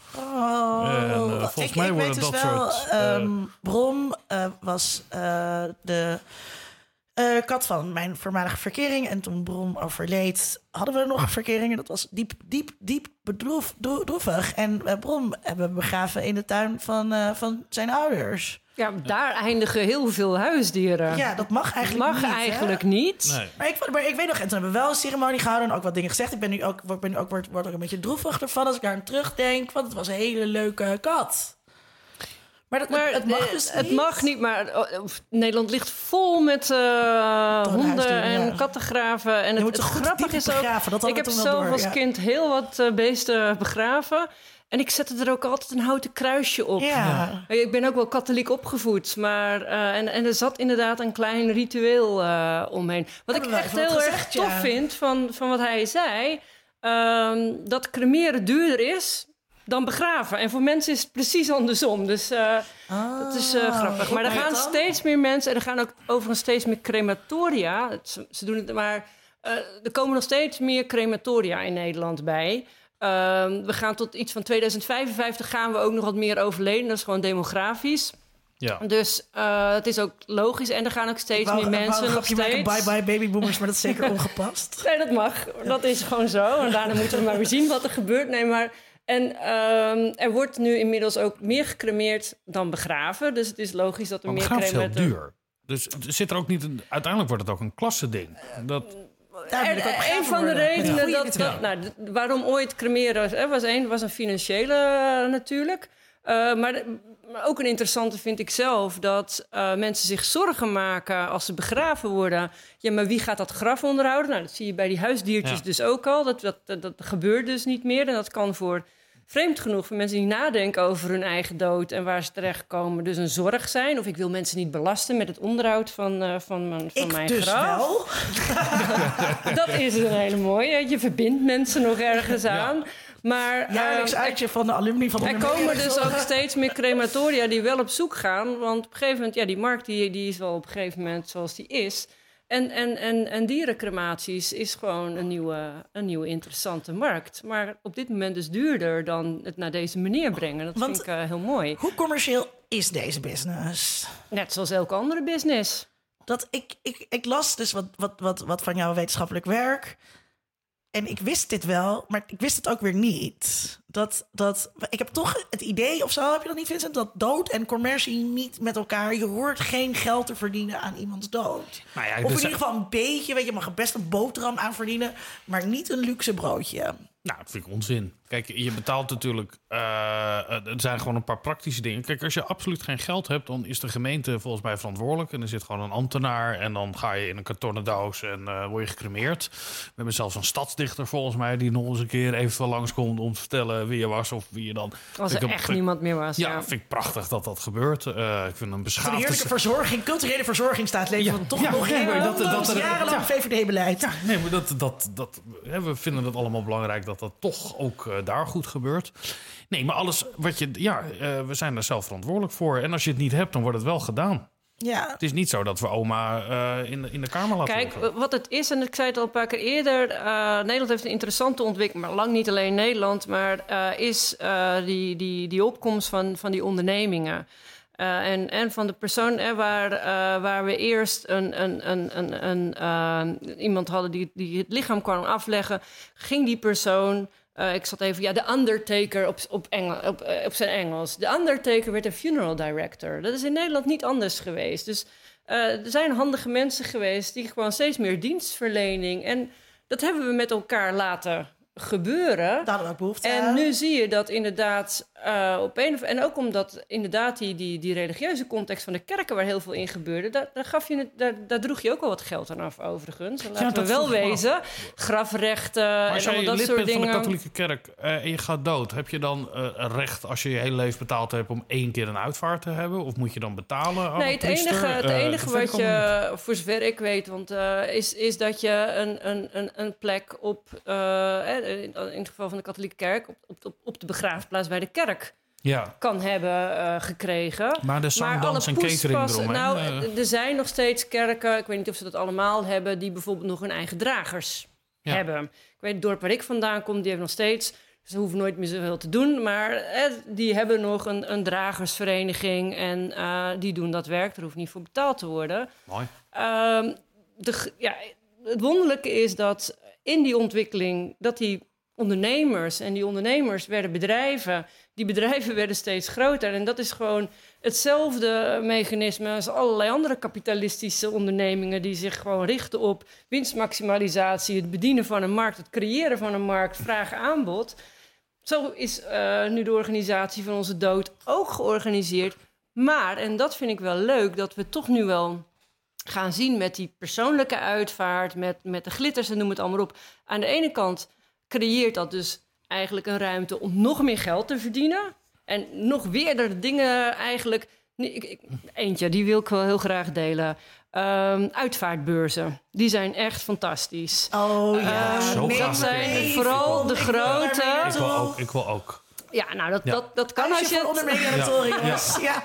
Volgens mij worden dat soort... Brom was de... kat van mijn voormalige verkering. En toen Brom overleed, hadden we nog verkeringen. Dat was diep bedroevig. En Brom hebben we begraven in de tuin van zijn ouders. Ja, daar eindigen heel veel huisdieren. Ja, dat mag eigenlijk niet. Nee. Maar ik weet nog, en toen hebben we wel een ceremonie gehouden en ook wat dingen gezegd. Word ook een beetje droevig ervan als ik daar aan terugdenk. Want het was een hele leuke kat. Maar het mag dus niet. Het mag niet, maar Nederland ligt vol met honden en kattengraven. En het grappige is ook, ik heb zelf als kind heel wat beesten begraven. En ik zette er ook altijd een houten kruisje op. Ja. Ik ben ook wel katholiek opgevoed. Maar, en er zat inderdaad een klein ritueel omheen. Wat ik echt heel erg tof vind van wat hij zei. Dat cremeren duurder is dan begraven. En voor mensen is het precies andersom. Dus dat is grappig. Maar er gaan steeds meer mensen... en er gaan ook overigens steeds meer crematoria. Ze doen het, maar er komen nog steeds meer crematoria in Nederland bij. We gaan tot iets van 2055 gaan we ook nog wat meer overleden. Dat is gewoon demografisch. Ja. Dus het is ook logisch. En er gaan ook steeds meer mensen nog steeds... Bye-bye babyboomers, maar dat is zeker ongepast. Nee, dat mag. Dat is gewoon zo. En daarna moeten we maar weer zien wat er gebeurt. Nee, maar... En er wordt nu inmiddels ook meer gecremeerd dan begraven. Dus het is logisch dat er meer cremeren... Maar begraven is heel duur. Dus zit er ook niet... Uiteindelijk wordt het ook een klassending. Dat... Een van de redenen waarom ooit cremeren was een financiële natuurlijk. Maar ook een interessante vind ik zelf... dat mensen zich zorgen maken als ze begraven worden. Ja, maar wie gaat dat graf onderhouden? Nou, dat zie je bij die huisdiertjes dus ook al. Dat gebeurt dus niet meer. En dat kan vreemd genoeg voor mensen die nadenken over hun eigen dood... en waar ze terechtkomen, dus een zorg zijn. Of ik wil mensen niet belasten met het onderhoud van mijn dus graf. Wel. Dat is een hele mooie. Je verbindt mensen nog ergens aan. Maar jaarlijks uitje van de alumni van de er komen dus ook steeds meer crematoria die wel op zoek gaan. Want op een gegeven moment, die markt die is wel op een gegeven moment zoals die is. En dierencrematies is gewoon een nieuwe interessante markt. Maar op dit moment dus duurder dan het naar deze manier brengen. Dat vind ik heel mooi. Hoe commercieel is deze business? Net zoals elke andere business. Dat ik las dus wat van jouw wetenschappelijk werk. En ik wist dit wel, maar ik wist het ook weer niet. Ik heb toch het idee, of zo heb je dat niet, Vincent? Dat dood en commercie niet met elkaar... Je hoort geen geld te verdienen aan iemands dood. Nou ja, of in ieder geval een beetje, weet je, mag er best een boterham aan verdienen... maar niet een luxe broodje. Nou, dat vind ik onzin. Kijk, je betaalt natuurlijk... het zijn gewoon een paar praktische dingen. Kijk, als je absoluut geen geld hebt... dan is de gemeente volgens mij verantwoordelijk. En er zit gewoon een ambtenaar... en dan ga je in een kartonnen doos en word je gecremeerd. We hebben zelfs een stadsdichter volgens mij... die nog eens een keer even langskomt om te vertellen... weer was of wie je dan... Als er echt niemand meer was. Ja, vind ik prachtig dat dat gebeurt. Ik vind een beschaafde... Een heerlijke verzorging, culturele verzorging staat leven. Want toch nog jarenlang VVD-beleid. Ja, nee, maar we vinden het allemaal belangrijk dat dat toch ook daar goed gebeurt. Nee, maar alles wat je... we zijn er zelf verantwoordelijk voor. En als je het niet hebt, dan wordt het wel gedaan. Ja. Het is niet zo dat we oma in de kamer laten liggen. Wat het is, en ik zei het al een paar keer eerder... Nederland heeft een interessante ontwikkeling... maar lang niet alleen Nederland... maar is die opkomst van die ondernemingen... En van de persoon waar we eerst iemand hadden die het lichaam kwam afleggen... ging die persoon... ik zat even, de Undertaker op zijn Engels. De Undertaker werd een funeral director. Dat is in Nederland niet anders geweest. Dus er zijn handige mensen geweest die gewoon steeds meer dienstverlening... en dat hebben we met elkaar laten gebeuren. Daar hadden we ook behoefte aan. En nu zie je dat inderdaad en ook omdat inderdaad die religieuze context van de kerken waar heel veel in gebeurde, daar droeg je ook wel wat geld aan af overigens. Laten we wel wezen. Grafrechten en allemaal dat soort dingen. Van de katholieke kerk en je gaat dood, heb je dan recht als je je hele leven betaald hebt om 1 keer een uitvaart te hebben? Of moet je dan betalen aan Nee, een priester? Het enige wat je, voor zover ik weet, want is dat je een plek op in het geval van de katholieke kerk op de begraafplaats bij de kerk kan hebben gekregen. Maar de zang, dans en catering eromheen? Er zijn nog steeds kerken, ik weet niet of ze dat allemaal hebben, die bijvoorbeeld nog hun eigen dragers hebben. Ik weet het dorp waar ik vandaan kom, die hebben nog steeds, ze hoeven nooit meer zoveel te doen, maar die hebben nog een dragersvereniging en die doen dat werk, er hoeft niet voor betaald te worden. Mooi. Het wonderlijke is dat in die ontwikkeling, dat die ondernemers werden bedrijven. Die bedrijven werden steeds groter. En dat is gewoon hetzelfde mechanisme als allerlei andere kapitalistische ondernemingen die zich gewoon richten op winstmaximalisatie, het bedienen van een markt, het creëren van een markt, vraag-aanbod. Zo is nu de organisatie van onze dood ook georganiseerd. Maar, en dat vind ik wel leuk, dat we toch nu wel gaan zien met die persoonlijke uitvaart, met de glitters en noem het allemaal op. Aan de ene kant creëert dat dus eigenlijk een ruimte om nog meer geld te verdienen. En nog weer dingen eigenlijk... Eentje, die wil ik wel heel graag delen. Uitvaartbeurzen. Die zijn echt fantastisch. Oh ja. Dat zijn vooral de grote... Ik wil ook. Ja, nou, dat kan als je... onder mediatoren, ja.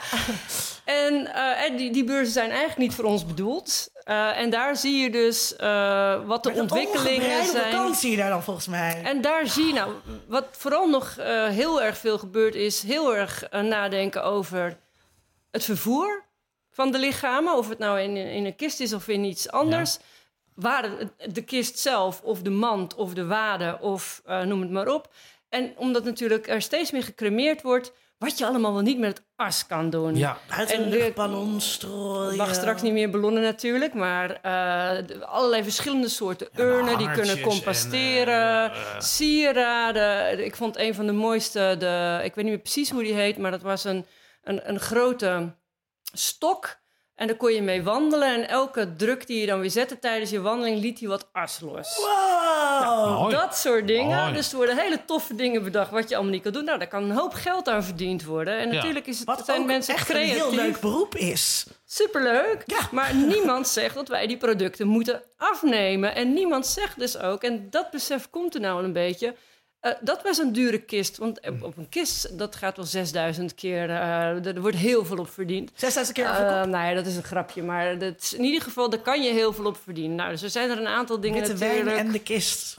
En die beurzen zijn eigenlijk niet voor ons bedoeld. En daar zie je dus wat de ontwikkelingen zijn. Kant zie je daar dan volgens mij. En daar zie je wat vooral nog heel erg veel gebeurt, is heel erg nadenken over het vervoer van de lichamen. Of het nou in een kist is of in iets anders. Ja. Waar de kist zelf of de mand of de wade of noem het maar op. En omdat natuurlijk er steeds meer gecremeerd wordt, wat je allemaal wel niet met het as kan doen. Ja, uit een luchtballon strooien. Ik mag straks niet meer ballonnen natuurlijk, maar allerlei verschillende soorten urnen die kunnen composteren, sieraden. Ik vond een van de mooiste, ik weet niet meer precies hoe die heet, maar dat was een grote stok. En daar kon je mee wandelen. En elke druk die je dan weer zette tijdens je wandeling, liet hij wat as los. Wow! Dat soort dingen. Dus er worden hele toffe dingen bedacht wat je allemaal niet kan doen. Nou, daar kan een hoop geld aan verdiend worden. En natuurlijk is het zijn mensen echt creatief. Een heel leuk beroep is. Superleuk. Ja. Maar niemand zegt dat wij die producten moeten afnemen. En niemand zegt dus ook, en dat besef komt er nou al een beetje, dat was een dure kist. Want op een kist, dat gaat wel 6000 keer. Er wordt heel veel op verdiend. 6000 keer overkop? Nou ja, dat is een grapje. Maar in ieder geval, daar kan je heel veel op verdienen. Nou, dus er zijn er een aantal dingen Witte natuurlijk. wijn en de kist.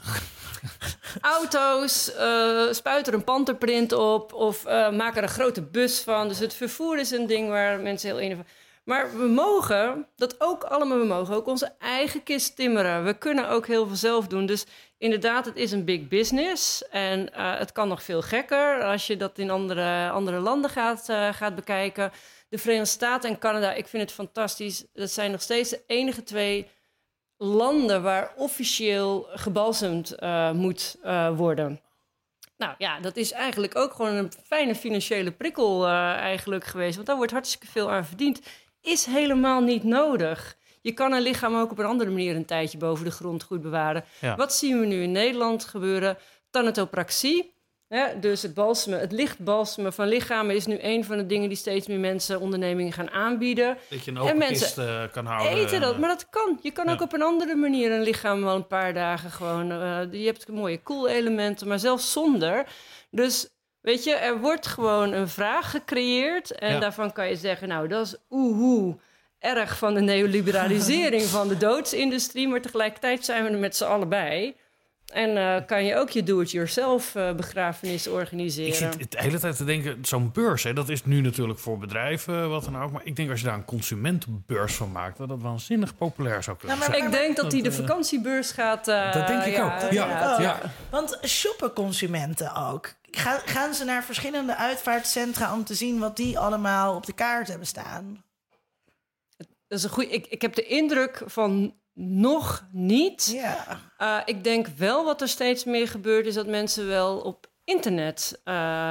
Auto's, spuiten er een panterprint op of maken er een grote bus van. Dus het vervoer is een ding waar mensen heel innovatief. Maar we mogen dat ook allemaal. We mogen ook onze eigen kist timmeren. We kunnen ook heel veel zelf doen. Dus inderdaad, het is een big business. En het kan nog veel gekker als je dat in andere landen gaat bekijken. De Verenigde Staten en Canada, ik vind het fantastisch. Dat zijn nog steeds de enige 2 landen waar officieel gebalsemd moet worden. Nou ja, dat is eigenlijk ook gewoon een fijne financiële prikkel eigenlijk geweest. Want daar wordt hartstikke veel aan verdiend. Is helemaal niet nodig. Je kan een lichaam ook op een andere manier een tijdje boven de grond goed bewaren. Ja. Wat zien we nu in Nederland gebeuren? Thanatopraxie. Ja, dus het licht balsemen van lichamen is nu een van de dingen die steeds meer mensen, ondernemingen gaan aanbieden. Dat je een open kist kan houden. Eten dat, maar dat kan. Je kan ook op een andere manier een lichaam wel een paar dagen gewoon... je hebt mooie koelelementen, maar zelfs zonder. Dus weet je, er wordt gewoon een vraag gecreëerd. En daarvan kan je zeggen, nou, dat is erg van de neoliberalisering van de doodsindustrie. Maar tegelijkertijd zijn we er met z'n allen bij. En kan je ook je do-it-yourself begrafenis organiseren. Ik zit de hele tijd te denken, zo'n beurs, hè, dat is nu natuurlijk voor bedrijven, wat dan ook. Maar ik denk als je daar een consumentenbeurs van maakt, dat waanzinnig populair zou kunnen zijn. Ik denk dat die de vakantiebeurs gaat... dat denk ik ook. Ja. Want shoppen consumenten ook? Gaan ze naar verschillende uitvaartcentra om te zien wat die allemaal op de kaart hebben staan? Dat is een goeie. Ik heb de indruk van nog niet. Ja. Ik denk wel wat er steeds meer gebeurt, is dat mensen wel op internet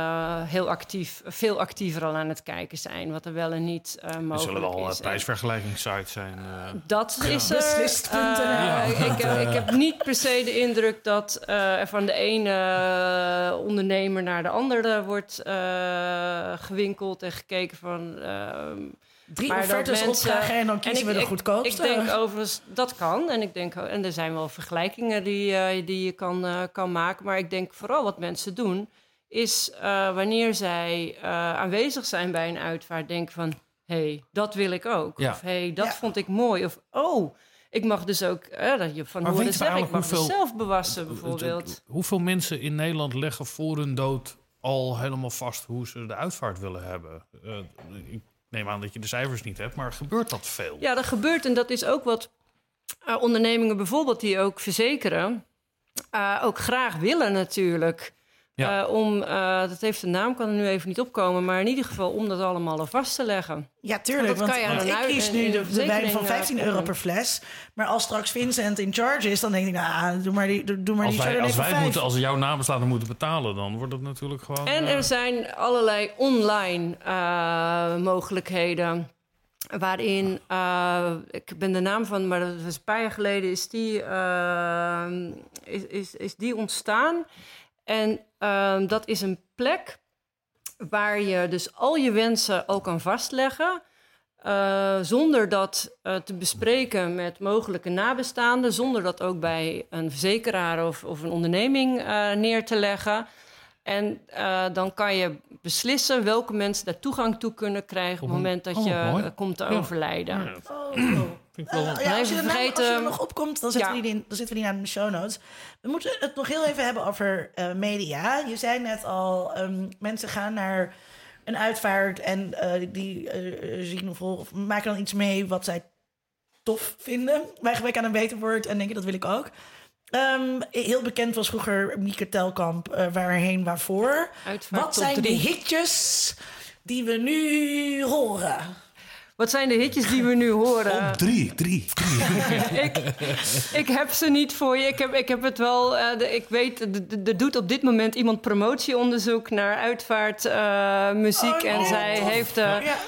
veel actiever al aan het kijken zijn. Wat er wel en niet mogelijk is. Er zullen wel prijsvergelijkingssites zijn. Dat is er. Ik heb niet per se de indruk dat er van de ene ondernemer naar de andere wordt gewinkeld en gekeken van... 3 offertes opvragen en dan kiezen we de goedkoopste. Ik denk overigens, dat kan. En er zijn wel vergelijkingen die je kan maken. Maar ik denk vooral wat mensen doen... is wanneer zij aanwezig zijn bij een uitvaart... denken van, hey, dat wil ik ook. Ja. Of hey, dat vond ik mooi. Of, ik mag dus ook... dat je van horen zeggen, ik mag mezelf bewassen bijvoorbeeld. Hoeveel mensen in Nederland leggen voor hun dood... al helemaal vast hoe ze de uitvaart willen hebben? Ik neem aan dat je de cijfers niet hebt, maar gebeurt dat veel? Ja, dat gebeurt en dat is ook wat ondernemingen bijvoorbeeld die ook verzekeren... ook graag willen natuurlijk. Ja. Dat heeft een naam, kan er nu even niet opkomen... maar in ieder geval om dat allemaal al vast te leggen. Ja, tuurlijk, want ik kies nu de wijn van €15 per fles... maar als straks Vincent in charge is, dan denk ik... nou, doe maar die als we jouw naam beslaan moeten betalen... dan wordt het natuurlijk gewoon... En er zijn allerlei online mogelijkheden... waarin, ik ben de naam van... maar dat was een paar jaar geleden is die ontstaan... En dat is een plek waar je dus al je wensen ook kan vastleggen... zonder dat te bespreken met mogelijke nabestaanden... zonder dat ook bij een verzekeraar of een onderneming neer te leggen. En dan kan je beslissen welke mensen daar toegang toe kunnen krijgen... op het moment dat je komt te overlijden. Als je er nog opkomt, dan zetten we die naar de show notes. We moeten het nog heel even hebben over media. Je zei net al, mensen gaan naar een uitvaart... en die zien of maken dan iets mee wat zij tof vinden. Wij gebrek aan een beter woord en denken, dat wil ik ook. Heel bekend was vroeger Mieke Telkamp, waarheen, waarvoor. Wat zijn de hitjes die we nu horen? Wat zijn de hitjes die we nu horen? 3. Ik heb ze niet voor je. Ik heb het wel... ik weet, er doet op dit moment iemand promotieonderzoek... naar uitvaartmuziek. En zij heeft...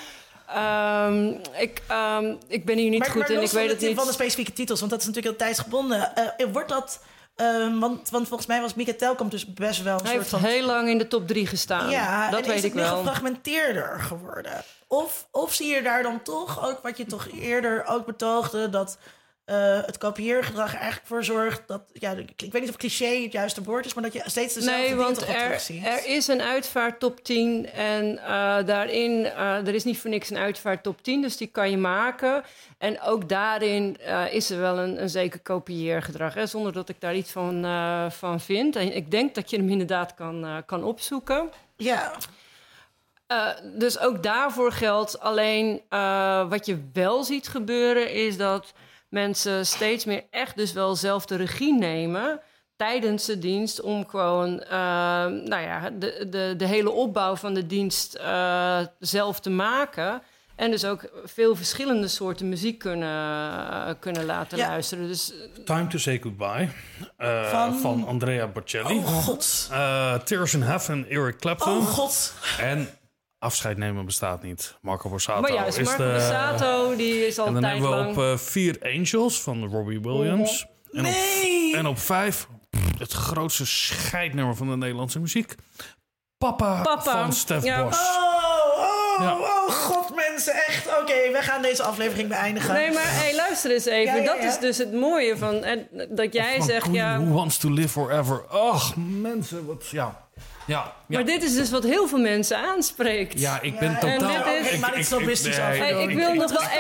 ik ben hier niet goed in. Ik weet het niet. Van de specifieke titels, want dat is natuurlijk heel tijdsgebonden. Wordt dat... want volgens mij was Mieke Telkamp dus best wel een Hij soort van... heeft heel lang in de top 3 gestaan. Ja, dat weet ik wel. Is het nu gefragmenteerder geworden? Of zie je daar dan toch ook, wat je toch eerder ook betoogde... dat het kopieergedrag eigenlijk voor zorgt dat... ja, ik weet niet of cliché het juiste woord is... maar dat je steeds dezelfde dingen toch terugziet. Er is een uitvaart top 10 en daarin... er is niet voor niks een uitvaart top 10, dus die kan je maken. En ook daarin is er wel een zeker kopieergedrag... Hè, zonder dat ik daar iets van vind. En ik denk dat je hem inderdaad kan opzoeken. Ja. Dus ook daarvoor geldt. Alleen wat je wel ziet gebeuren is dat... mensen steeds meer echt dus wel zelf de regie nemen... tijdens de dienst om gewoon de hele opbouw van de dienst zelf te maken... en dus ook veel verschillende soorten muziek kunnen laten luisteren. Dus, Time to Say Goodbye van Andrea Bocelli. Oh god. Tears in Heaven, Eric Clapton. Oh god. En... Afscheid nemen bestaat niet. Marco Borsato maar juist, Marco Borsato, die is al een tijd lang... En dan hebben we op 4 Angels van Robbie Williams. En op 5 het grootste scheidnummer van de Nederlandse muziek. Papa. Van Stef Bos. Oh, god mensen, echt. Oké, we gaan deze aflevering beëindigen. Nee, maar luister eens even. Ja. Dat is dus het mooie van dat jij Van zegt... Queen, Who Wants to Live Forever. Ach, mensen, wat... Ja. Maar dit is dus wat heel veel mensen aanspreekt. Ja, ik ben totaal... maar niet snobistisch af. Ik wil nog wel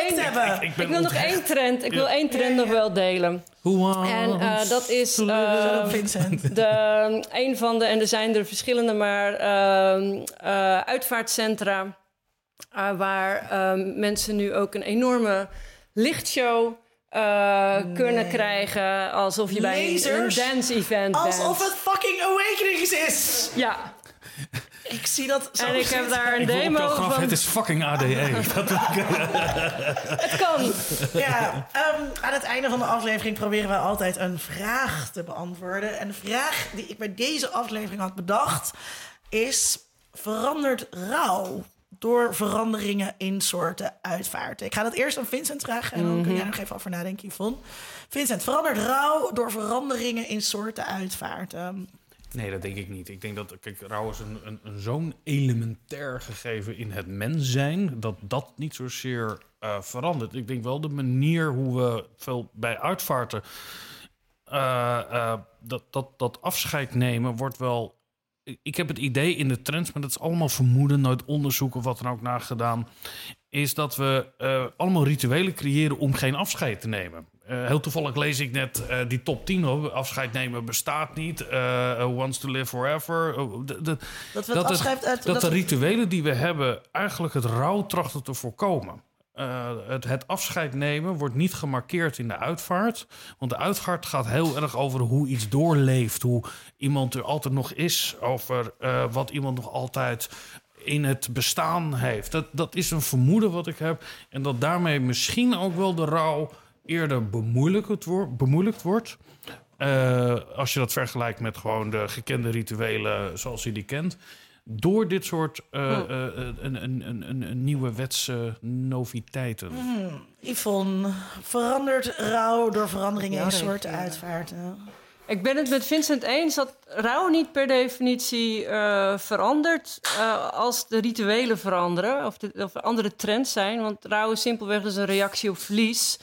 één trend nog wel delen. En dat is Vincent. een van de, en er zijn er verschillende, maar uitvaartcentra waar mensen nu ook een enorme lichtshow kunnen krijgen, alsof je bij een dance-event bent. Alsof het fucking Awakenings is. Ja. Ik zie dat zo. En ik heb daar een demo van... Het is fucking ADE. Het kan. Ja, aan het einde van de aflevering proberen we altijd een vraag te beantwoorden. En de vraag die ik bij deze aflevering had bedacht is: verandert rouw door veranderingen in soorten uitvaarten? Ik ga dat eerst aan Vincent vragen en dan kun jij nog even over nadenken, Yvonne. Vincent, verandert rouw door veranderingen in soorten uitvaarten? Nee, dat denk ik niet. Ik denk dat, rouw is een zo'n elementair gegeven in het mens zijn, dat niet zozeer verandert. Ik denk wel de manier hoe we veel bij uitvaarten dat afscheid nemen wordt wel... Ik heb het idee in de trends, maar dat is allemaal vermoeden, nooit onderzoeken, wat dan ook nagedaan, is dat we allemaal rituelen creëren om geen afscheid te nemen. Heel toevallig lees ik net die top 10 op. Afscheid nemen bestaat niet. Wants to live forever. Dat de rituelen die we hebben eigenlijk het rouw trachten te voorkomen. Het afscheid nemen wordt niet gemarkeerd in de uitvaart. Want de uitvaart gaat heel erg over hoe iets doorleeft. Hoe iemand er altijd nog is. Over wat iemand nog altijd in het bestaan heeft. Dat is een vermoeden wat ik heb. En dat daarmee misschien ook wel de rouw eerder bemoeilijkt wordt. Als je dat vergelijkt met gewoon de gekende rituelen zoals je die kent. Door dit soort een nieuwe wetse noviteiten. Yvonne, verandert rouw door veranderingen in soorten uitvaarten? Ik ben het met Vincent eens dat rouw niet per definitie verandert als de rituelen veranderen of er andere trends zijn. Want rouw is simpelweg dus een reactie op verlies.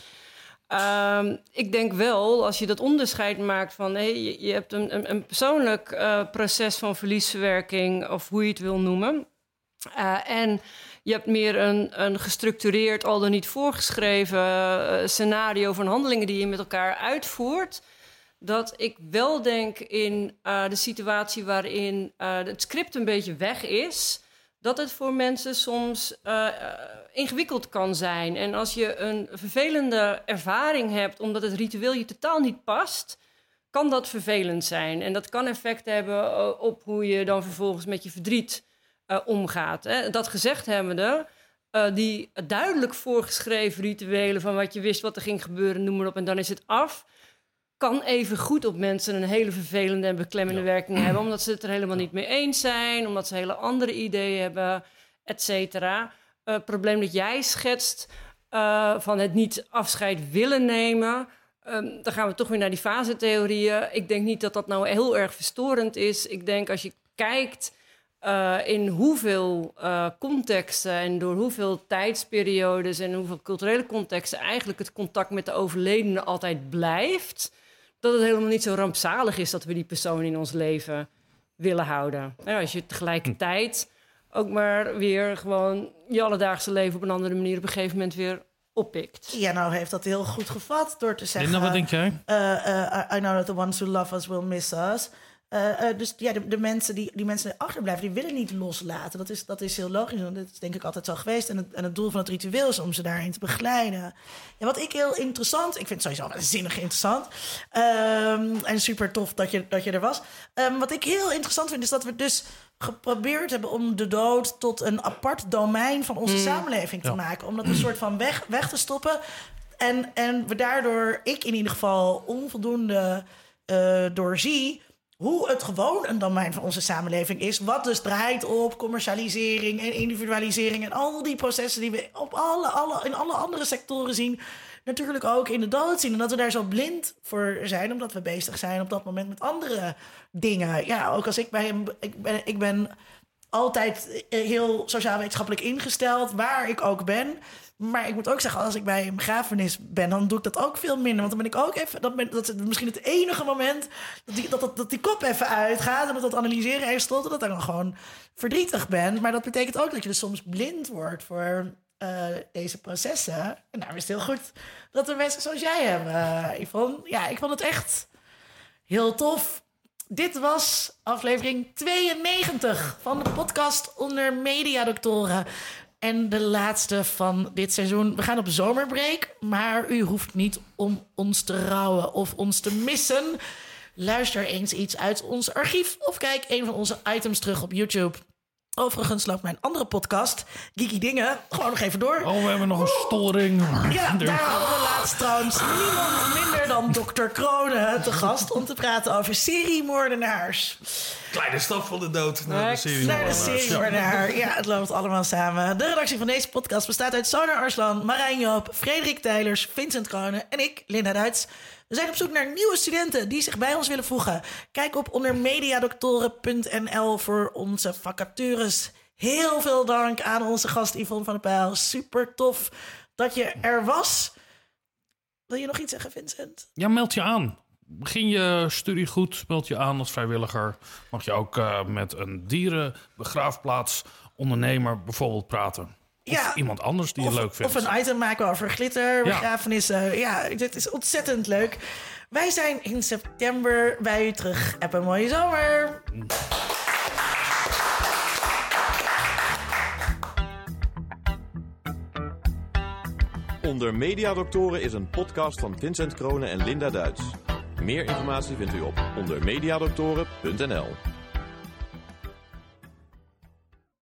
Ik denk wel, als je dat onderscheid maakt van je hebt een persoonlijk proces van verliesverwerking, of hoe je het wil noemen. En je hebt meer een gestructureerd, al dan niet voorgeschreven scenario van handelingen die je met elkaar uitvoert. Dat ik wel denk in de situatie waarin het script een beetje weg is, dat het voor mensen soms ingewikkeld kan zijn. En als je een vervelende ervaring hebt omdat het ritueel je totaal niet past, kan dat vervelend zijn. En dat kan effect hebben op hoe je dan vervolgens met je verdriet omgaat. Hè. Dat gezegd hebbende, die duidelijk voorgeschreven rituelen van wat je wist wat er ging gebeuren, noem maar op, en dan is het af, kan even goed op mensen een hele vervelende en beklemmende werking hebben, omdat ze het er helemaal niet mee eens zijn, omdat ze hele andere ideeën hebben, et cetera. Het probleem dat jij schetst van het niet afscheid willen nemen, dan gaan we toch weer naar die fasetheorieën. Ik denk niet dat dat nou heel erg verstorend is. Ik denk als je kijkt in hoeveel contexten en door hoeveel tijdsperiodes en hoeveel culturele contexten eigenlijk het contact met de overledene altijd blijft, dat het helemaal niet zo rampzalig is dat we die persoon in ons leven willen houden. Nou, als je tegelijkertijd ook maar weer gewoon je alledaagse leven op een andere manier op een gegeven moment weer oppikt. Ja, nou heeft dat heel goed gevat door te zeggen... Linda, wat denk jij? I know that the ones who love us will miss us. Dus ja, de mensen die mensen achterblijven, die willen niet loslaten. Dat is heel logisch. Dat is denk ik altijd zo geweest. En het doel van het ritueel is om ze daarin te begeleiden. Ja, wat ik heel interessant... Ik vind het sowieso waanzinnig interessant. En super tof dat je er was. Wat ik heel interessant vind, is dat we dus geprobeerd hebben om de dood tot een apart domein van onze samenleving te maken. Om dat een soort van weg te stoppen. En we daardoor, ik in ieder geval, onvoldoende doorzie hoe het gewoon een domein van onze samenleving is. Wat dus draait op commercialisering en individualisering en al die processen die we op in alle andere sectoren zien. natuurlijk ook in de dood zien. En dat we daar zo blind voor zijn, omdat we bezig zijn op dat moment met andere dingen. Ja, ook als ik ben altijd heel sociaal-wetenschappelijk ingesteld, waar ik ook ben. Maar ik moet ook zeggen, als ik bij een begrafenis ben, dan doe ik dat ook veel minder. Want dan ben ik ook even... Dat is misschien het enige moment dat die kop even uitgaat en dat analyseren even stopt en dat ik dan gewoon verdrietig ben. Maar dat betekent ook dat je dus soms blind wordt voor deze processen. En daarom is het heel goed dat we mensen zoals jij hebben, Yvonne. Ja, ik vond het echt heel tof. Dit was aflevering 92 van de podcast Onder Mediadoktoren. En de laatste van dit seizoen. We gaan op zomerbreak, maar u hoeft niet om ons te rouwen of ons te missen. Luister eens iets uit ons archief of kijk een van onze items terug op YouTube. Overigens loopt mijn andere podcast, Geeky Dingen, gewoon nog even door. Oh, we hebben nog een storing. Ja, daar hadden we laatst trouwens niemand minder dan Dr. Kronen te gast om te praten over seriemoordenaars. Kleine stap van de dood naar de seriemoordenaar. Ja, het loopt allemaal samen. De redactie van deze podcast bestaat uit Sonar Arslan, Marijn Joop, Frederik Teylers, Vincent Kronen en ik, Linda Duits. We zijn op zoek naar nieuwe studenten die zich bij ons willen voegen. Kijk op ondermediadoktoren.nl voor onze vacatures. Heel veel dank aan onze gast Yvonne van der Pijl. Super tof dat je er was. Wil je nog iets zeggen, Vincent? Ja, meld je aan. Begin je studie goed, meld je aan als vrijwilliger. Mag je ook met een dierenbegraafplaats ondernemer bijvoorbeeld praten. Of iemand anders die je leuk vindt. Of een item maken over glitter, begrafenissen. Ja, dit is ontzettend leuk. Wij zijn in september bij u terug. Heb een mooie zomer. Onder Mediadoktoren is een podcast van Vincent Kronen en Linda Duits. Meer informatie vindt u op ondermediadoktoren.nl.